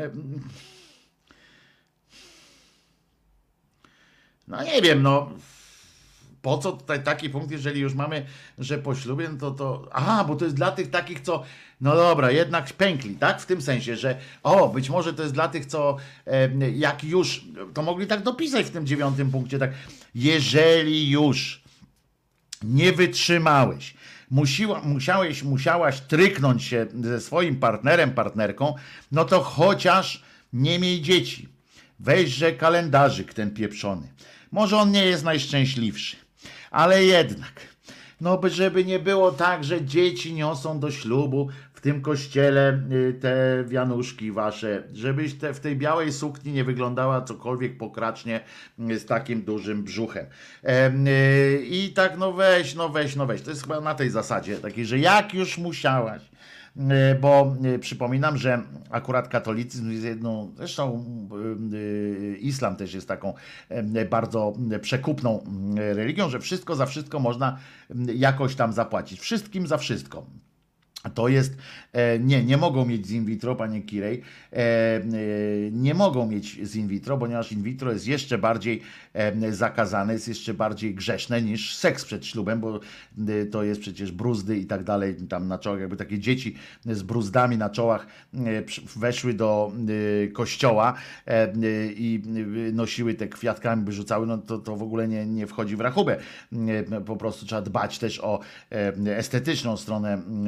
S1: no nie wiem, no po co tutaj taki punkt, jeżeli już mamy, że po ślubie, no to to, aha, bo to jest dla tych takich, co, no dobra, jednak pękli, tak? W tym sensie, że o, być może to jest dla tych, co e, jak już, to mogli tak dopisać w tym dziewiątym punkcie, tak, jeżeli już nie wytrzymałeś, musiła, musiałeś, musiałaś tryknąć się ze swoim partnerem, partnerką, no to chociaż nie miej dzieci. Weźże kalendarzyk ten pieprzony. Może on nie jest najszczęśliwszy, ale jednak, no żeby nie było tak, że dzieci niosą do ślubu w tym kościele te wianuszki wasze, żebyś te, w tej białej sukni nie wyglądała cokolwiek pokracznie z takim dużym brzuchem. I tak no weź, no weź, no weź. To jest chyba na tej zasadzie takiej, że jak już musiałaś, bo przypominam, że akurat katolicyzm jest jedną, zresztą islam też jest taką bardzo przekupną religią, że wszystko za wszystko można jakoś tam zapłacić. Wszystkim za wszystko. To jest, nie, nie mogą mieć z in vitro, panie Kirej, nie mogą mieć z in vitro, ponieważ in vitro jest jeszcze bardziej zakazane, jest jeszcze bardziej grzeszne niż seks przed ślubem, bo to jest przecież bruzdy i tak dalej, tam na czołach, jakby takie dzieci z bruzdami na czołach weszły do kościoła i nosiły te kwiatkami, by rzucały, no to, to w ogóle nie, nie wchodzi w rachubę. Po prostu trzeba dbać też o estetyczną stronę życia księżyca,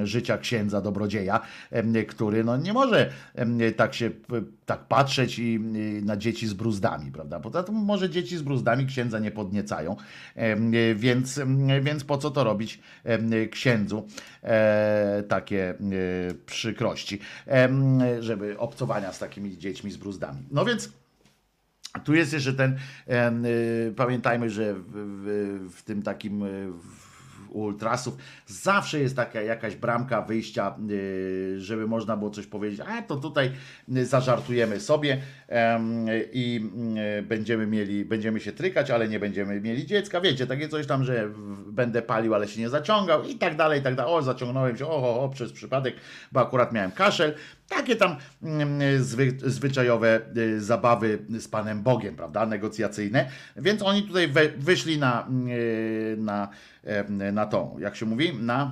S1: księdza dobrodzieja, który no nie może tak się tak patrzeć i, i na dzieci z bruzdami, prawda? Poza tym może dzieci z bruzdami księdza nie podniecają, więc, więc po co to robić księdzu e, takie e, przykrości, e, żeby obcowania z takimi dziećmi z bruzdami. No więc tu jest jeszcze ten, e, pamiętajmy, że w, w, w tym takim w, u ultrasów zawsze jest taka jakaś bramka wyjścia, żeby można było coś powiedzieć, a to tutaj zażartujemy sobie i będziemy mieli, będziemy się trykać, ale nie będziemy mieli dziecka, wiecie, takie coś tam, że będę palił, ale się nie zaciągał i tak dalej, i tak dalej, o zaciągnąłem się, o, o, o przez przypadek, bo akurat miałem kaszel, takie tam zwy, zwyczajowe zabawy z Panem Bogiem, prawda, negocjacyjne, więc oni tutaj we, wyszli na, na, na tą, jak się mówi, na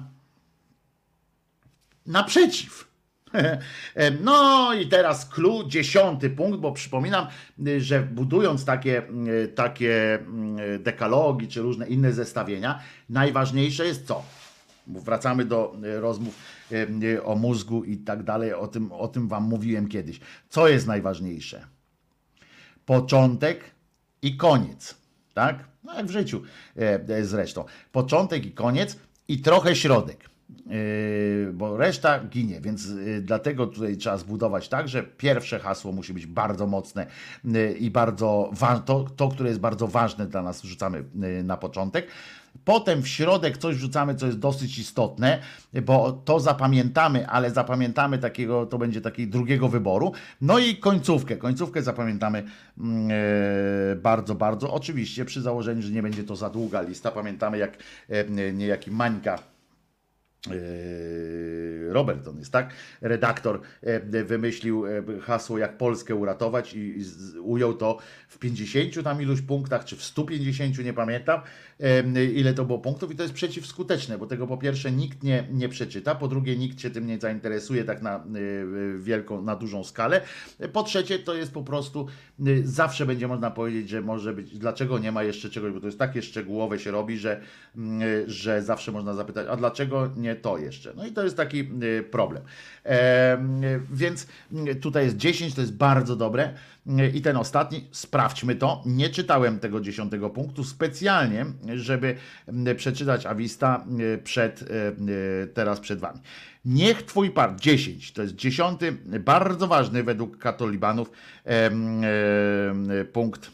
S1: naprzeciw. No i teraz clue, dziesiąty punkt, bo przypominam, że budując takie, takie dekalogi czy różne inne zestawienia, najważniejsze jest co? Bo wracamy do rozmów o mózgu i tak dalej, o tym, o tym wam mówiłem kiedyś. Co jest najważniejsze? Początek i koniec, tak? No jak w życiu zresztą. Początek i koniec i trochę środek. Yy, bo reszta ginie, więc yy, dlatego tutaj trzeba zbudować tak, że pierwsze hasło musi być bardzo mocne yy, i bardzo ważne, to, to, które jest bardzo ważne dla nas, wrzucamy yy, na początek. Potem w środek coś wrzucamy, co jest dosyć istotne, bo to zapamiętamy, ale zapamiętamy takiego, to będzie takiego drugiego wyboru. No i końcówkę. Końcówkę zapamiętamy yy, bardzo, bardzo. Oczywiście przy założeniu, że nie będzie to za długa lista. Pamiętamy jak yy, niejaki Mańka, Robert on jest, tak? Redaktor wymyślił hasło jak Polskę uratować i ujął to w pięćdziesięciu tam iluś punktach, czy w stu pięćdziesięciu, nie pamiętam ile to było punktów i to jest przeciwskuteczne, bo tego po pierwsze nikt nie, nie przeczyta, po drugie nikt się tym nie zainteresuje tak na wielką, na dużą skalę, po trzecie to jest po prostu, zawsze będzie można powiedzieć, że może być, dlaczego nie ma jeszcze czegoś, bo to jest takie szczegółowe się robi, że, że zawsze można zapytać, a dlaczego nie to jeszcze? No i to jest taki problem. E, więc tutaj jest dziesięć, to jest bardzo dobre. I ten ostatni, sprawdźmy to. Nie czytałem tego dziesiątego punktu specjalnie, żeby przeczytać Awista przed, teraz przed wami. Niech twój part, dziesięć, to jest dziesiąty, bardzo ważny według katolibanów e, e, punkt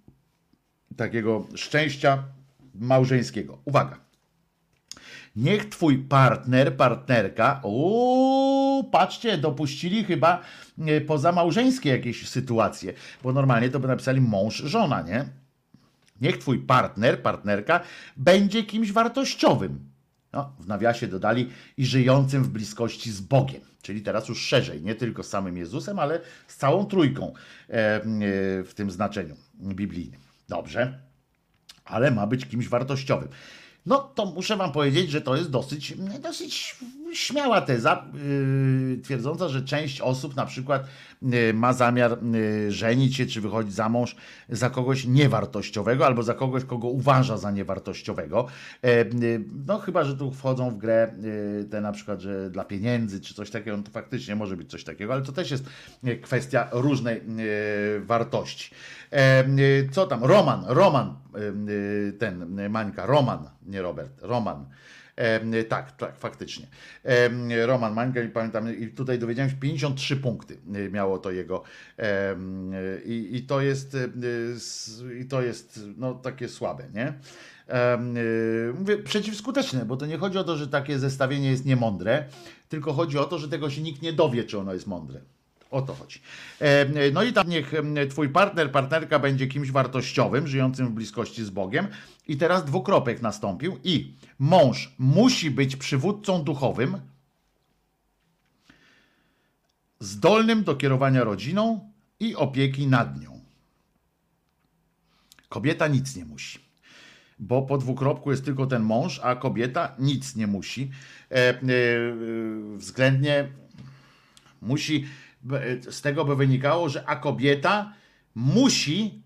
S1: takiego szczęścia małżeńskiego. Uwaga. Niech twój partner, partnerka, uuu, patrzcie, dopuścili chyba pozamałżeńskie jakieś sytuacje, bo normalnie to by napisali mąż, żona, nie? Niech twój partner, partnerka będzie kimś wartościowym. No, w nawiasie dodali i żyjącym w bliskości z Bogiem. Czyli teraz już szerzej, nie tylko z samym Jezusem, ale z całą trójką e, e, w tym znaczeniu biblijnym. Dobrze, ale ma być kimś wartościowym. No to muszę wam powiedzieć, że to jest dosyć, dosyć śmiała teza, yy, twierdząca, że część osób na przykład yy, ma zamiar yy, żenić się czy wychodzić za mąż za kogoś niewartościowego albo za kogoś, kogo uważa za niewartościowego. Yy, yy, no chyba, że tu wchodzą w grę yy, te na przykład, że dla pieniędzy czy coś takiego, no to faktycznie może być coś takiego, ale to też jest yy, kwestia różnej yy, wartości. Yy, co tam? Roman, Roman, yy, ten Mańka, Roman, nie Robert, Roman. E, tak, tak, faktycznie. E, Roman Mańka i pamiętam, i tutaj dowiedziałem się, pięćdziesiąt trzy punkty miało to jego e, i, i to jest e, i to jest no takie słabe, nie? E, mówię przeciwskuteczne, bo to nie chodzi o to, że takie zestawienie jest niemądre, tylko chodzi o to, że tego się nikt nie dowie, czy ono jest mądre. O to chodzi. No i tam niech twój partner, partnerka będzie kimś wartościowym, żyjącym w bliskości z Bogiem. I teraz dwukropek nastąpił i mąż musi być przywódcą duchowym, zdolnym do kierowania rodziną i opieki nad nią. Kobieta nic nie musi, bo po dwukropku jest tylko ten mąż, a kobieta nic nie musi. Względnie musi, z tego by wynikało, że a kobieta musi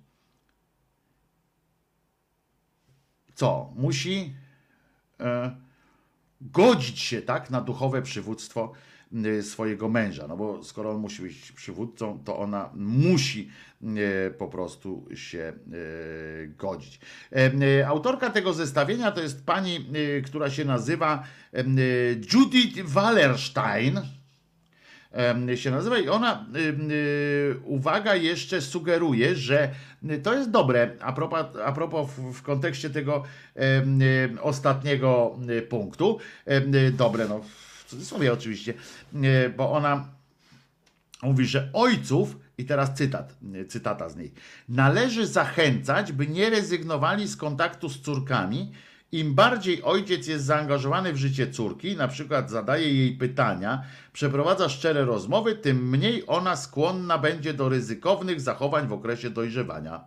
S1: co? Musi e, godzić się tak na duchowe przywództwo swojego męża, no bo skoro on musi być przywódcą, to ona musi po prostu się godzić. Autorka tego zestawienia to jest pani, która się nazywa Judith Wallerstein, się nazywa i ona, uwaga, jeszcze sugeruje, że to jest dobre, a propos, a propos w, w kontekście tego ostatniego punktu, dobre, no w cudzysłowie oczywiście, bo ona mówi, że ojców, i teraz cytat, cytata z niej, należy zachęcać, by nie rezygnowali z kontaktu z córkami. Im bardziej ojciec jest zaangażowany w życie córki, na przykład zadaje jej pytania, przeprowadza szczere rozmowy, tym mniej ona skłonna będzie do ryzykownych zachowań w okresie dojrzewania.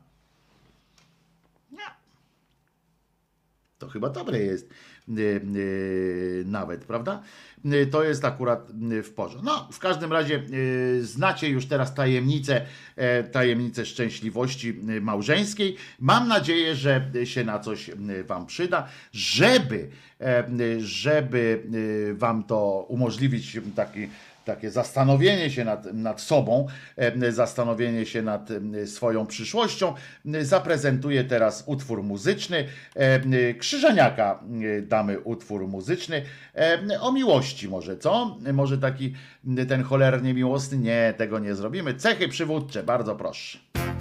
S1: To chyba dobre jest yy, yy, nawet, prawda? Yy, to jest akurat yy, w porządku. No, w każdym razie yy, znacie już teraz tajemnicę, yy, tajemnicę szczęśliwości yy, małżeńskiej. Mam nadzieję, że się na coś yy, wam przyda, żeby, yy, żeby yy, wam to umożliwić taki takie zastanowienie się nad, nad sobą, zastanowienie się nad swoją przyszłością. Zaprezentuję teraz utwór muzyczny. Krzyżaniaka damy utwór muzyczny o miłości może, co? Może taki ten cholernie miłosny? Nie, tego nie zrobimy. Cechy przywódcze, bardzo proszę.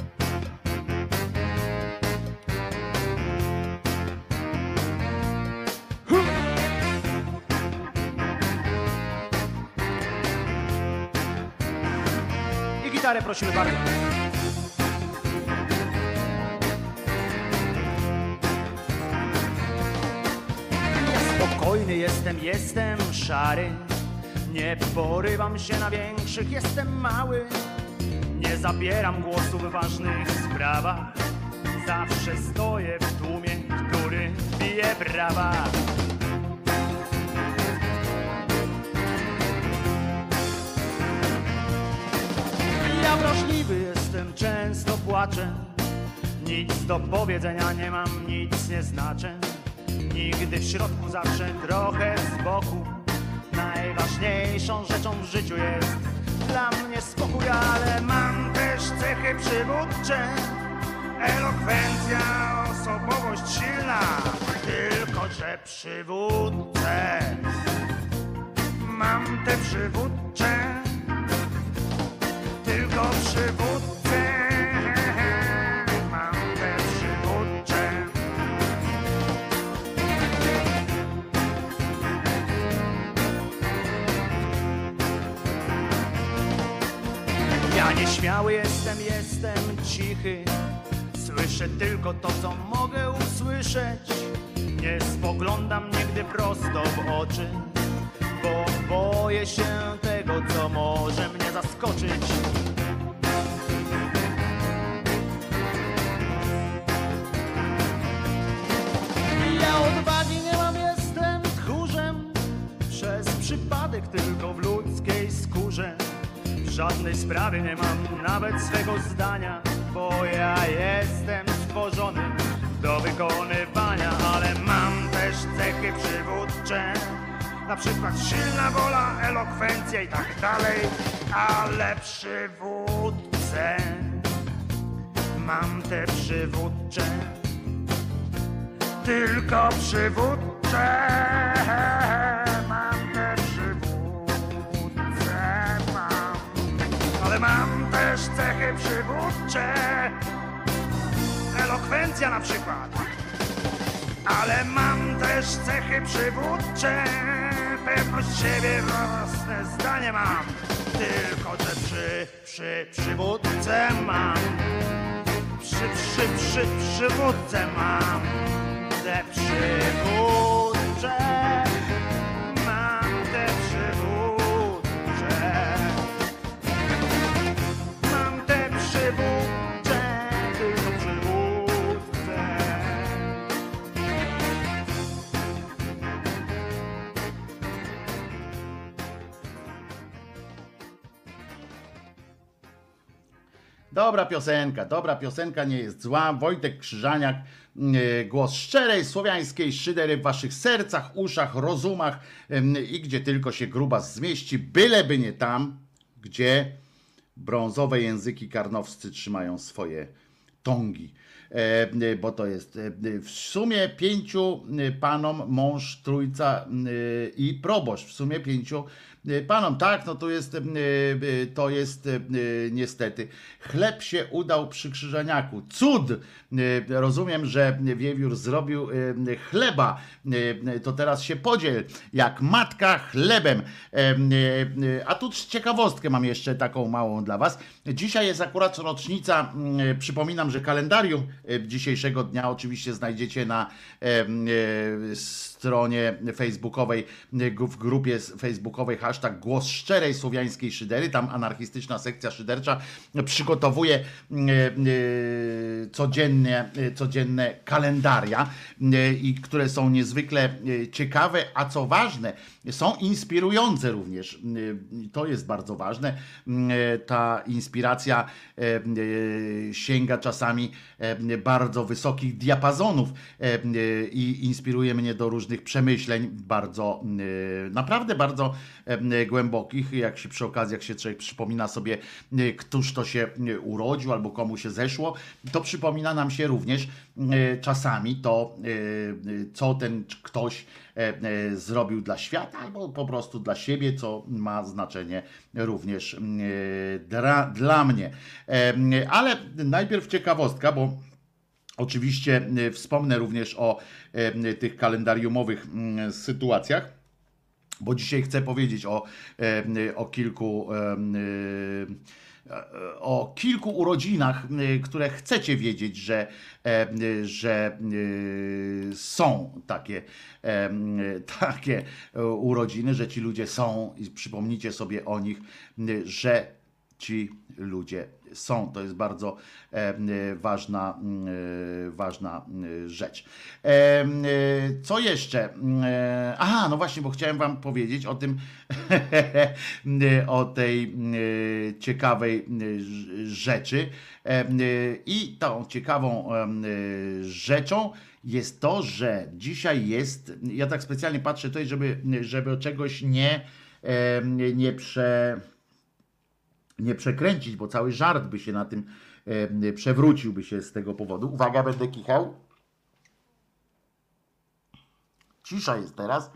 S5: Gitarę prosimy bardzo. Ja spokojny jestem, jestem szary. Nie porywam się na większych, jestem mały. Nie zabieram głosu w ważnych sprawach. Zawsze stoję w tłumie, który bije brawa. Ja wrażliwy jestem, często płaczę. Nic do powiedzenia nie mam, nic nie znaczę. Nigdy w środku, zawsze trochę z boku. Najważniejszą rzeczą w życiu jest dla mnie spokój, ale mam też cechy przywódcze. Elokwencja, osobowość silna. Tylko że przywódcę mam te przywódcze. Tylko przywódcę mam te przywódcze. Ja nieśmiały jestem, jestem cichy. Słyszę tylko to, co mogę usłyszeć. Nie spoglądam nigdy prosto w oczy, bo boję się tego, co może mnie zaskoczyć. Ja odwagi nie mam, jestem tchórzem. Przez przypadek tylko w ludzkiej skórze. W żadnej sprawie nie mam nawet swego zdania, bo ja jestem stworzony do wykonywania, ale mam też cechy przywódcze. Na przykład silna wola, elokwencja i tak dalej, ale przywódcę mam te przywódcze. Tylko przywódcze mam te przywódce mam. Ale mam też cechy przywódcze. Elokwencja na przykład. Ale mam też cechy przywódcze. Pewność siebie, własne zdanie mam. Tylko że przy, przy przywódce mam. Przy, przy, przy przywódce mam. Te przywódcze. Mam te przywódcze. Mam te przywódcze. Tylko przywódce.
S1: Dobra piosenka, dobra piosenka, nie jest zła. Wojtek Krzyżaniak, yy, głos szczerej, słowiańskiej szydery w waszych sercach, uszach, rozumach yy, i gdzie tylko się grubas zmieści, byleby nie tam, gdzie brązowe języki karnowscy trzymają swoje tongi. E, bo to jest e, w sumie pięciu panom, mąż, trójca e, i proboszcz. W sumie pięciu panom. Tak, no to jest, e, to jest e, niestety. Chleb się udał przy Krzyżaniaku. Cud! E, rozumiem, że Wiewiór zrobił e, chleba. E, to teraz się podziel. Jak matka chlebem. E, e, a tu ciekawostkę mam jeszcze taką małą dla was. Dzisiaj jest akurat rocznica, e, przypominam, że kalendarium dzisiejszego dnia oczywiście znajdziecie na e, e, stronie facebookowej, w grupie facebookowej hashtag Głos Szczerej Słowiańskiej Szydery. Tam anarchistyczna sekcja szydercza przygotowuje e, e, codziennie, e, codzienne kalendaria, e, i które są niezwykle e, ciekawe, a co ważne, są inspirujące również. E, to jest bardzo ważne. E, ta inspiracja e, e, sięga czasami e, bardzo wysokich diapazonów e, e, i inspiruje mnie do różnych przemyśleń bardzo, e, naprawdę bardzo e, głębokich. Jak się przy okazji, jak się człowiek przypomina sobie, e, któż to się urodził albo komu się zeszło, to przypomina nam się również e, czasami to, e, co ten ktoś e, e, zrobił dla świata albo po prostu dla siebie, co ma znaczenie również e, dla, dla mnie. E, ale najpierw ciekawostka, bo oczywiście wspomnę również o e, tych kalendariumowych m, sytuacjach, bo dzisiaj chcę powiedzieć o, e, o kilku e, e, o kilku urodzinach, e, które chcecie wiedzieć, że, e, że e, są takie, e, takie urodziny, że ci ludzie są i przypomnijcie sobie o nich, że ci ludzie są. To jest bardzo e, ważna, e, ważna rzecz. E, co jeszcze? E, aha, no właśnie, bo chciałem wam powiedzieć o tym, o tej e, ciekawej rzeczy. E, I tą ciekawą e, rzeczą jest to, że dzisiaj jest, ja tak specjalnie patrzę tutaj, żeby, żeby czegoś nie, e, nie prze nie przekręcić, bo cały żart by się na tym e, przewróciłby się z tego powodu. Uwaga, będę kichał. Cisza jest teraz.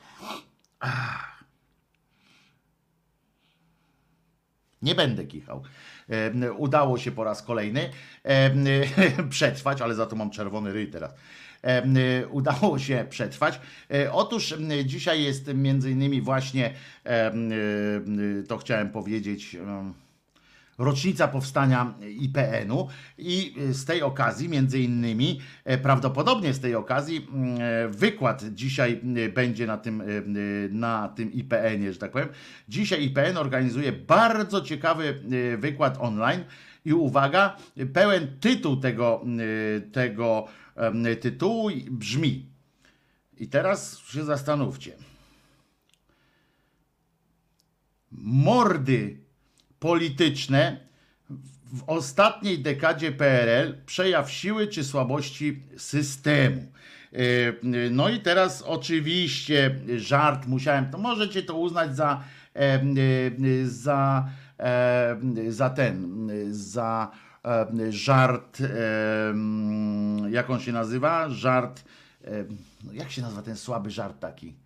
S1: Nie będę kichał. E, udało się po raz kolejny e, przetrwać, ale za to mam czerwony ryj teraz. E, udało się przetrwać. E, otóż dzisiaj jest między innymi właśnie, e, e, to chciałem powiedzieć, e, rocznica powstania I P N-u i z tej okazji, między innymi, prawdopodobnie z tej okazji, wykład dzisiaj będzie na tym, na tym I P N-ie, że tak powiem. Dzisiaj I P N organizuje bardzo ciekawy wykład online i uwaga, pełen tytuł tego, tego tytułu brzmi, i teraz się zastanówcie, mordy polityczne w ostatniej dekadzie P R L, przejaw siły czy słabości systemu. No i teraz oczywiście żart musiałem, to możecie to uznać za za, za ten, za żart, jak on się nazywa? Żart, jak się nazywa ten słaby żart taki?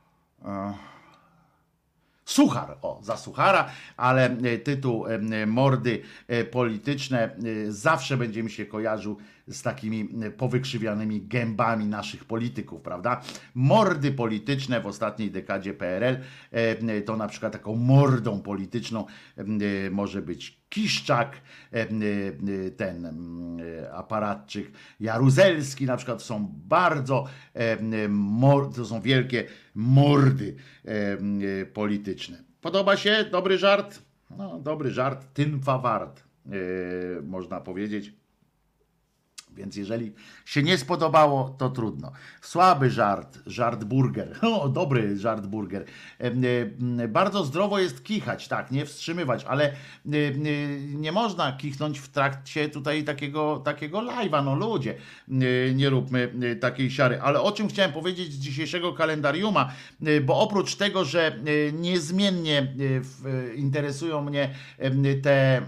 S1: Suchar, o, za suchara, ale tytuł mordy polityczne zawsze będzie mi się kojarzył z takimi powykrzywianymi gębami naszych polityków, prawda? Mordy polityczne w ostatniej dekadzie P R L, to na przykład taką mordą polityczną może być Kiszczak, ten aparatczyk Jaruzelski, na przykład są bardzo, to są wielkie mordy polityczne. Podoba się? Dobry żart? No, dobry żart, tynfa wart, można powiedzieć. Więc jeżeli się nie spodobało, to trudno. Słaby żart, żart burger. O, dobry żart burger. Bardzo zdrowo jest kichać, tak, nie wstrzymywać, ale nie można kichnąć w trakcie tutaj takiego, takiego live'a. No ludzie, nie róbmy takiej siary. Ale o czym chciałem powiedzieć z dzisiejszego kalendariuma, bo oprócz tego, że niezmiennie interesują mnie te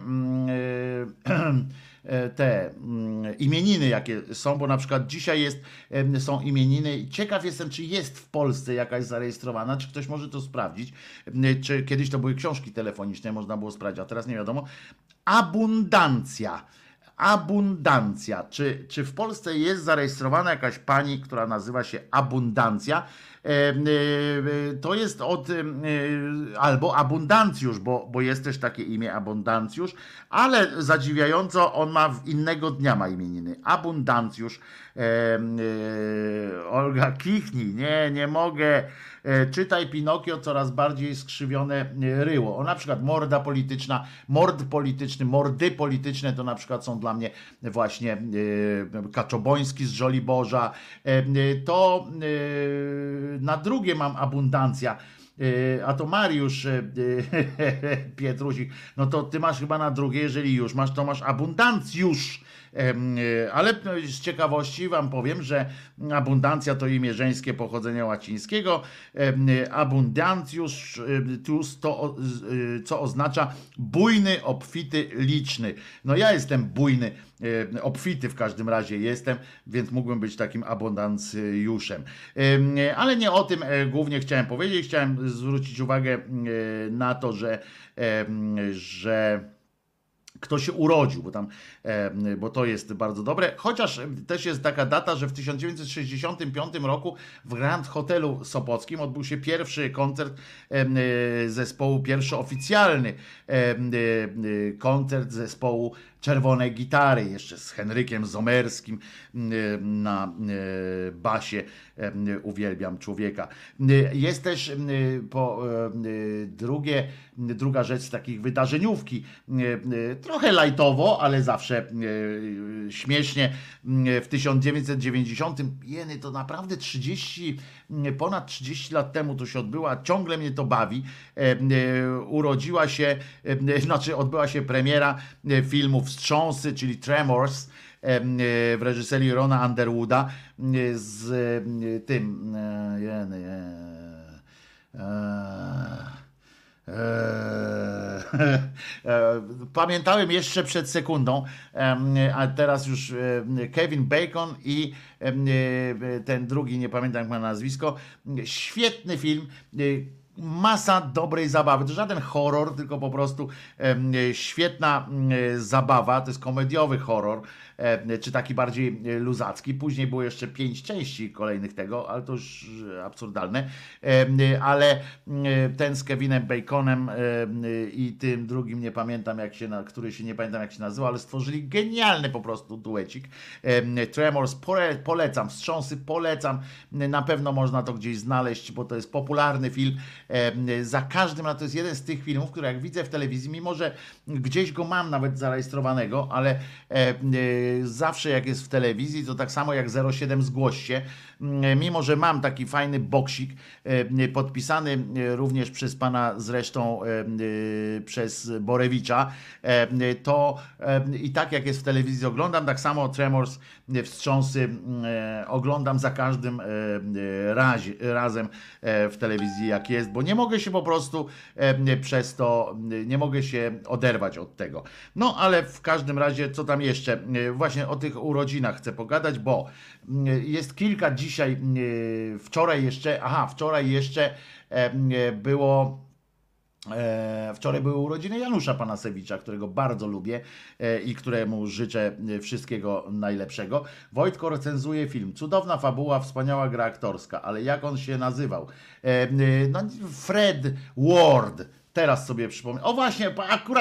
S1: te imieniny, jakie są, bo na przykład dzisiaj jest, są imieniny i ciekaw jestem, czy jest w Polsce jakaś zarejestrowana, czy ktoś może to sprawdzić, czy kiedyś to były książki telefoniczne, można było sprawdzić, a teraz nie wiadomo. Abundancja. Abundancja. Czy, czy w Polsce jest zarejestrowana jakaś pani, która nazywa się Abundancja? To jest od albo Abundancjusz, bo, bo jest też takie imię Abundancjusz, ale zadziwiająco on ma w innego dnia ma imieniny. Abundancjusz. Olga, kichnij, nie, nie mogę. Czytaj Pinokio, coraz bardziej skrzywione ryło. O, na przykład morda polityczna, mord polityczny, mordy polityczne to na przykład są dla mnie właśnie Kaczoboński z Żoliborza. To na drugie mam Abundancja. A to Mariusz Pietrusik, no to ty masz chyba na drugie, jeżeli już masz, to masz Abundancjusz. Ale z ciekawości wam powiem, że abundancja to imię żeńskie pochodzenia łacińskiego. Abundancjusz to, co oznacza bujny, obfity, liczny. No ja jestem bujny, obfity w każdym razie jestem, więc mógłbym być takim abundancjuszem. Ale nie o tym głównie chciałem powiedzieć. Chciałem zwrócić uwagę na to, że że kto się urodził, bo tam, bo to jest bardzo dobre. Chociaż też jest taka data, że w tysiąc dziewięćset sześćdziesiątym piątym roku w Grand Hotelu Sopockim odbył się pierwszy koncert zespołu, pierwszy oficjalny koncert zespołu Czerwone Gitary, jeszcze z Henrykiem Zomerskim na basie. Uwielbiam człowieka. Jest też po drugie, druga rzecz z takich wydarzeniówki, trochę lajtowo, ale zawsze śmiesznie. W tysiąc dziewięćset dziewięćdziesiątym, jeny, to naprawdę trzydzieści, ponad trzydzieści lat temu to się odbyło, a ciągle mnie to bawi. Urodziła się, znaczy odbyła się premiera filmu Wstrząsy, czyli Tremors, w reżyserii Rona Underwooda z tym pamiętałem jeszcze przed sekundą, a teraz już Kevin Bacon i ten drugi, nie pamiętam jak ma nazwisko, świetny film. Masa dobrej zabawy. To żaden horror, tylko po prostu e, świetna e, zabawa. To jest komediowy horror, e, czy taki bardziej luzacki. Później było jeszcze pięć części kolejnych tego, ale to już absurdalne. E, ale e, ten z Kevinem Baconem e, i tym drugim, nie pamiętam jak się, na, który się nie pamiętam jak się nazywa, ale stworzyli genialny po prostu duecik. E, Tremors pole, polecam, Wstrząsy polecam. Na pewno można to gdzieś znaleźć, bo to jest popularny film. Za każdym razem to jest jeden z tych filmów, które jak widzę w telewizji, mimo że gdzieś go mam nawet zarejestrowanego, ale zawsze jak jest w telewizji, to tak samo jak zero siedem zgłoś się, mimo że mam taki fajny boksik podpisany również przez pana zresztą przez Borewicza, to i tak jak jest w telewizji oglądam, tak samo Tremors, Wstrząsy oglądam za każdym razie, razem w telewizji jak jest, bo nie mogę się po prostu przez to, nie mogę się oderwać od tego. No ale w każdym razie, co tam jeszcze? Właśnie o tych urodzinach chcę pogadać, bo jest kilka dzisiaj, wczoraj jeszcze, aha, wczoraj jeszcze było E, wczoraj były urodziny Janusza Panasewicza, którego bardzo lubię e, i któremu życzę wszystkiego najlepszego. Wojtko recenzuje film. Cudowna fabuła, wspaniała gra aktorska, ale jak on się nazywał? E, no, Fred Ward. Teraz sobie przypomnę. O właśnie, akurat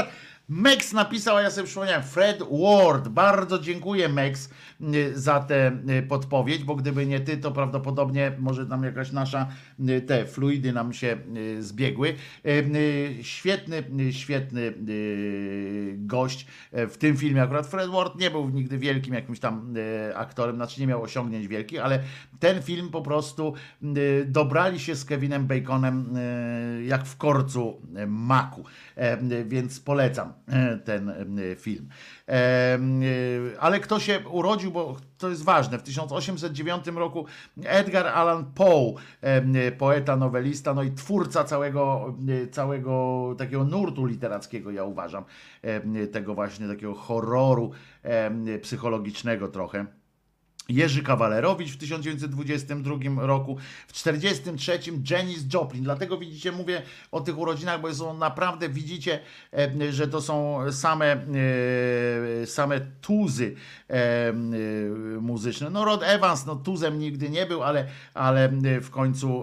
S1: Max napisał, a ja sobie przypomniałem, Fred Ward, bardzo dziękuję Max za tę podpowiedź, bo gdyby nie ty, to prawdopodobnie może tam jakaś nasza, te fluidy nam się zbiegły. Świetny, świetny gość w tym filmie, akurat Fred Ward nie był nigdy wielkim jakimś tam aktorem, znaczy nie miał osiągnięć wielkich, ale ten film po prostu dobrali się z Kevinem Baconem jak w korcu maku, więc polecam ten film. Ale kto się urodził, bo to jest ważne, w tysiąc osiemset dziewiątym roku Edgar Allan Poe, poeta, nowelista, no i twórca całego, całego takiego nurtu literackiego, ja uważam, tego właśnie takiego horroru psychologicznego trochę. Jerzy Kawalerowicz w tysiąc dziewięćset dwudziestym drugim roku, w tysiąc dziewięćset czterdziestym trzecim Janis Joplin. Dlatego widzicie, mówię o tych urodzinach, bo są naprawdę, widzicie, że to są same, same tuzy muzyczne. No Rod Evans, no tuzem nigdy nie był, ale, ale w końcu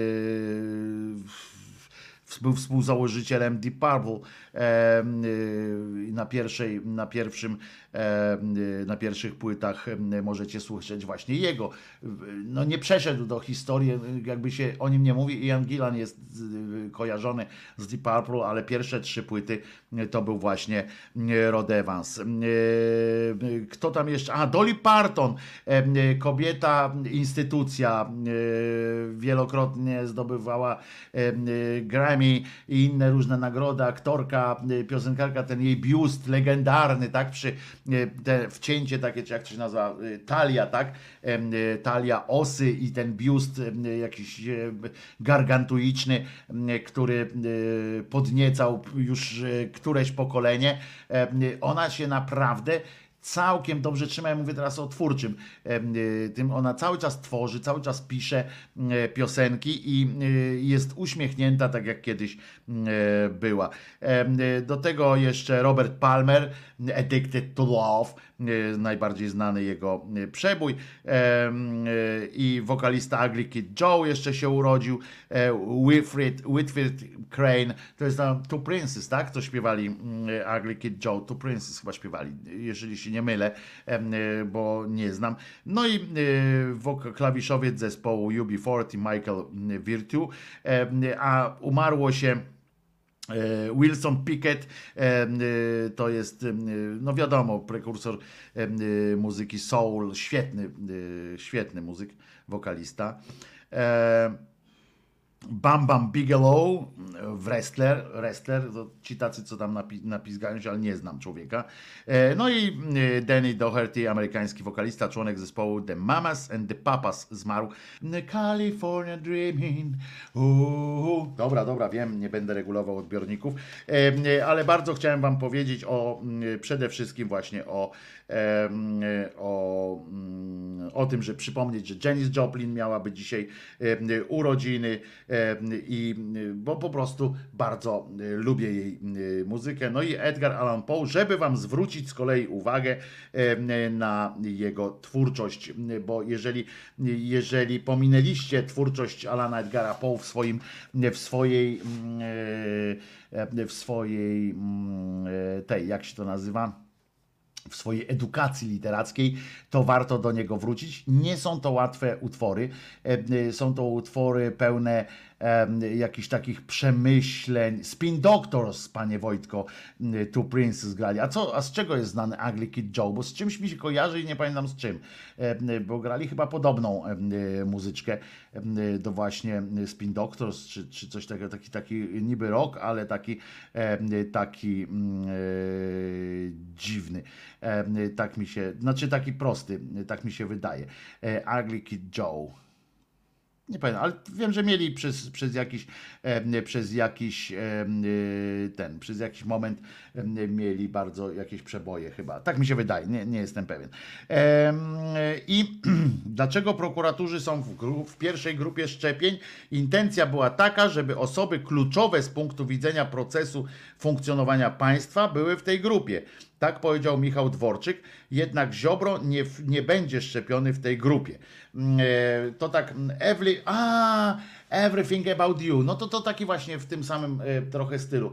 S1: był współzałożycielem Deep Purple na pierwszej, na pierwszym, na pierwszych płytach możecie słyszeć właśnie jego. No nie przeszedł do historii, jakby się o nim nie mówi. Ian Gillan jest kojarzony z Deep Purple, ale pierwsze trzy płyty to był właśnie Rod Evans. Kto tam jeszcze? A, Dolly Parton, kobieta, instytucja, wielokrotnie zdobywała Grammy i inne różne nagrody, aktorka, piosenkarka, ten jej biust legendarny, tak, przy te wcięcie takie, jak to się nazywa, talia, tak, talia osy i ten biust jakiś gargantuiczny, który podniecał już któreś pokolenie. Ona się naprawdę całkiem dobrze trzyma, ja mówię teraz o twórczym tym, ona cały czas tworzy, cały czas pisze piosenki i jest uśmiechnięta, tak jak kiedyś była. Do tego jeszcze Robert Palmer, Addicted to Love, najbardziej znany jego przebój, i wokalista Ugly Kid Joe jeszcze się urodził, Wilfrid, Whitfield Crane, to jest tam Two Princes, tak? To śpiewali Ugly Kid Joe, Two Princes chyba śpiewali, jeżeli się nie mylę, bo nie znam. No i klawiszowiec zespołu U B czterdzieści, Michael Virtue, a umarło się Wilson Pickett, to jest, no wiadomo, prekursor muzyki soul, świetny, świetny muzyk, wokalista. Bam Bam Bigelow, wrestler, wrestler, to ci tacy, co tam napi- napizgają się, ale nie znam człowieka. No i Danny Doherty, amerykański wokalista, członek zespołu The Mamas and the Papas, zmarł. California Dreaming. Uuu. Dobra, dobra, wiem, nie będę regulował odbiorników, ale bardzo chciałem wam powiedzieć o, przede wszystkim właśnie o, o, o tym, że przypomnieć, że Janis Joplin miałaby dzisiaj urodziny, i bo po prostu bardzo lubię jej muzykę. No i Edgar Allan Poe, żeby wam zwrócić z kolei uwagę na jego twórczość, bo jeżeli, jeżeli pominęliście twórczość Allana Edgara Poe w swoim, w swojej w swojej tej, jak się to nazywa, w swojej edukacji literackiej, to warto do niego wrócić. Nie są to łatwe utwory, są to utwory pełne jakichś takich przemyśleń. Spin Doctors, panie Wojtko, Two Princes grali. A co, a z czego jest znany Ugly Kid Joe? Bo z czymś mi się kojarzy i nie pamiętam z czym. Bo grali chyba podobną muzyczkę do właśnie Spin Doctors, czy, czy coś takiego, taki, taki niby rock, ale taki taki e, dziwny. Tak mi się, znaczy taki prosty, tak mi się wydaje. Ugly Kid Joe. Nie pamiętam, ale wiem, że mieli przez, przez jakiś e, przez jakiś e, ten, przez jakiś moment e, mieli bardzo jakieś przeboje chyba. Tak mi się wydaje, nie, nie jestem pewien. E, I dlaczego prokuratorzy są w, gru, w pierwszej grupie szczepień? Intencja była taka, żeby osoby kluczowe z punktu widzenia procesu funkcjonowania państwa były w tej grupie. Tak powiedział Michał Dworczyk, jednak Ziobro nie, nie będzie szczepiony w tej grupie. To tak, every, a, everything about you, no to to taki właśnie w tym samym trochę stylu.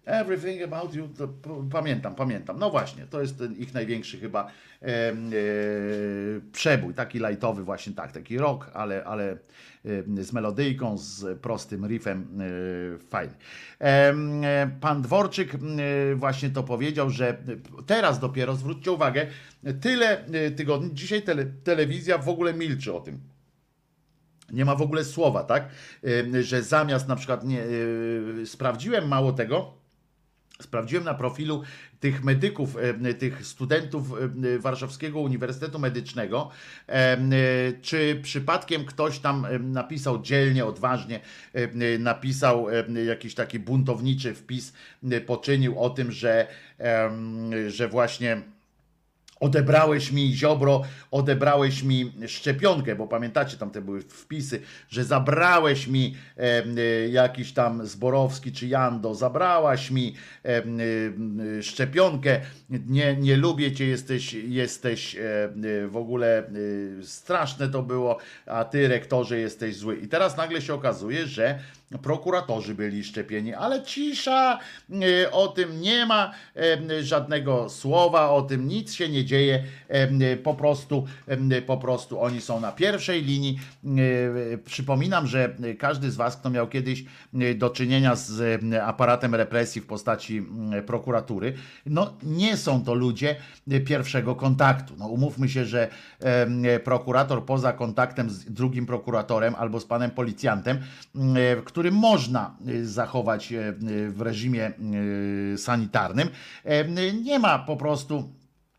S1: Everything About You, to pamiętam, pamiętam. No właśnie, to jest ten ich największy chyba e, e, przebój, taki lightowy właśnie, tak, taki rock, ale, ale e, z melodyjką, z prostym riffem, e, fajny. E, pan Dworczyk e, właśnie to powiedział, że teraz dopiero, zwróćcie uwagę, tyle tygodni, dzisiaj tele, telewizja w ogóle milczy o tym. Nie ma w ogóle słowa, tak? E, że zamiast na przykład, nie, e, sprawdziłem mało tego, sprawdziłem na profilu tych medyków, tych studentów Warszawskiego Uniwersytetu Medycznego, czy przypadkiem ktoś tam napisał dzielnie, odważnie, napisał jakiś taki buntowniczy wpis, poczynił o tym, że, że właśnie odebrałeś mi, Ziobro, odebrałeś mi szczepionkę, bo pamiętacie, tam te były wpisy, że zabrałeś mi e, jakiś tam Zborowski czy Jando, zabrałaś mi e, e, szczepionkę, nie, nie lubię cię, jesteś, jesteś e, w ogóle e, straszne to było, a ty, rektorze, jesteś zły. I teraz nagle się okazuje, że prokuratorzy byli szczepieni, ale cisza, o tym nie ma żadnego słowa, o tym nic się nie dzieje, po prostu, po prostu oni są na pierwszej linii. Przypominam, że każdy z was, kto miał kiedyś do czynienia z aparatem represji w postaci prokuratury, no nie są to ludzie pierwszego kontaktu. No umówmy się, że prokurator poza kontaktem z drugim prokuratorem albo z panem policjantem, który można zachować w reżimie sanitarnym, nie ma po prostu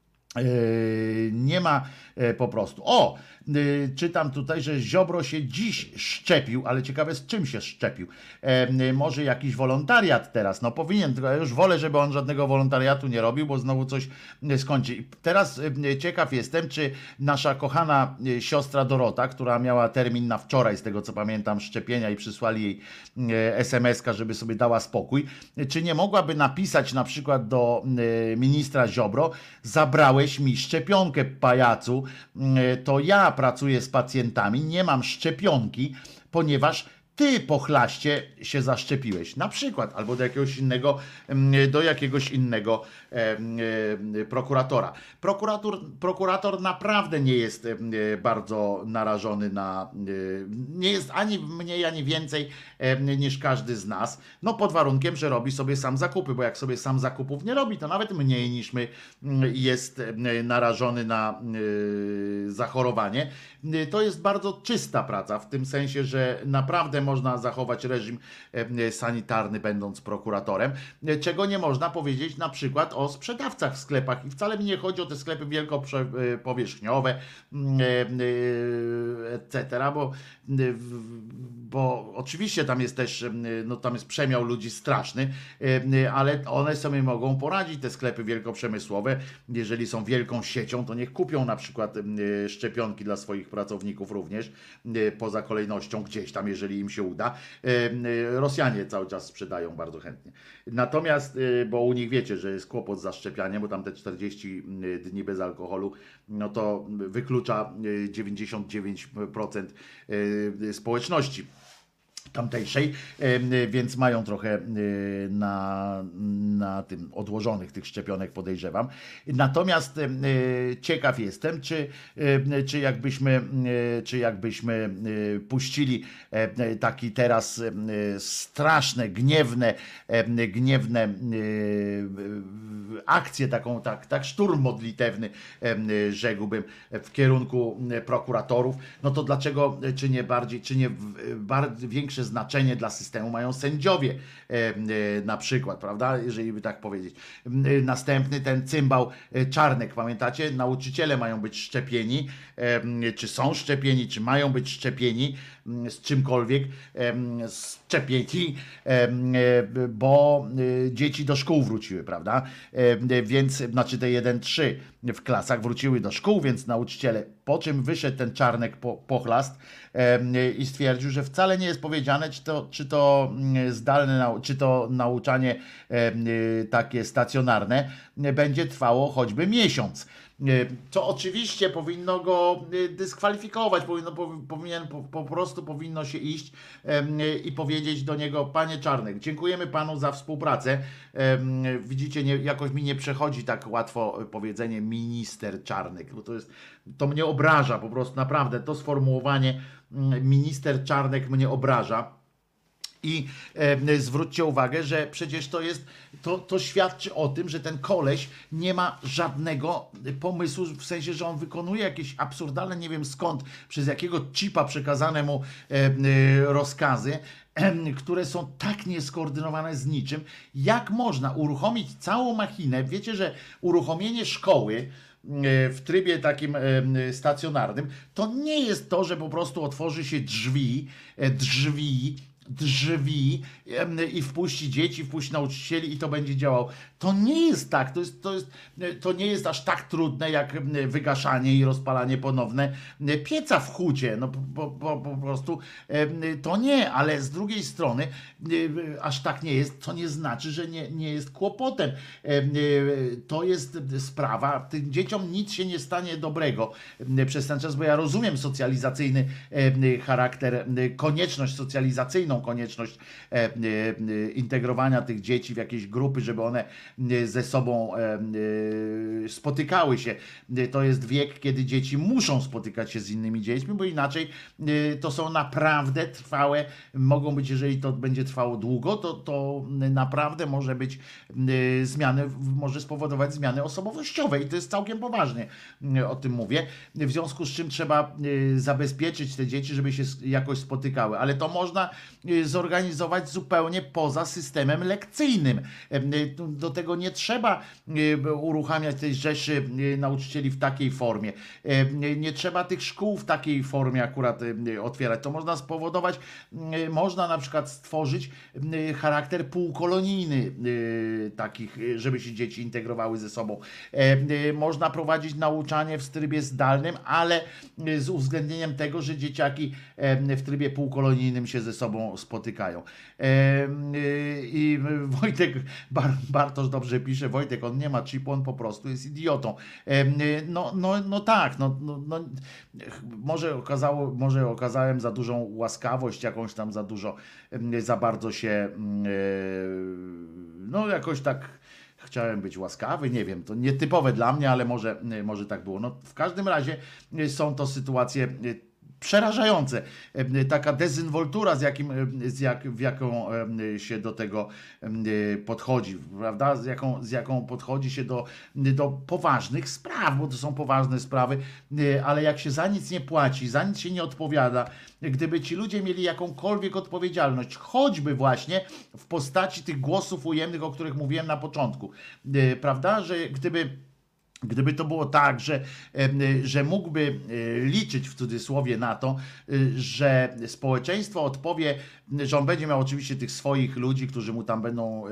S1: nie ma po prostu. O, czytam tutaj, że Ziobro się dziś szczepił, ale ciekawe z czym się szczepił. Może jakiś wolontariat teraz, no powinien, tylko ja już wolę, żeby on żadnego wolontariatu nie robił, bo znowu coś skończy. Teraz ciekaw jestem, czy nasza kochana siostra Dorota, która miała termin na wczoraj, z tego co pamiętam, szczepienia i przysłali jej es em es ka, żeby sobie dała spokój, czy nie mogłaby napisać na przykład do ministra Ziobro: zabrałeś mi szczepionkę, pajacu, to ja pracuję z pacjentami, nie mam szczepionki, ponieważ ty, pochlaście, się zaszczepiłeś. Na przykład, albo do jakiegoś innego, do jakiegoś innego e, e, prokuratora. Prokurator, prokurator naprawdę nie jest e, bardzo narażony na, e, nie jest ani mniej, ani więcej e, niż każdy z nas. No pod warunkiem, że robi sobie sam zakupy, bo jak sobie sam zakupów nie robi, to nawet mniej niż my jest e, narażony na e, zachorowanie. E, to jest bardzo czysta praca, w tym sensie, że naprawdę można zachować reżim sanitarny, będąc prokuratorem, czego nie można powiedzieć na przykład o sprzedawcach w sklepach. I wcale mi nie chodzi o te sklepy wielkopowierzchniowe, et cetera, bo, bo oczywiście tam jest też, no tam jest przemiał ludzi straszny, ale one sobie mogą poradzić, te sklepy wielkoprzemysłowe. Jeżeli są wielką siecią, to niech kupią na przykład szczepionki dla swoich pracowników również, poza kolejnością gdzieś tam, jeżeli im się uda. Rosjanie cały czas sprzedają bardzo chętnie. Natomiast, bo u nich wiecie, że jest kłopot z zaszczepianiem, bo tam te czterdzieści dni bez alkoholu, no to wyklucza dziewięćdziesiąt dziewięć procent społeczności tamtejszej, więc mają trochę na, na tym odłożonych tych szczepionek, podejrzewam. Natomiast ciekaw jestem, czy, czy jakbyśmy, czy jakbyśmy puścili taki teraz straszne, gniewne, gniewne akcję, taką, tak, tak szturm modlitewny, rzekłbym, w kierunku prokuratorów, no to dlaczego, czy nie bardziej, czy nie bardziej większe znaczenie dla systemu mają sędziowie e, e, na przykład, prawda, jeżeli by tak powiedzieć. E, następny ten cymbał e, Czarnek, pamiętacie? Nauczyciele mają być szczepieni, e, czy są szczepieni, czy mają być szczepieni e, z czymkolwiek, e, szczepieni, e, e, bo e, dzieci do szkół wróciły, prawda? E, więc, znaczy te jeden trzy w klasach wróciły do szkół, więc nauczyciele, po czym wyszedł ten Czarnek po, pochlast e, i stwierdził, że wcale nie jest powiedziane, czy to, czy to zdalne, czy to nauczanie e, takie stacjonarne będzie trwało choćby miesiąc. co oczywiście powinno go dyskwalifikować, powinno, powinien, po, po prostu powinno się iść i powiedzieć do niego: panie Czarnek, dziękujemy panu za współpracę. Widzicie, nie, jakoś mi nie przechodzi tak łatwo powiedzenie minister Czarnek, bo to jest, to mnie obraża po prostu, naprawdę, to sformułowanie minister Czarnek mnie obraża. I e, zwróćcie uwagę, że przecież to jest, to, to świadczy o tym, że ten koleś nie ma żadnego pomysłu, w sensie, że on wykonuje jakieś absurdalne, nie wiem skąd, przez jakiego chipa przekazane mu e, e, rozkazy, e, które są tak nieskoordynowane z niczym. Jak można uruchomić całą machinę? Wiecie, że uruchomienie szkoły w trybie takim stacjonarnym to nie jest to, że po prostu otworzy się drzwi, drzwi, drzwi i wpuści dzieci, wpuści nauczycieli i to będzie działało. To nie jest tak, to, jest, to, jest, to nie jest aż tak trudne jak wygaszanie i rozpalanie ponowne pieca w hucie. No po, po, po prostu to nie, ale z drugiej strony aż tak nie jest, to nie znaczy, że nie, nie jest kłopotem. To jest sprawa, tym dzieciom nic się nie stanie dobrego przez ten czas, bo ja rozumiem socjalizacyjny charakter, konieczność socjalizacyjną, konieczność integrowania tych dzieci w jakieś grupy, żeby one ze sobą spotykały się. To jest wiek, kiedy dzieci muszą spotykać się z innymi dziećmi, bo inaczej to są naprawdę trwałe, mogą być, jeżeli to będzie trwało długo, to, to naprawdę może być zmiany, może spowodować zmiany osobowościowe i to jest całkiem poważnie, o tym mówię. W związku z czym trzeba zabezpieczyć te dzieci, żeby się jakoś spotykały, ale to można zorganizować zupełnie poza systemem lekcyjnym. Do tego nie trzeba uruchamiać tej rzeszy nauczycieli w takiej formie. Nie trzeba tych szkół w takiej formie akurat otwierać. To można spowodować, można na przykład stworzyć charakter półkolonijny takich, żeby się dzieci integrowały ze sobą. Można prowadzić nauczanie w trybie zdalnym, ale z uwzględnieniem tego, że dzieciaki w trybie półkolonijnym się ze sobą spotykają. I Wojtek Bartosz dobrze pisze, Wojtek, on nie ma chipu, on po prostu jest idiotą. No, no, no tak, no, no, no, może, okazało, może okazałem za dużą łaskawość, jakąś tam za dużo, za bardzo się no jakoś tak chciałem być łaskawy, nie wiem, to nietypowe dla mnie, ale może, może tak było. No, w każdym razie są to sytuacje przerażające. Taka dezynwoltura, z jakim, z jak, w jaką się do tego podchodzi, prawda? Z jaką, z jaką podchodzi się do, do poważnych spraw, bo to są poważne sprawy, ale jak się za nic nie płaci, za nic się nie odpowiada, gdyby ci ludzie mieli jakąkolwiek odpowiedzialność, choćby właśnie w postaci tych głosów ujemnych, o których mówiłem na początku, prawda? Że gdyby Gdyby to było tak, że, że mógłby liczyć w cudzysłowie na to, że społeczeństwo odpowie, że on będzie miał oczywiście tych swoich ludzi, którzy mu tam będą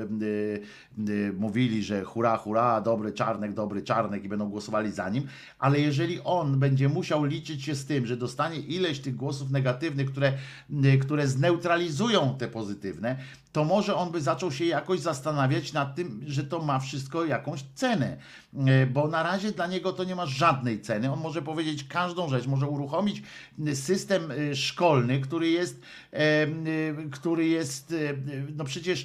S1: mówili, że hura, hura, dobry Czarnek, dobry Czarnek i będą głosowali za nim, ale jeżeli on będzie musiał liczyć się z tym, że dostanie ileś tych głosów negatywnych, które, które zneutralizują te pozytywne, to może on by zaczął się jakoś zastanawiać nad tym, że to ma wszystko jakąś cenę, bo na razie dla niego to nie ma żadnej ceny. On może powiedzieć każdą rzecz, może uruchomić system szkolny, który jest, który jest, no przecież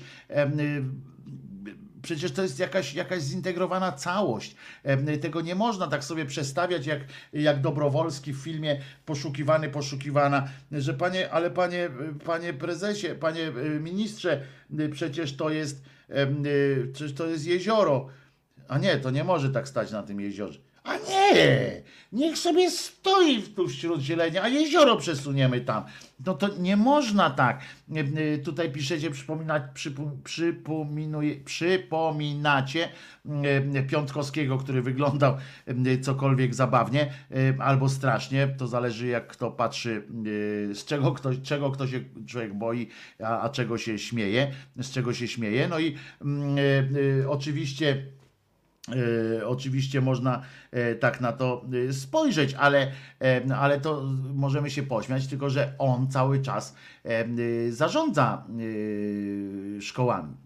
S1: Przecież to jest jakaś, jakaś zintegrowana całość. Tego nie można tak sobie przestawiać jak, jak Dobrowolski w filmie Poszukiwany, poszukiwana, że panie, ale panie, panie prezesie, panie ministrze, przecież to jest, przecież to jest jezioro. A nie, to nie może tak stać na tym jeziorze. A nie, niech sobie stoi tu wśród zieleni, a jezioro przesuniemy tam. No to nie można tak. Tutaj piszecie, przypominać, przypominuje, przypominacie Piątkowskiego, który wyglądał cokolwiek zabawnie albo strasznie. To zależy, jak kto patrzy, z czego ktoś, czego kto się człowiek boi, a, a czego się śmieje, z czego się śmieje. No i y, y, oczywiście E, oczywiście można e, tak na to e, spojrzeć, ale, e, ale to możemy się pośmiać, tylko że on cały czas e, e, zarządza e, szkołami.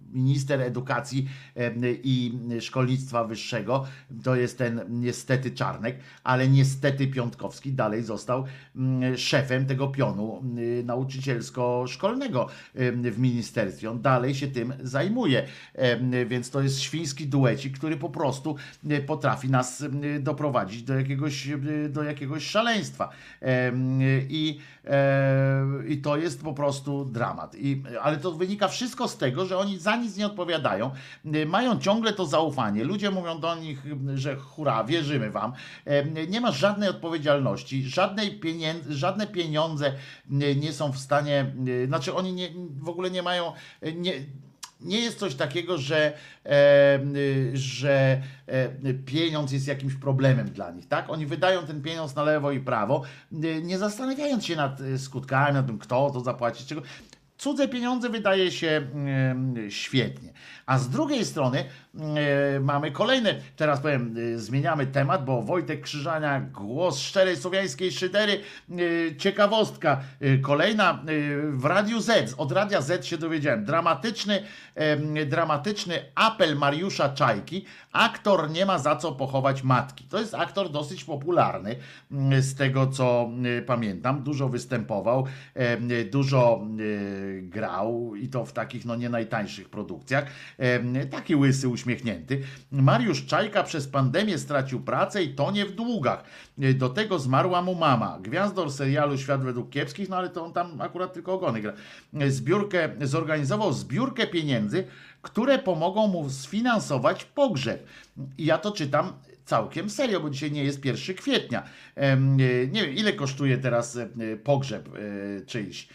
S1: minister edukacji i szkolnictwa wyższego, to jest ten niestety Czarnek, ale niestety Piątkowski dalej został szefem tego pionu nauczycielsko-szkolnego w ministerstwie. On dalej się tym zajmuje, więc to jest świński duecik, który po prostu potrafi nas doprowadzić do jakiegoś, do jakiegoś szaleństwa. I, i to jest po prostu dramat. I, ale to wynika wszystko z tego, że oni za nic nie odpowiadają, mają ciągle to zaufanie. Ludzie mówią do nich, że hurra, wierzymy wam. Nie ma żadnej odpowiedzialności, żadnej pieniędzy, żadne pieniądze nie są w stanie, znaczy oni nie, w ogóle nie mają, nie, nie jest coś takiego, że, e, że e, pieniądz jest jakimś problemem dla nich, tak? Oni wydają ten pieniądz na lewo i prawo, nie zastanawiając się nad skutkami, nad tym, kto to zapłaci, czego. Cudze pieniądze wydaje się e, świetnie. A z drugiej strony e, mamy kolejne, teraz powiem, e, zmieniamy temat, bo Wojtek Krzyżania, głos szczerej słowiańskiej szydery, e, ciekawostka, e, kolejna e, w Radiu Z, od Radia Z się dowiedziałem, dramatyczny, e, dramatyczny apel Mariusza Czajki, aktor nie ma za co pochować matki. To jest aktor dosyć popularny, e, z tego co e, pamiętam, dużo występował, e, dużo e, grał i to w takich no nie najtańszych produkcjach. Taki łysy, uśmiechnięty. Mariusz Czajka przez pandemię stracił pracę i tonie w długach. Do tego zmarła mu mama. Gwiazdor serialu Świat według kiepskich, no ale to on tam akurat tylko ogony gra. Zbiórkę, zorganizował zbiórkę pieniędzy, które pomogą mu sfinansować pogrzeb. I ja to czytam całkiem serio, bo dzisiaj nie jest pierwszego kwietnia. Nie wiem, ile kosztuje teraz pogrzeb czyjś.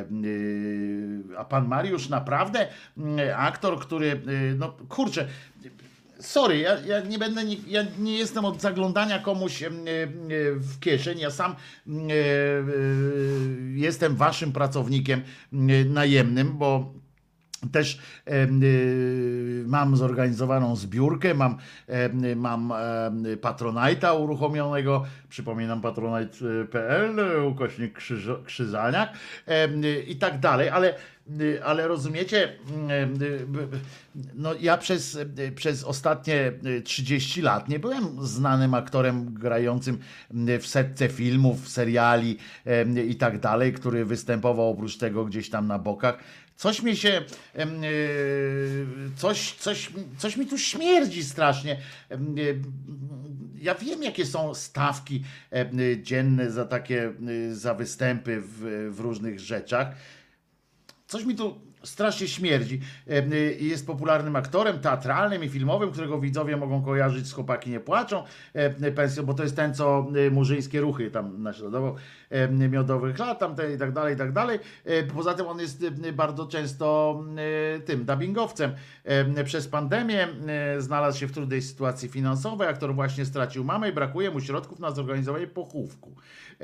S1: A pan Mariusz naprawdę, aktor, który, no kurczę, sorry, ja, ja nie będę, nie, ja nie jestem od zaglądania komuś w kieszeń, ja sam jestem waszym pracownikiem najemnym, bo też e, e, mam zorganizowaną zbiórkę, mam, e, mam e, Patronite'a uruchomionego, przypominam patronite kropka p l, ukośnik krzyż- Krzyżaniak e, i tak dalej, ale, ale rozumiecie, e, no ja przez, przez ostatnie trzydzieści lat nie byłem znanym aktorem grającym w setce filmów, seriali e, i tak dalej, który występował oprócz tego gdzieś tam na bokach. Coś mi się, coś, coś, coś mi tu śmierdzi strasznie. Ja wiem, jakie są stawki dzienne za takie, za występy w, w różnych rzeczach. Coś mi tu strasznie śmierdzi. Jest popularnym aktorem teatralnym i filmowym, którego widzowie mogą kojarzyć z Chłopaki nie płaczą pensją, bo to jest ten, co Murzyńskie Ruchy tam naśladował, Miodowych lat tam te, i tak dalej, i tak dalej. Poza tym on jest bardzo często tym dubbingowcem. Przez pandemię znalazł się w trudnej sytuacji finansowej. Aktor właśnie stracił mamę i brakuje mu środków na zorganizowanie pochówku.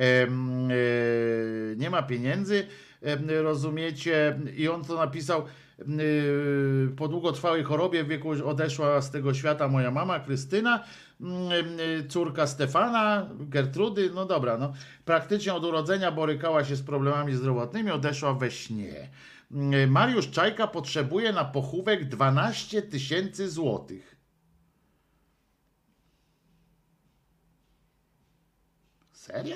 S1: Nie ma pieniędzy, rozumiecie, i on to napisał: po długotrwałej chorobie w wieku odeszła z tego świata moja mama Krystyna, córka Stefana, Gertrudy, no dobra, no praktycznie od urodzenia borykała się z problemami zdrowotnymi, odeszła we śnie. Mariusz Czajka potrzebuje na pochówek dwanaście tysięcy złotych. Serio?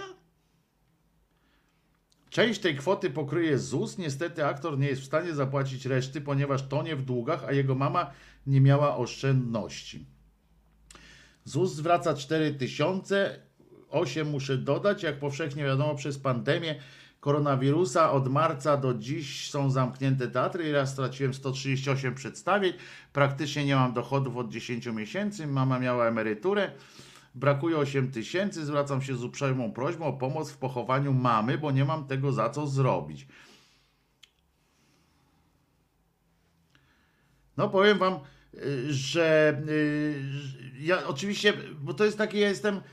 S1: Część tej kwoty pokryje ZUS. Niestety aktor nie jest w stanie zapłacić reszty, ponieważ tonie w długach, a jego mama nie miała oszczędności. ZUS zwraca cztery tysiące, osiem muszę dodać. Jak powszechnie wiadomo, przez pandemię koronawirusa od marca do dziś są zamknięte teatry i raz straciłem sto trzydzieści osiem przedstawień. Praktycznie nie mam dochodów od dziesięciu miesięcy. Mama miała emeryturę. Brakuje osiem tysięcy, zwracam się z uprzejmą prośbą o pomoc w pochowaniu mamy, bo nie mam tego za co zrobić. No powiem wam, że ja oczywiście, bo to jest takie, ja jestem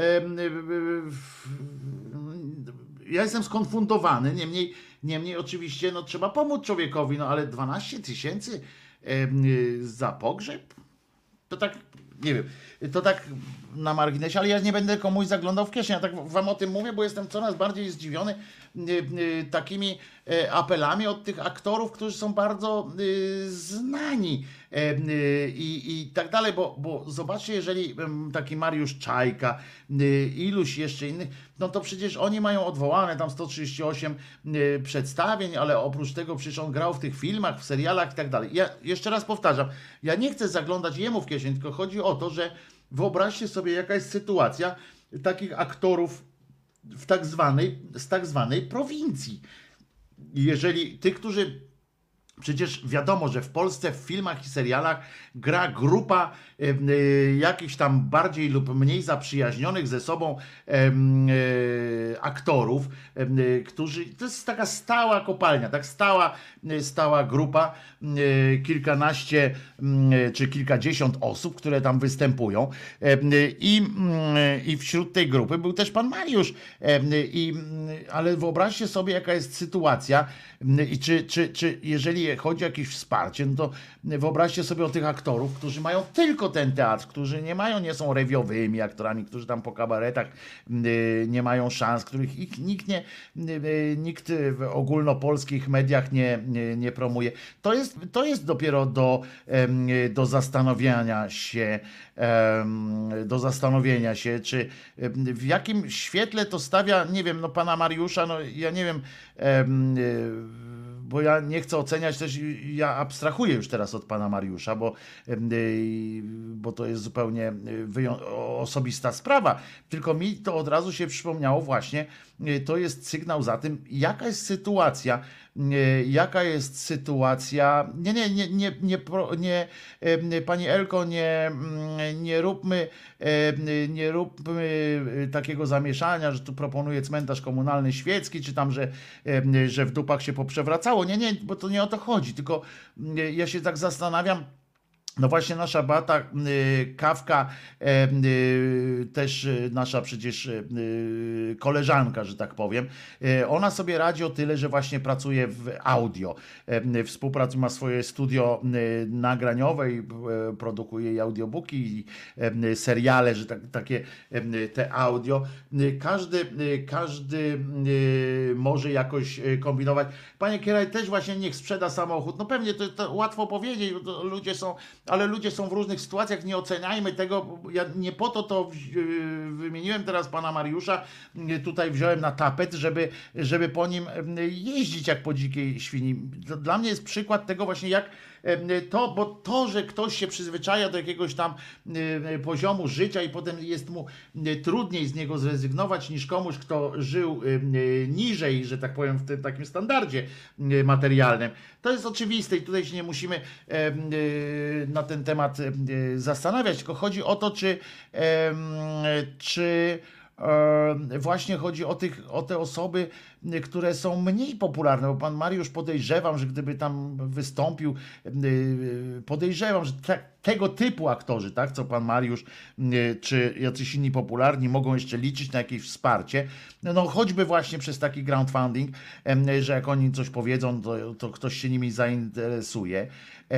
S1: ja jestem skonfundowany, niemniej, niemniej oczywiście no, trzeba pomóc człowiekowi, no ale dwanaście tysięcy za pogrzeb? To tak, nie wiem, to tak na marginesie, ale ja nie będę komuś zaglądał w kieszeń. Ja tak wam o tym mówię, bo jestem coraz bardziej zdziwiony, takimi apelami od tych aktorów, którzy są bardzo znani i, i tak dalej, bo, bo zobaczcie, jeżeli taki Mariusz Czajka, iluś jeszcze innych, no to przecież oni mają odwołane tam sto trzydzieści osiem przedstawień, ale oprócz tego przecież on grał w tych filmach, w serialach i tak dalej. Ja jeszcze raz powtarzam, ja nie chcę zaglądać jemu w kieszeń, tylko chodzi o to, że wyobraźcie sobie, jaka jest sytuacja takich aktorów w tak zwanej, z tak zwanej prowincji. Jeżeli tych, którzy przecież wiadomo, że w Polsce w filmach i serialach gra grupa e, e, jakichś tam bardziej lub mniej zaprzyjaźnionych ze sobą e, e, aktorów, e, którzy, to jest taka stała kopalnia, tak stała, stała grupa, e, kilkanaście e, czy kilkadziesiąt osób, które tam występują e, i, e, i wśród tej grupy był też pan Mariusz, e, i, ale wyobraźcie sobie, jaka jest sytuacja i czy, czy, czy jeżeli chodzi o jakieś wsparcie, no to wyobraźcie sobie o tych aktorów, którzy mają tylko ten teatr, którzy nie mają, nie są rewiowymi aktorami, którzy tam po kabaretach nie mają szans, których ich nikt nie, nikt w ogólnopolskich mediach nie, nie, nie promuje. To jest, to jest dopiero do, do zastanowienia się, do zastanowienia się, czy w jakim świetle to stawia, nie wiem, no pana Mariusza, no ja nie wiem, bo ja nie chcę oceniać też, ja abstrahuję już teraz od pana Mariusza, bo, bo to jest zupełnie wyją- osobista sprawa, tylko mi to od razu się przypomniało właśnie, to jest sygnał za tym, jaka jest sytuacja, jaka jest sytuacja, nie, nie, nie, nie, nie, nie, nie pani Elko, nie, nie róbmy, nie róbmy takiego zamieszania, że tu proponuje cmentarz komunalny świecki, czy tam, że, że w dupach się poprzewracało, nie, nie, bo to nie o to chodzi, tylko ja się tak zastanawiam. No właśnie nasza Beata y, Kawka, y, y, też y, nasza przecież y, koleżanka, że tak powiem, y, ona sobie radzi o tyle, że właśnie pracuje w audio. Y, współpracuje, ma swoje studio y, nagraniowe i y, produkuje i audiobooki i y, seriale, że tak, takie y, te audio. Y, każdy, y, każdy y, może jakoś y, kombinować. Panie Kieraj, też właśnie niech sprzeda samochód. No pewnie to, to łatwo powiedzieć, to ludzie są, ale ludzie są w różnych sytuacjach, nie oceniajmy tego, ja nie po to to wymieniłem teraz pana Mariusza, tutaj wziąłem na tapet, żeby, żeby po nim jeździć jak po dzikiej świni. Dla mnie jest przykład tego właśnie, jak to, bo to, że ktoś się przyzwyczaja do jakiegoś tam poziomu życia i potem jest mu trudniej z niego zrezygnować niż komuś, kto żył niżej, że tak powiem, w tym takim standardzie materialnym. To jest oczywiste i tutaj się nie musimy na ten temat zastanawiać, tylko chodzi o to, czy, czy właśnie chodzi o, tych, o te osoby, które są mniej popularne, bo pan Mariusz, podejrzewam, że gdyby tam wystąpił, podejrzewam, że te, tego typu aktorzy, tak, co pan Mariusz, czy jacyś inni popularni mogą jeszcze liczyć na jakieś wsparcie, no choćby właśnie przez taki crowdfunding, że jak oni coś powiedzą, to, to ktoś się nimi zainteresuje,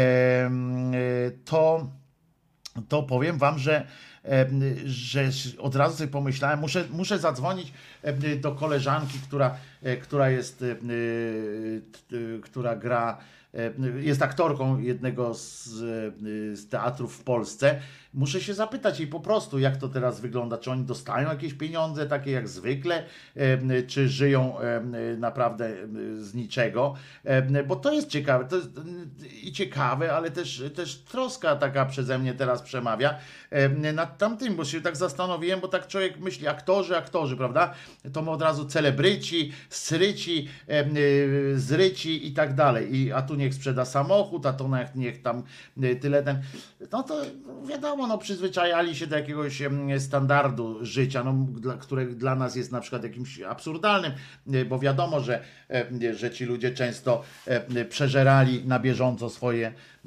S1: to, to powiem wam, że że od razu sobie pomyślałem, muszę, muszę zadzwonić do koleżanki, która, która jest, która gra, jest aktorką jednego z, z teatrów w Polsce. Muszę się zapytać jej po prostu, jak to teraz wygląda, czy oni dostają jakieś pieniądze, takie jak zwykle, czy żyją naprawdę z niczego, bo to jest ciekawe, to jest i ciekawe, ale też, też troska taka przeze mnie teraz przemawia nad tamtym, bo się tak zastanowiłem, bo tak człowiek myśli, aktorzy, aktorzy, prawda, to my od razu celebryci, sryci, zryci i tak dalej, i a tu niech sprzeda samochód, a to niech, niech tam tyle ten, no to wiadomo, no przyzwyczajali się do jakiegoś standardu życia, no, dla, które dla nas jest na przykład jakimś absurdalnym, bo wiadomo, że, że ci ludzie często przeżerali na bieżąco swoje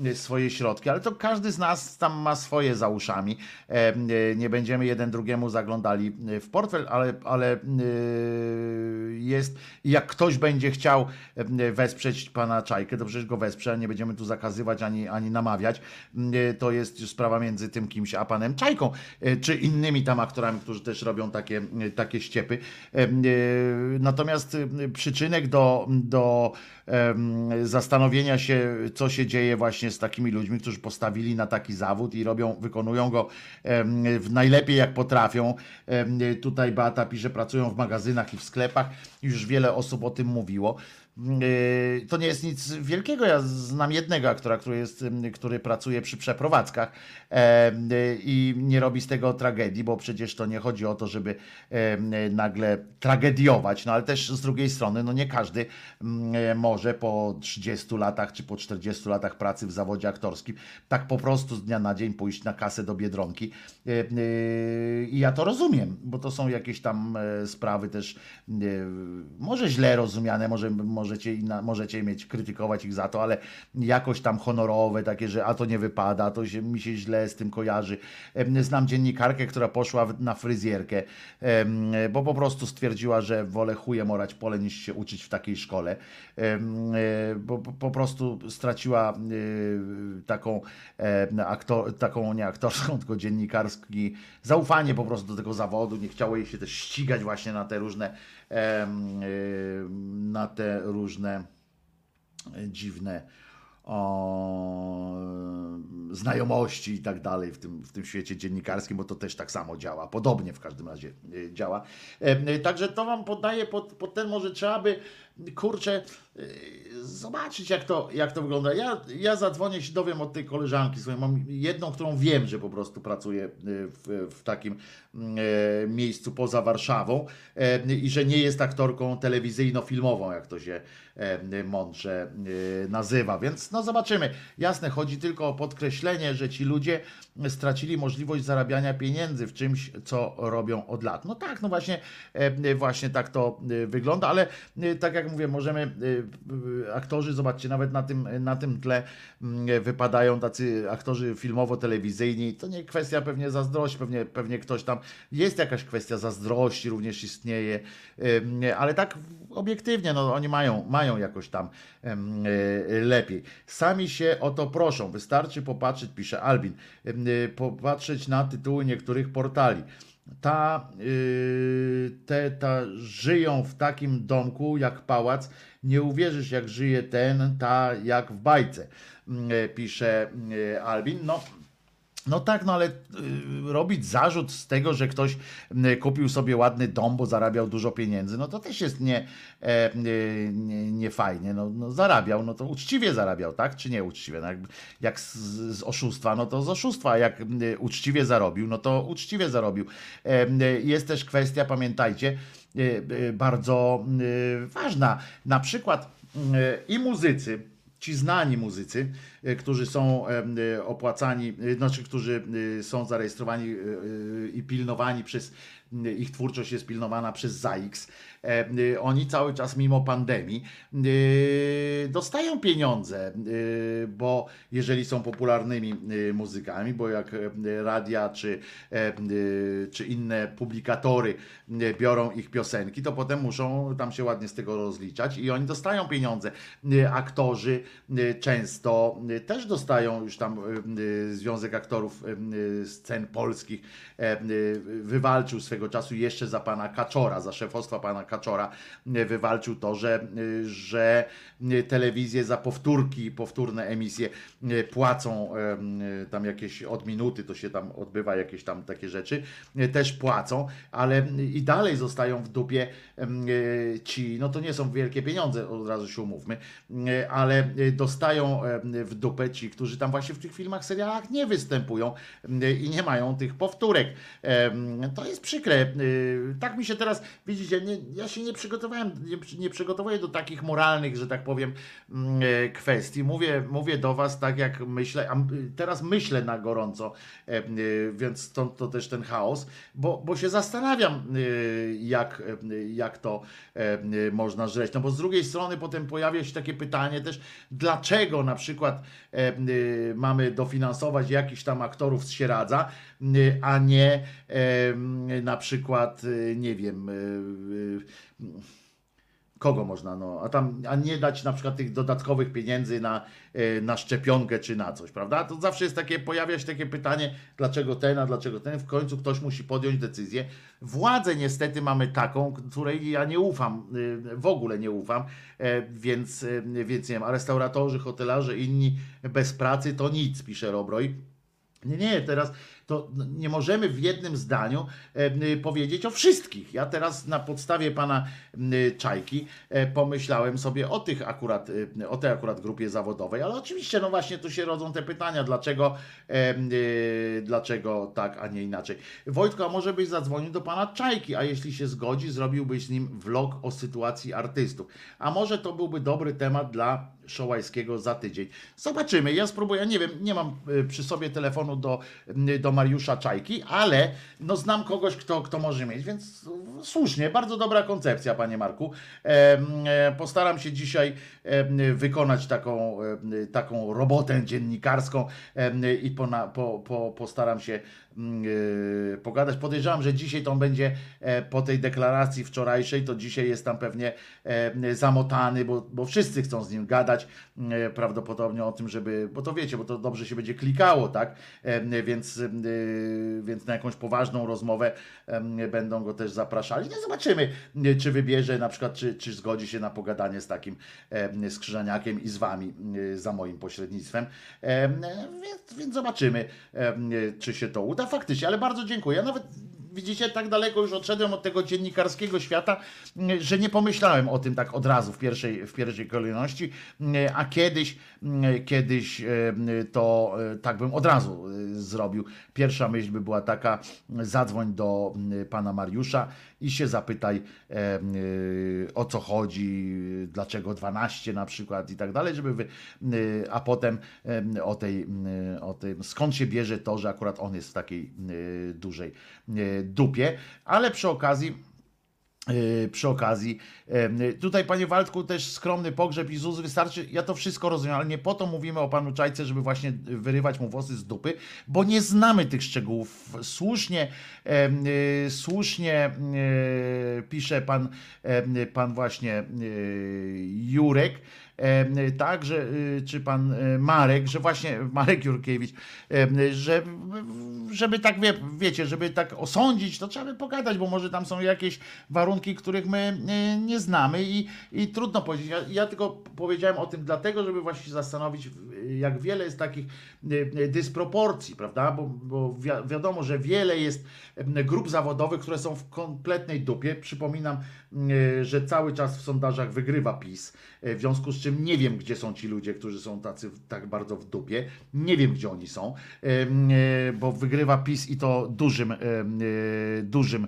S1: swoje środki, ale to każdy z nas tam ma swoje za uszami. Nie będziemy jeden drugiemu zaglądali w portfel, ale, ale jest, jak ktoś będzie chciał wesprzeć pana Czajkę, to przecież go wesprze, nie będziemy tu zakazywać ani, ani namawiać. To jest już sprawa między tym kimś a panem Czajką, czy innymi tam aktorami, którzy też robią takie, takie ściepy. Natomiast przyczynek do, do zastanowienia się, co się dzieje właśnie z takimi ludźmi, którzy postawili na taki zawód i robią, wykonują go najlepiej jak potrafią. Tutaj Beata pisze, pracują w magazynach i w sklepach. Już wiele osób o tym mówiło. To nie jest nic wielkiego. Ja znam jednego aktora, który, jest, który pracuje przy przeprowadzkach i nie robi z tego tragedii, bo przecież to nie chodzi o to, żeby nagle tragediować, no ale też z drugiej strony, no nie każdy może po trzydziestu latach czy po czterdziestu latach pracy w zawodzie aktorskim tak po prostu z dnia na dzień pójść na kasę do Biedronki. I ja to rozumiem, bo to są jakieś tam sprawy też może źle rozumiane, może Możecie, możecie mieć, krytykować ich za to, ale jakoś tam honorowe, takie, że a to nie wypada, a to się, mi się źle z tym kojarzy. Znam dziennikarkę, która poszła na fryzjerkę, bo po prostu stwierdziła, że wolę chujem orać pole niż się uczyć w takiej szkole. Bo po prostu straciła taką, aktor, taką nie aktorską, tylko dziennikarski zaufanie po prostu do tego zawodu. Nie chciało jej się też ścigać właśnie na te różne na te różne dziwne o, znajomości i tak dalej w tym, w tym świecie dziennikarskim, bo to też tak samo działa, podobnie w każdym razie działa. Także to wam poddaję pod, pod ten, może trzeba by, kurczę, zobaczyć jak to, jak to wygląda. Ja, ja zadzwonię, się dowiem od tej koleżanki swojej, mam jedną, którą wiem, że po prostu pracuje w, w takim miejscu poza Warszawą i że nie jest aktorką telewizyjno-filmową, jak to się mądrze nazywa, więc no zobaczymy. Jasne, chodzi tylko o podkreślenie, że ci ludzie stracili możliwość zarabiania pieniędzy w czymś, co robią od lat. No tak, no właśnie, właśnie tak to wygląda, ale tak jak mówię, możemy, aktorzy, zobaczcie, nawet na tym, na tym tle wypadają tacy aktorzy filmowo-telewizyjni, to nie kwestia pewnie zazdrości, pewnie, pewnie ktoś tam, jest jakaś kwestia zazdrości, również istnieje, ale tak obiektywnie, no oni mają, mają jakoś tam lepiej. Sami się o to proszą, wystarczy popatrzeć, pisze Albin, popatrzeć na tytuły niektórych portali. Ta, yy, te ta żyją w takim domku jak pałac, nie uwierzysz jak żyje ten, ta jak w bajce, yy, pisze yy, Albin. No, no tak, no ale y, robić zarzut z tego, że ktoś y, kupił sobie ładny dom, bo zarabiał dużo pieniędzy, no to też jest nie, e, y, nie, nie fajnie. No, no zarabiał, no to uczciwie zarabiał, tak? Czy nie uczciwie? No jak jak z, z oszustwa, no to z oszustwa. Jak y, uczciwie zarobił, no to uczciwie zarobił. E, y, jest też kwestia, pamiętajcie, y, y, bardzo y, ważna. Na przykład y, i muzycy, ci znani muzycy, którzy są opłacani, znaczy, którzy są zarejestrowani i pilnowani przez, ich twórczość jest pilnowana przez ZAIKS, oni cały czas mimo pandemii dostają pieniądze, bo jeżeli są popularnymi muzykami, bo jak radia czy, czy inne publikatory biorą ich piosenki, to potem muszą tam się ładnie z tego rozliczać i oni dostają pieniądze. Aktorzy często też dostają, już tam Związek Aktorów Scen Polskich wywalczył swego czasu jeszcze za pana Kaczora, za szefostwa pana Kaczora wywalczył to, że, że telewizje za powtórki, powtórne emisje płacą tam jakieś od minuty, to się tam odbywa jakieś tam takie rzeczy, też płacą, ale i dalej zostają w dupie ci, no to nie są wielkie pieniądze, od razu się umówmy, ale dostają w dupę ci, którzy tam właśnie w tych filmach, serialach nie występują i nie mają tych powtórek. To jest przykre. tyle. Tak mi się teraz, widzicie, nie, ja się nie przygotowałem, nie, nie przygotowuję do takich moralnych, że tak powiem, kwestii. Mówię, mówię do was tak, jak myślę, a teraz myślę na gorąco, więc stąd to też ten chaos, bo, bo się zastanawiam, jak, jak to można żreć. No bo z drugiej strony potem pojawia się takie pytanie też, dlaczego na przykład mamy dofinansować jakichś tam aktorów z Sieradza, a nie na przykład, nie wiem, kogo można, no, a tam, a nie dać na przykład tych dodatkowych pieniędzy na, na szczepionkę czy na coś, prawda? To zawsze jest takie, pojawia się takie pytanie, dlaczego ten, a dlaczego ten, w końcu ktoś musi podjąć decyzję. Władzę niestety mamy taką, której ja nie ufam, w ogóle nie ufam, więc, więc nie wiem, a restauratorzy, hotelarze, inni bez pracy to nic, pisze Robroj. Nie, nie, teraz to nie możemy w jednym zdaniu e, powiedzieć o wszystkich. Ja teraz na podstawie pana e, Czajki e, pomyślałem sobie o tych akurat, e, o tej akurat grupie zawodowej, ale oczywiście no właśnie tu się rodzą te pytania, dlaczego, e, e, dlaczego tak, a nie inaczej. Wojtko, a może byś zadzwonił do pana Czajki, a jeśli się zgodzi, zrobiłbyś z nim vlog o sytuacji artystów. A może to byłby dobry temat dla Szołajskiego za tydzień. Zobaczymy, ja spróbuję, nie wiem, nie mam przy sobie telefonu do, do Mariusza Czajki, ale no znam kogoś, kto, kto może mieć, więc słusznie, bardzo dobra koncepcja, panie Marku. E, postaram się dzisiaj e, wykonać taką, e, taką robotę dziennikarską e, i po, po, po, postaram się e, pogadać. Podejrzewam, że dzisiaj to on będzie e, po tej deklaracji wczorajszej, to dzisiaj jest tam pewnie e, zamotany, bo, bo wszyscy chcą z nim gadać e, prawdopodobnie o tym, żeby, bo to wiecie, bo to dobrze się będzie klikało, tak? E, więc, e, więc na jakąś poważną rozmowę e, będą go też zapraszali. No zobaczymy, czy wybierze na przykład, czy, czy zgodzi się na pogadanie z takim e, Skrzyżaniakiem i z wami e, za moim pośrednictwem. E, więc, więc zobaczymy, e, czy się to uda faktycznie, ale bardzo dziękuję. Ja nawet widzicie, tak daleko już odszedłem od tego dziennikarskiego świata, że nie pomyślałem o tym tak od razu w pierwszej, w pierwszej kolejności, a kiedyś, kiedyś to tak bym od razu zrobił. Pierwsza myśl by była taka, zadzwoń do pana Mariusza i się zapytaj, o co chodzi, dlaczego dwanaście na przykład i tak dalej, żeby wy, a potem o tej, o tym, skąd się bierze to, że akurat on jest w takiej dużej dupie, ale przy okazji przy okazji tutaj, panie Waldku, też skromny pogrzeb i ZUS wystarczy, ja to wszystko rozumiem, ale nie po to mówimy o panu Czajce, żeby właśnie wyrywać mu włosy z dupy, bo nie znamy tych szczegółów. Słusznie słusznie pisze pan pan właśnie Jurek, tak, że, czy pan Marek, że właśnie Marek Jurkiewicz, że, żeby tak, wie, wiecie, żeby tak osądzić, to trzeba by pogadać, bo może tam są jakieś warunki, których my nie znamy i, i trudno powiedzieć. Ja, ja tylko powiedziałem o tym dlatego, żeby właśnie się zastanowić, jak wiele jest takich dysproporcji, prawda, bo, bo wi wiadomo, że wiele jest grup zawodowych, które są w kompletnej dupie. Przypominam, że cały czas w sondażach wygrywa PiS, w związku z czym nie wiem, gdzie są ci ludzie, którzy są tacy tak bardzo w dupie. Nie wiem, gdzie oni są, bo wygrywa PiS i to dużym, dużym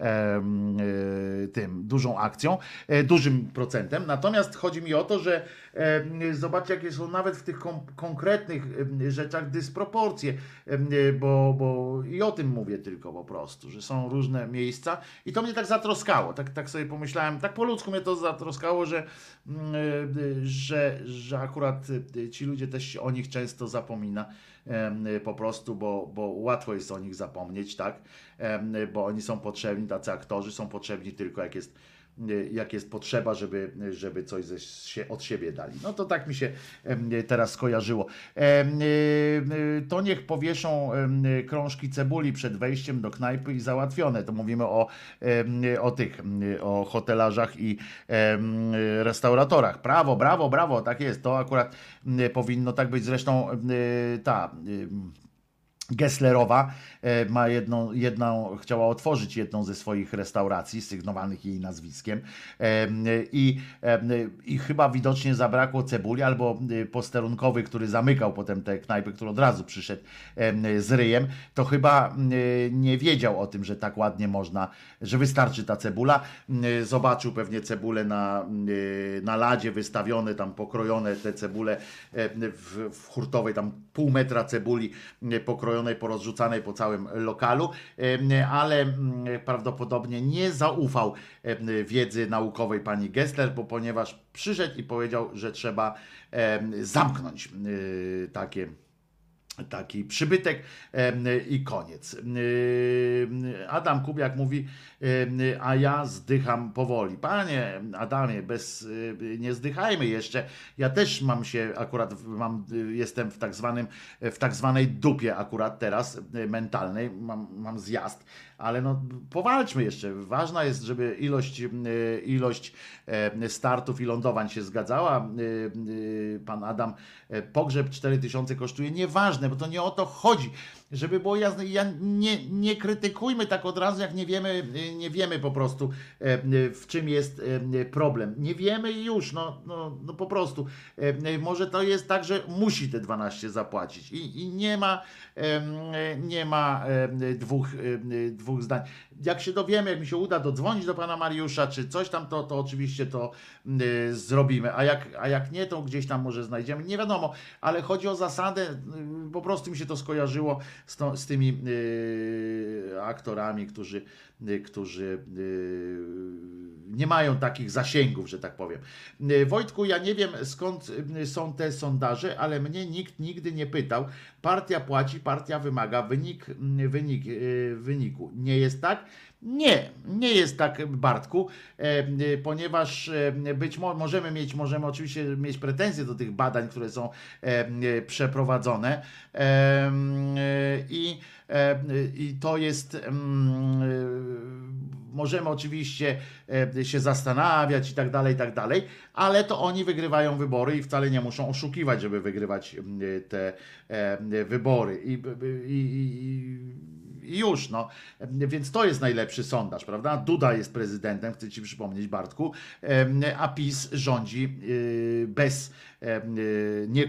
S1: tym, dużą akcją, dużym procentem. Natomiast chodzi mi o to, że zobaczcie, jakie są nawet w tych konkretnych rzeczach dysproporcje, bo, bo i o tym mówię tylko po prostu, że są różne miejsca i to mnie tak zatroskało, tak, tak sobie pomyślałem, tak po ludzku mnie to zatroskało, że, że, że akurat ci ludzie też się o nich często zapomina po prostu, bo, bo łatwo jest o nich zapomnieć, tak, bo oni są potrzebni, tacy aktorzy są potrzebni tylko jak jest jak jest potrzeba, żeby, żeby coś ze, się od siebie dali. No to tak mi się teraz skojarzyło. To niech powieszą krążki cebuli przed wejściem do knajpy i załatwione. To mówimy o, o tych, o hotelarzach i restauratorach. Brawo, brawo, brawo, tak jest. To akurat powinno tak być. Zresztą ta Gesslerowa ma jedną, jedną, chciała otworzyć jedną ze swoich restauracji sygnowanych jej nazwiskiem i, i chyba widocznie zabrakło cebuli albo posterunkowy, który zamykał potem te knajpy, który od razu przyszedł z ryjem, to chyba nie wiedział o tym, że tak ładnie można, że wystarczy ta cebula. Zobaczył pewnie cebulę na, na ladzie wystawione, tam pokrojone te cebule w, w hurtowej, tam pół metra cebuli pokrojonej, porozrzucanej po całym lokalu, ale prawdopodobnie nie zaufał wiedzy naukowej pani Gessler, bo ponieważ przyszedł i powiedział, że trzeba zamknąć takie taki przybytek i koniec. Adam Kubiak mówi, a ja zdycham powoli. Panie Adamie, bez, nie zdychajmy jeszcze. Ja też mam się akurat, mam, jestem w tak zwanym, w tak zwanej dupie akurat teraz mentalnej, mam, mam zjazd, ale no powalczmy jeszcze. Ważna jest, żeby ilość, ilość startów i lądowań się zgadzała. Pan Adam, pogrzeb cztery tysiące kosztuje, nieważne, bo to nie o to chodzi, żeby było jasne. Ja nie, nie krytykujmy tak od razu, jak nie wiemy, nie wiemy po prostu, w czym jest problem. Nie wiemy już, no, no, no po prostu. Może to jest tak, że musi te dwanaście zapłacić i, i nie ma, nie ma dwóch, dwóch zdań. Jak się dowiemy, jak mi się uda dodzwonić do pana Mariusza, czy coś tam, to, to oczywiście to zrobimy, a jak, a jak nie, to gdzieś tam może znajdziemy, nie wiadomo, ale chodzi o zasadę, po prostu mi się to skojarzyło z, to, z tymi y, aktorami, którzy, y, którzy y, nie mają takich zasięgów, że tak powiem. Y, Wojtku, ja nie wiem, skąd są te sondaże, ale mnie nikt nigdy nie pytał. Partia płaci, partia wymaga wynik, wynik, y, wyniku. Nie jest tak? Nie, nie jest tak, Bartku, e, ponieważ e, być może możemy mieć, możemy oczywiście mieć pretensje do tych badań, które są e, przeprowadzone e, i, e, i to jest, e, możemy oczywiście e, się zastanawiać i tak dalej, i tak dalej, ale to oni wygrywają wybory i wcale nie muszą oszukiwać, żeby wygrywać e, te e, wybory. I, i, i I już, no. Więc to jest najlepszy sondaż, prawda? Duda jest prezydentem, chcę ci przypomnieć, Bartku, a PiS rządzi bez, nie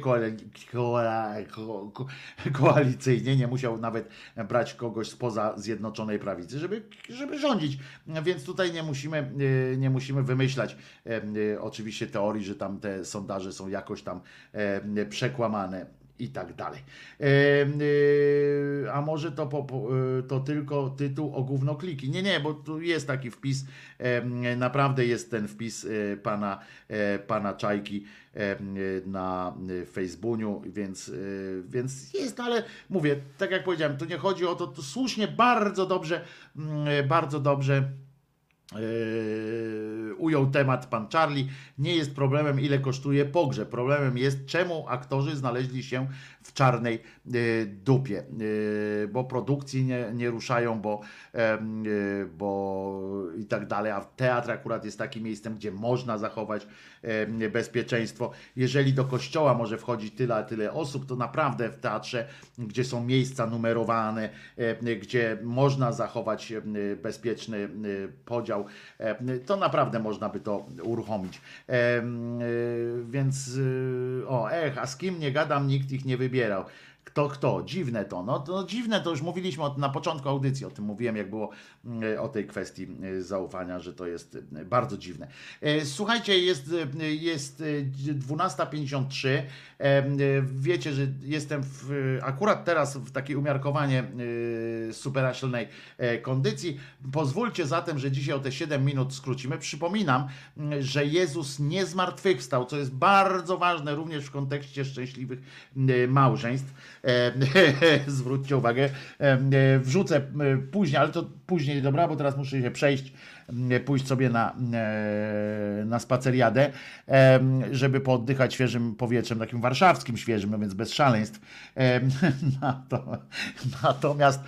S1: koalicyjnie, nie musiał nawet brać kogoś spoza Zjednoczonej Prawicy, żeby, żeby rządzić. Więc tutaj nie musimy, nie musimy wymyślać oczywiście teorii, że tam te sondaże są jakoś tam przekłamane i tak dalej. E, e, a może to, po, po, to tylko tytuł o gównokliki? Nie, nie, bo tu jest taki wpis, e, naprawdę jest ten wpis e, pana, e, pana Czajki e, na Facebooku, więc, e, więc jest, ale mówię, tak jak powiedziałem, to nie chodzi o to, to słusznie, bardzo dobrze, m, bardzo dobrze Yy, ujął temat pan Charlie. Nie jest problemem, ile kosztuje pogrzeb. Problemem jest, czemu aktorzy znaleźli się w czarnej yy, dupie. Yy, bo produkcji nie, nie ruszają, bo, yy, bo i tak dalej. A teatr akurat jest takim miejscem, gdzie można zachować yy, bezpieczeństwo. Jeżeli do kościoła może wchodzić tyle, a tyle osób, to naprawdę w teatrze, gdzie są miejsca numerowane, yy, gdzie można zachować yy, bezpieczny yy, podział, to naprawdę można by to uruchomić. E, e, więc e, o, ech, a z kim nie gadam, nikt ich nie wybierał. Kto, kto? Dziwne to. No, to dziwne, to już mówiliśmy o, na początku audycji, o tym mówiłem, jak było o tej kwestii zaufania, że to jest bardzo dziwne. Słuchajcie, jest, jest dwunasta pięćdziesiąt trzy. Wiecie, że jestem w, akurat teraz w takiej umiarkowanie supernaturalnej kondycji. Pozwólcie zatem, że dzisiaj o te siedem minut skrócimy. Przypominam, że Jezus nie zmartwychwstał, co jest bardzo ważne również w kontekście szczęśliwych małżeństw. Zwróćcie uwagę, wrzucę później, ale to później, dobra, bo teraz muszę się przejść, pójść sobie na, na spaceriadę, żeby pooddychać świeżym powietrzem, takim warszawskim świeżym, no więc bez szaleństw. Natomiast,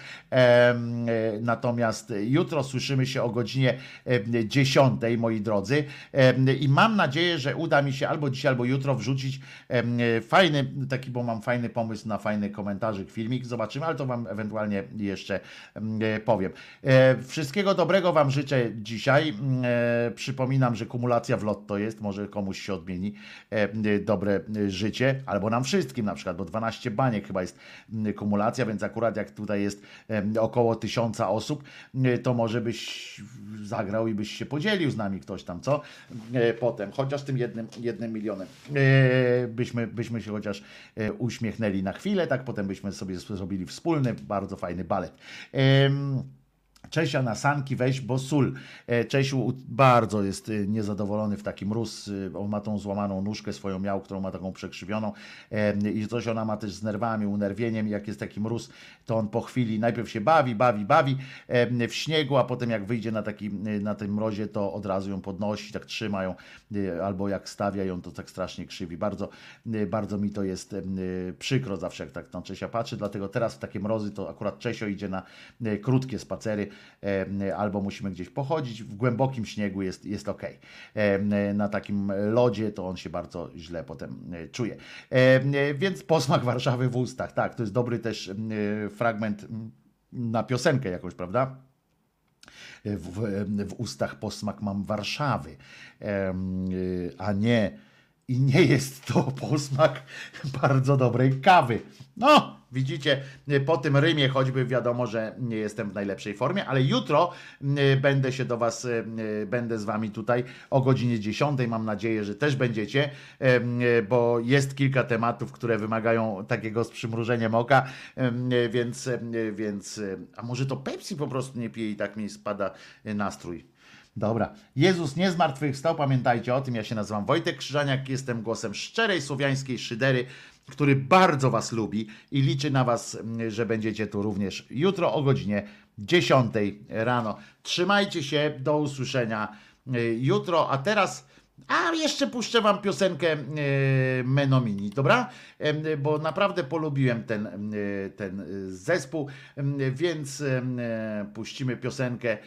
S1: natomiast jutro słyszymy się o godzinie dziesiątej, moi drodzy, i mam nadzieję, że uda mi się albo dzisiaj, albo jutro wrzucić fajny, taki, bo mam fajny pomysł na fajny komentarzyk, filmik, zobaczymy, ale to wam ewentualnie jeszcze powiem. Wszystkiego dobrego wam życzę dzisiaj. Przypominam, że kumulacja w lotto jest, może komuś się odmieni dobre życie, albo nam wszystkim na przykład, bo dwanaście baniek chyba jest kumulacja, więc akurat jak tutaj jest około tysiąca osób, to może byś zagrał i byś się podzielił z nami ktoś tam, co? Potem, chociaż tym jednym, jednym milionem byśmy, byśmy się chociaż uśmiechnęli na chwilę, tak potem byśmy sobie zrobili wspólny, bardzo fajny balet. Czesia na sanki weź, bo sól. Czesiu bardzo jest niezadowolony w taki mróz. On ma tą złamaną nóżkę swoją miał, którą ma taką przekrzywioną i coś ona ma też z nerwami, unerwieniem. Jak jest taki mróz, to on po chwili najpierw się bawi, bawi, bawi w śniegu, a potem jak wyjdzie na, taki, na tym mrozie, to od razu ją podnosi, tak trzyma ją, albo jak stawia ją, to tak strasznie krzywi. Bardzo, bardzo mi to jest przykro zawsze, jak tak na Czesia patrzy, dlatego teraz w takie mrozy to akurat Czesio idzie na krótkie spacery, albo musimy gdzieś pochodzić, w głębokim śniegu jest, jest ok. Na takim lodzie to on się bardzo źle potem czuje. Więc posmak Warszawy w ustach. Tak, to jest dobry też fragment na piosenkę jakąś, prawda? W, w ustach posmak mam Warszawy, a nie i nie jest to posmak bardzo dobrej kawy. No, widzicie, po tym rymie choćby wiadomo, że nie jestem w najlepszej formie, ale jutro będę się do was, będę z wami tutaj o godzinie dziesiątej. Mam nadzieję, że też będziecie, bo jest kilka tematów, które wymagają takiego z przymrużeniem oka, więc, więc a może to Pepsi po prostu nie pije i tak mi spada nastrój. Dobra. Jezus nie zmartwychwstał, pamiętajcie o tym. Ja się nazywam Wojtek Krzyżaniak, jestem głosem szczerej słowiańskiej szydery, który bardzo was lubi i liczy na was, że będziecie tu również jutro o godzinie dziesiątej rano. Trzymajcie się, do usłyszenia jutro, a teraz a jeszcze puszczę wam piosenkę Menomini, dobra? Bo naprawdę polubiłem ten, ten zespół, więc puścimy piosenkę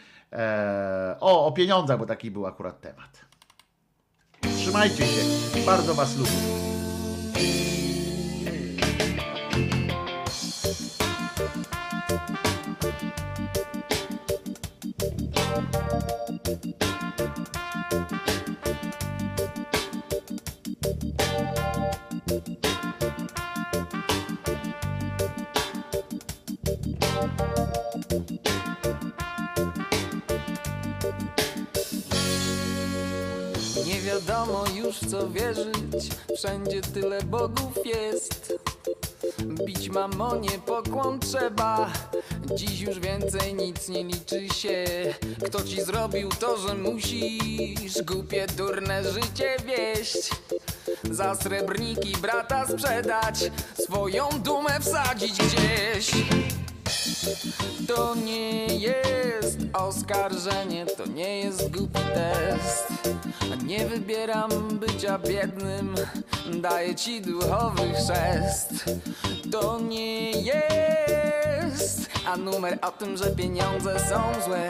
S1: o, o pieniądzach, bo taki był akurat temat. Trzymajcie się, bardzo was lubię.
S2: Nie wiadomo już w co wierzyć, wszędzie tyle bogów jest. Bić mamonie pokłon trzeba, dziś już więcej nic nie liczy się. Kto ci zrobił to, że musisz głupie, durne życie wieść? Za srebrniki brata sprzedać, swoją dumę wsadzić gdzieś. To nie jest oskarżenie, to nie jest głupi test. Nie wybieram bycia biednym, daję ci duchowy chrzest. To nie jest, a numer o tym, że pieniądze są złe.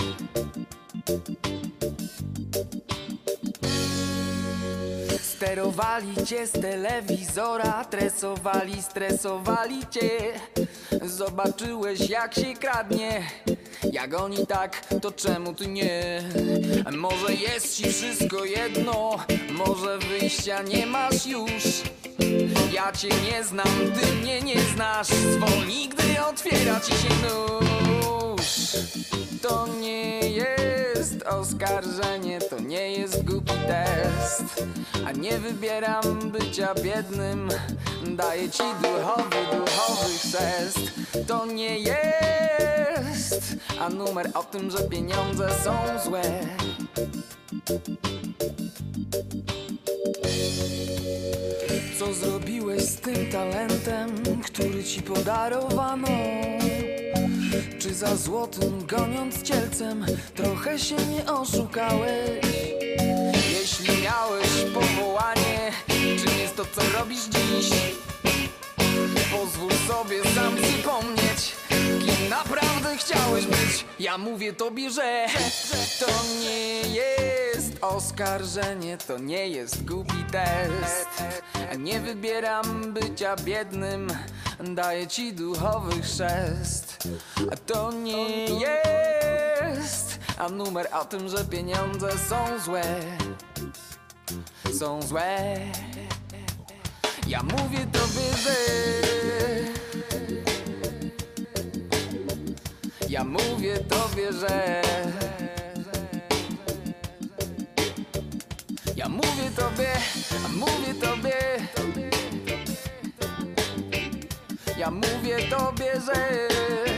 S2: Sterowali cię z telewizora, tresowali, stresowali cię. Zobaczyłeś jak się kradnie, jak oni tak, to czemu ty nie? Może jest ci wszystko jedno, może wyjścia nie masz już. Ja cię nie znam, ty mnie nie znasz, zwolnij, gdy otwiera ci się nóż. To nie jest oskarżenie, to nie jest głupi test. A nie wybieram bycia biednym, daję ci duchowy, duchowy chrzest. To nie jest, a numer o tym, że pieniądze są złe. Co zrobiłeś z tym talentem, który ci podarowano? Czy za złotym goniąc cielcem trochę się nie oszukałeś? Jeśli miałeś powołanie, czym jest to, co robisz dziś? Pozwól sobie sam przypomnieć, kim naprawdę chciałeś być. Ja mówię tobie, że to nie jest oskarżenie, to nie jest głupi test. Nie wybieram bycia biednym, daję ci duchowy chrzest. A to nie jest a numer o tym, że pieniądze są złe, są złe. Ja mówię tobie, że ja mówię tobie, że ja mówię tobie, mówię tobie, ja mówię tobie, że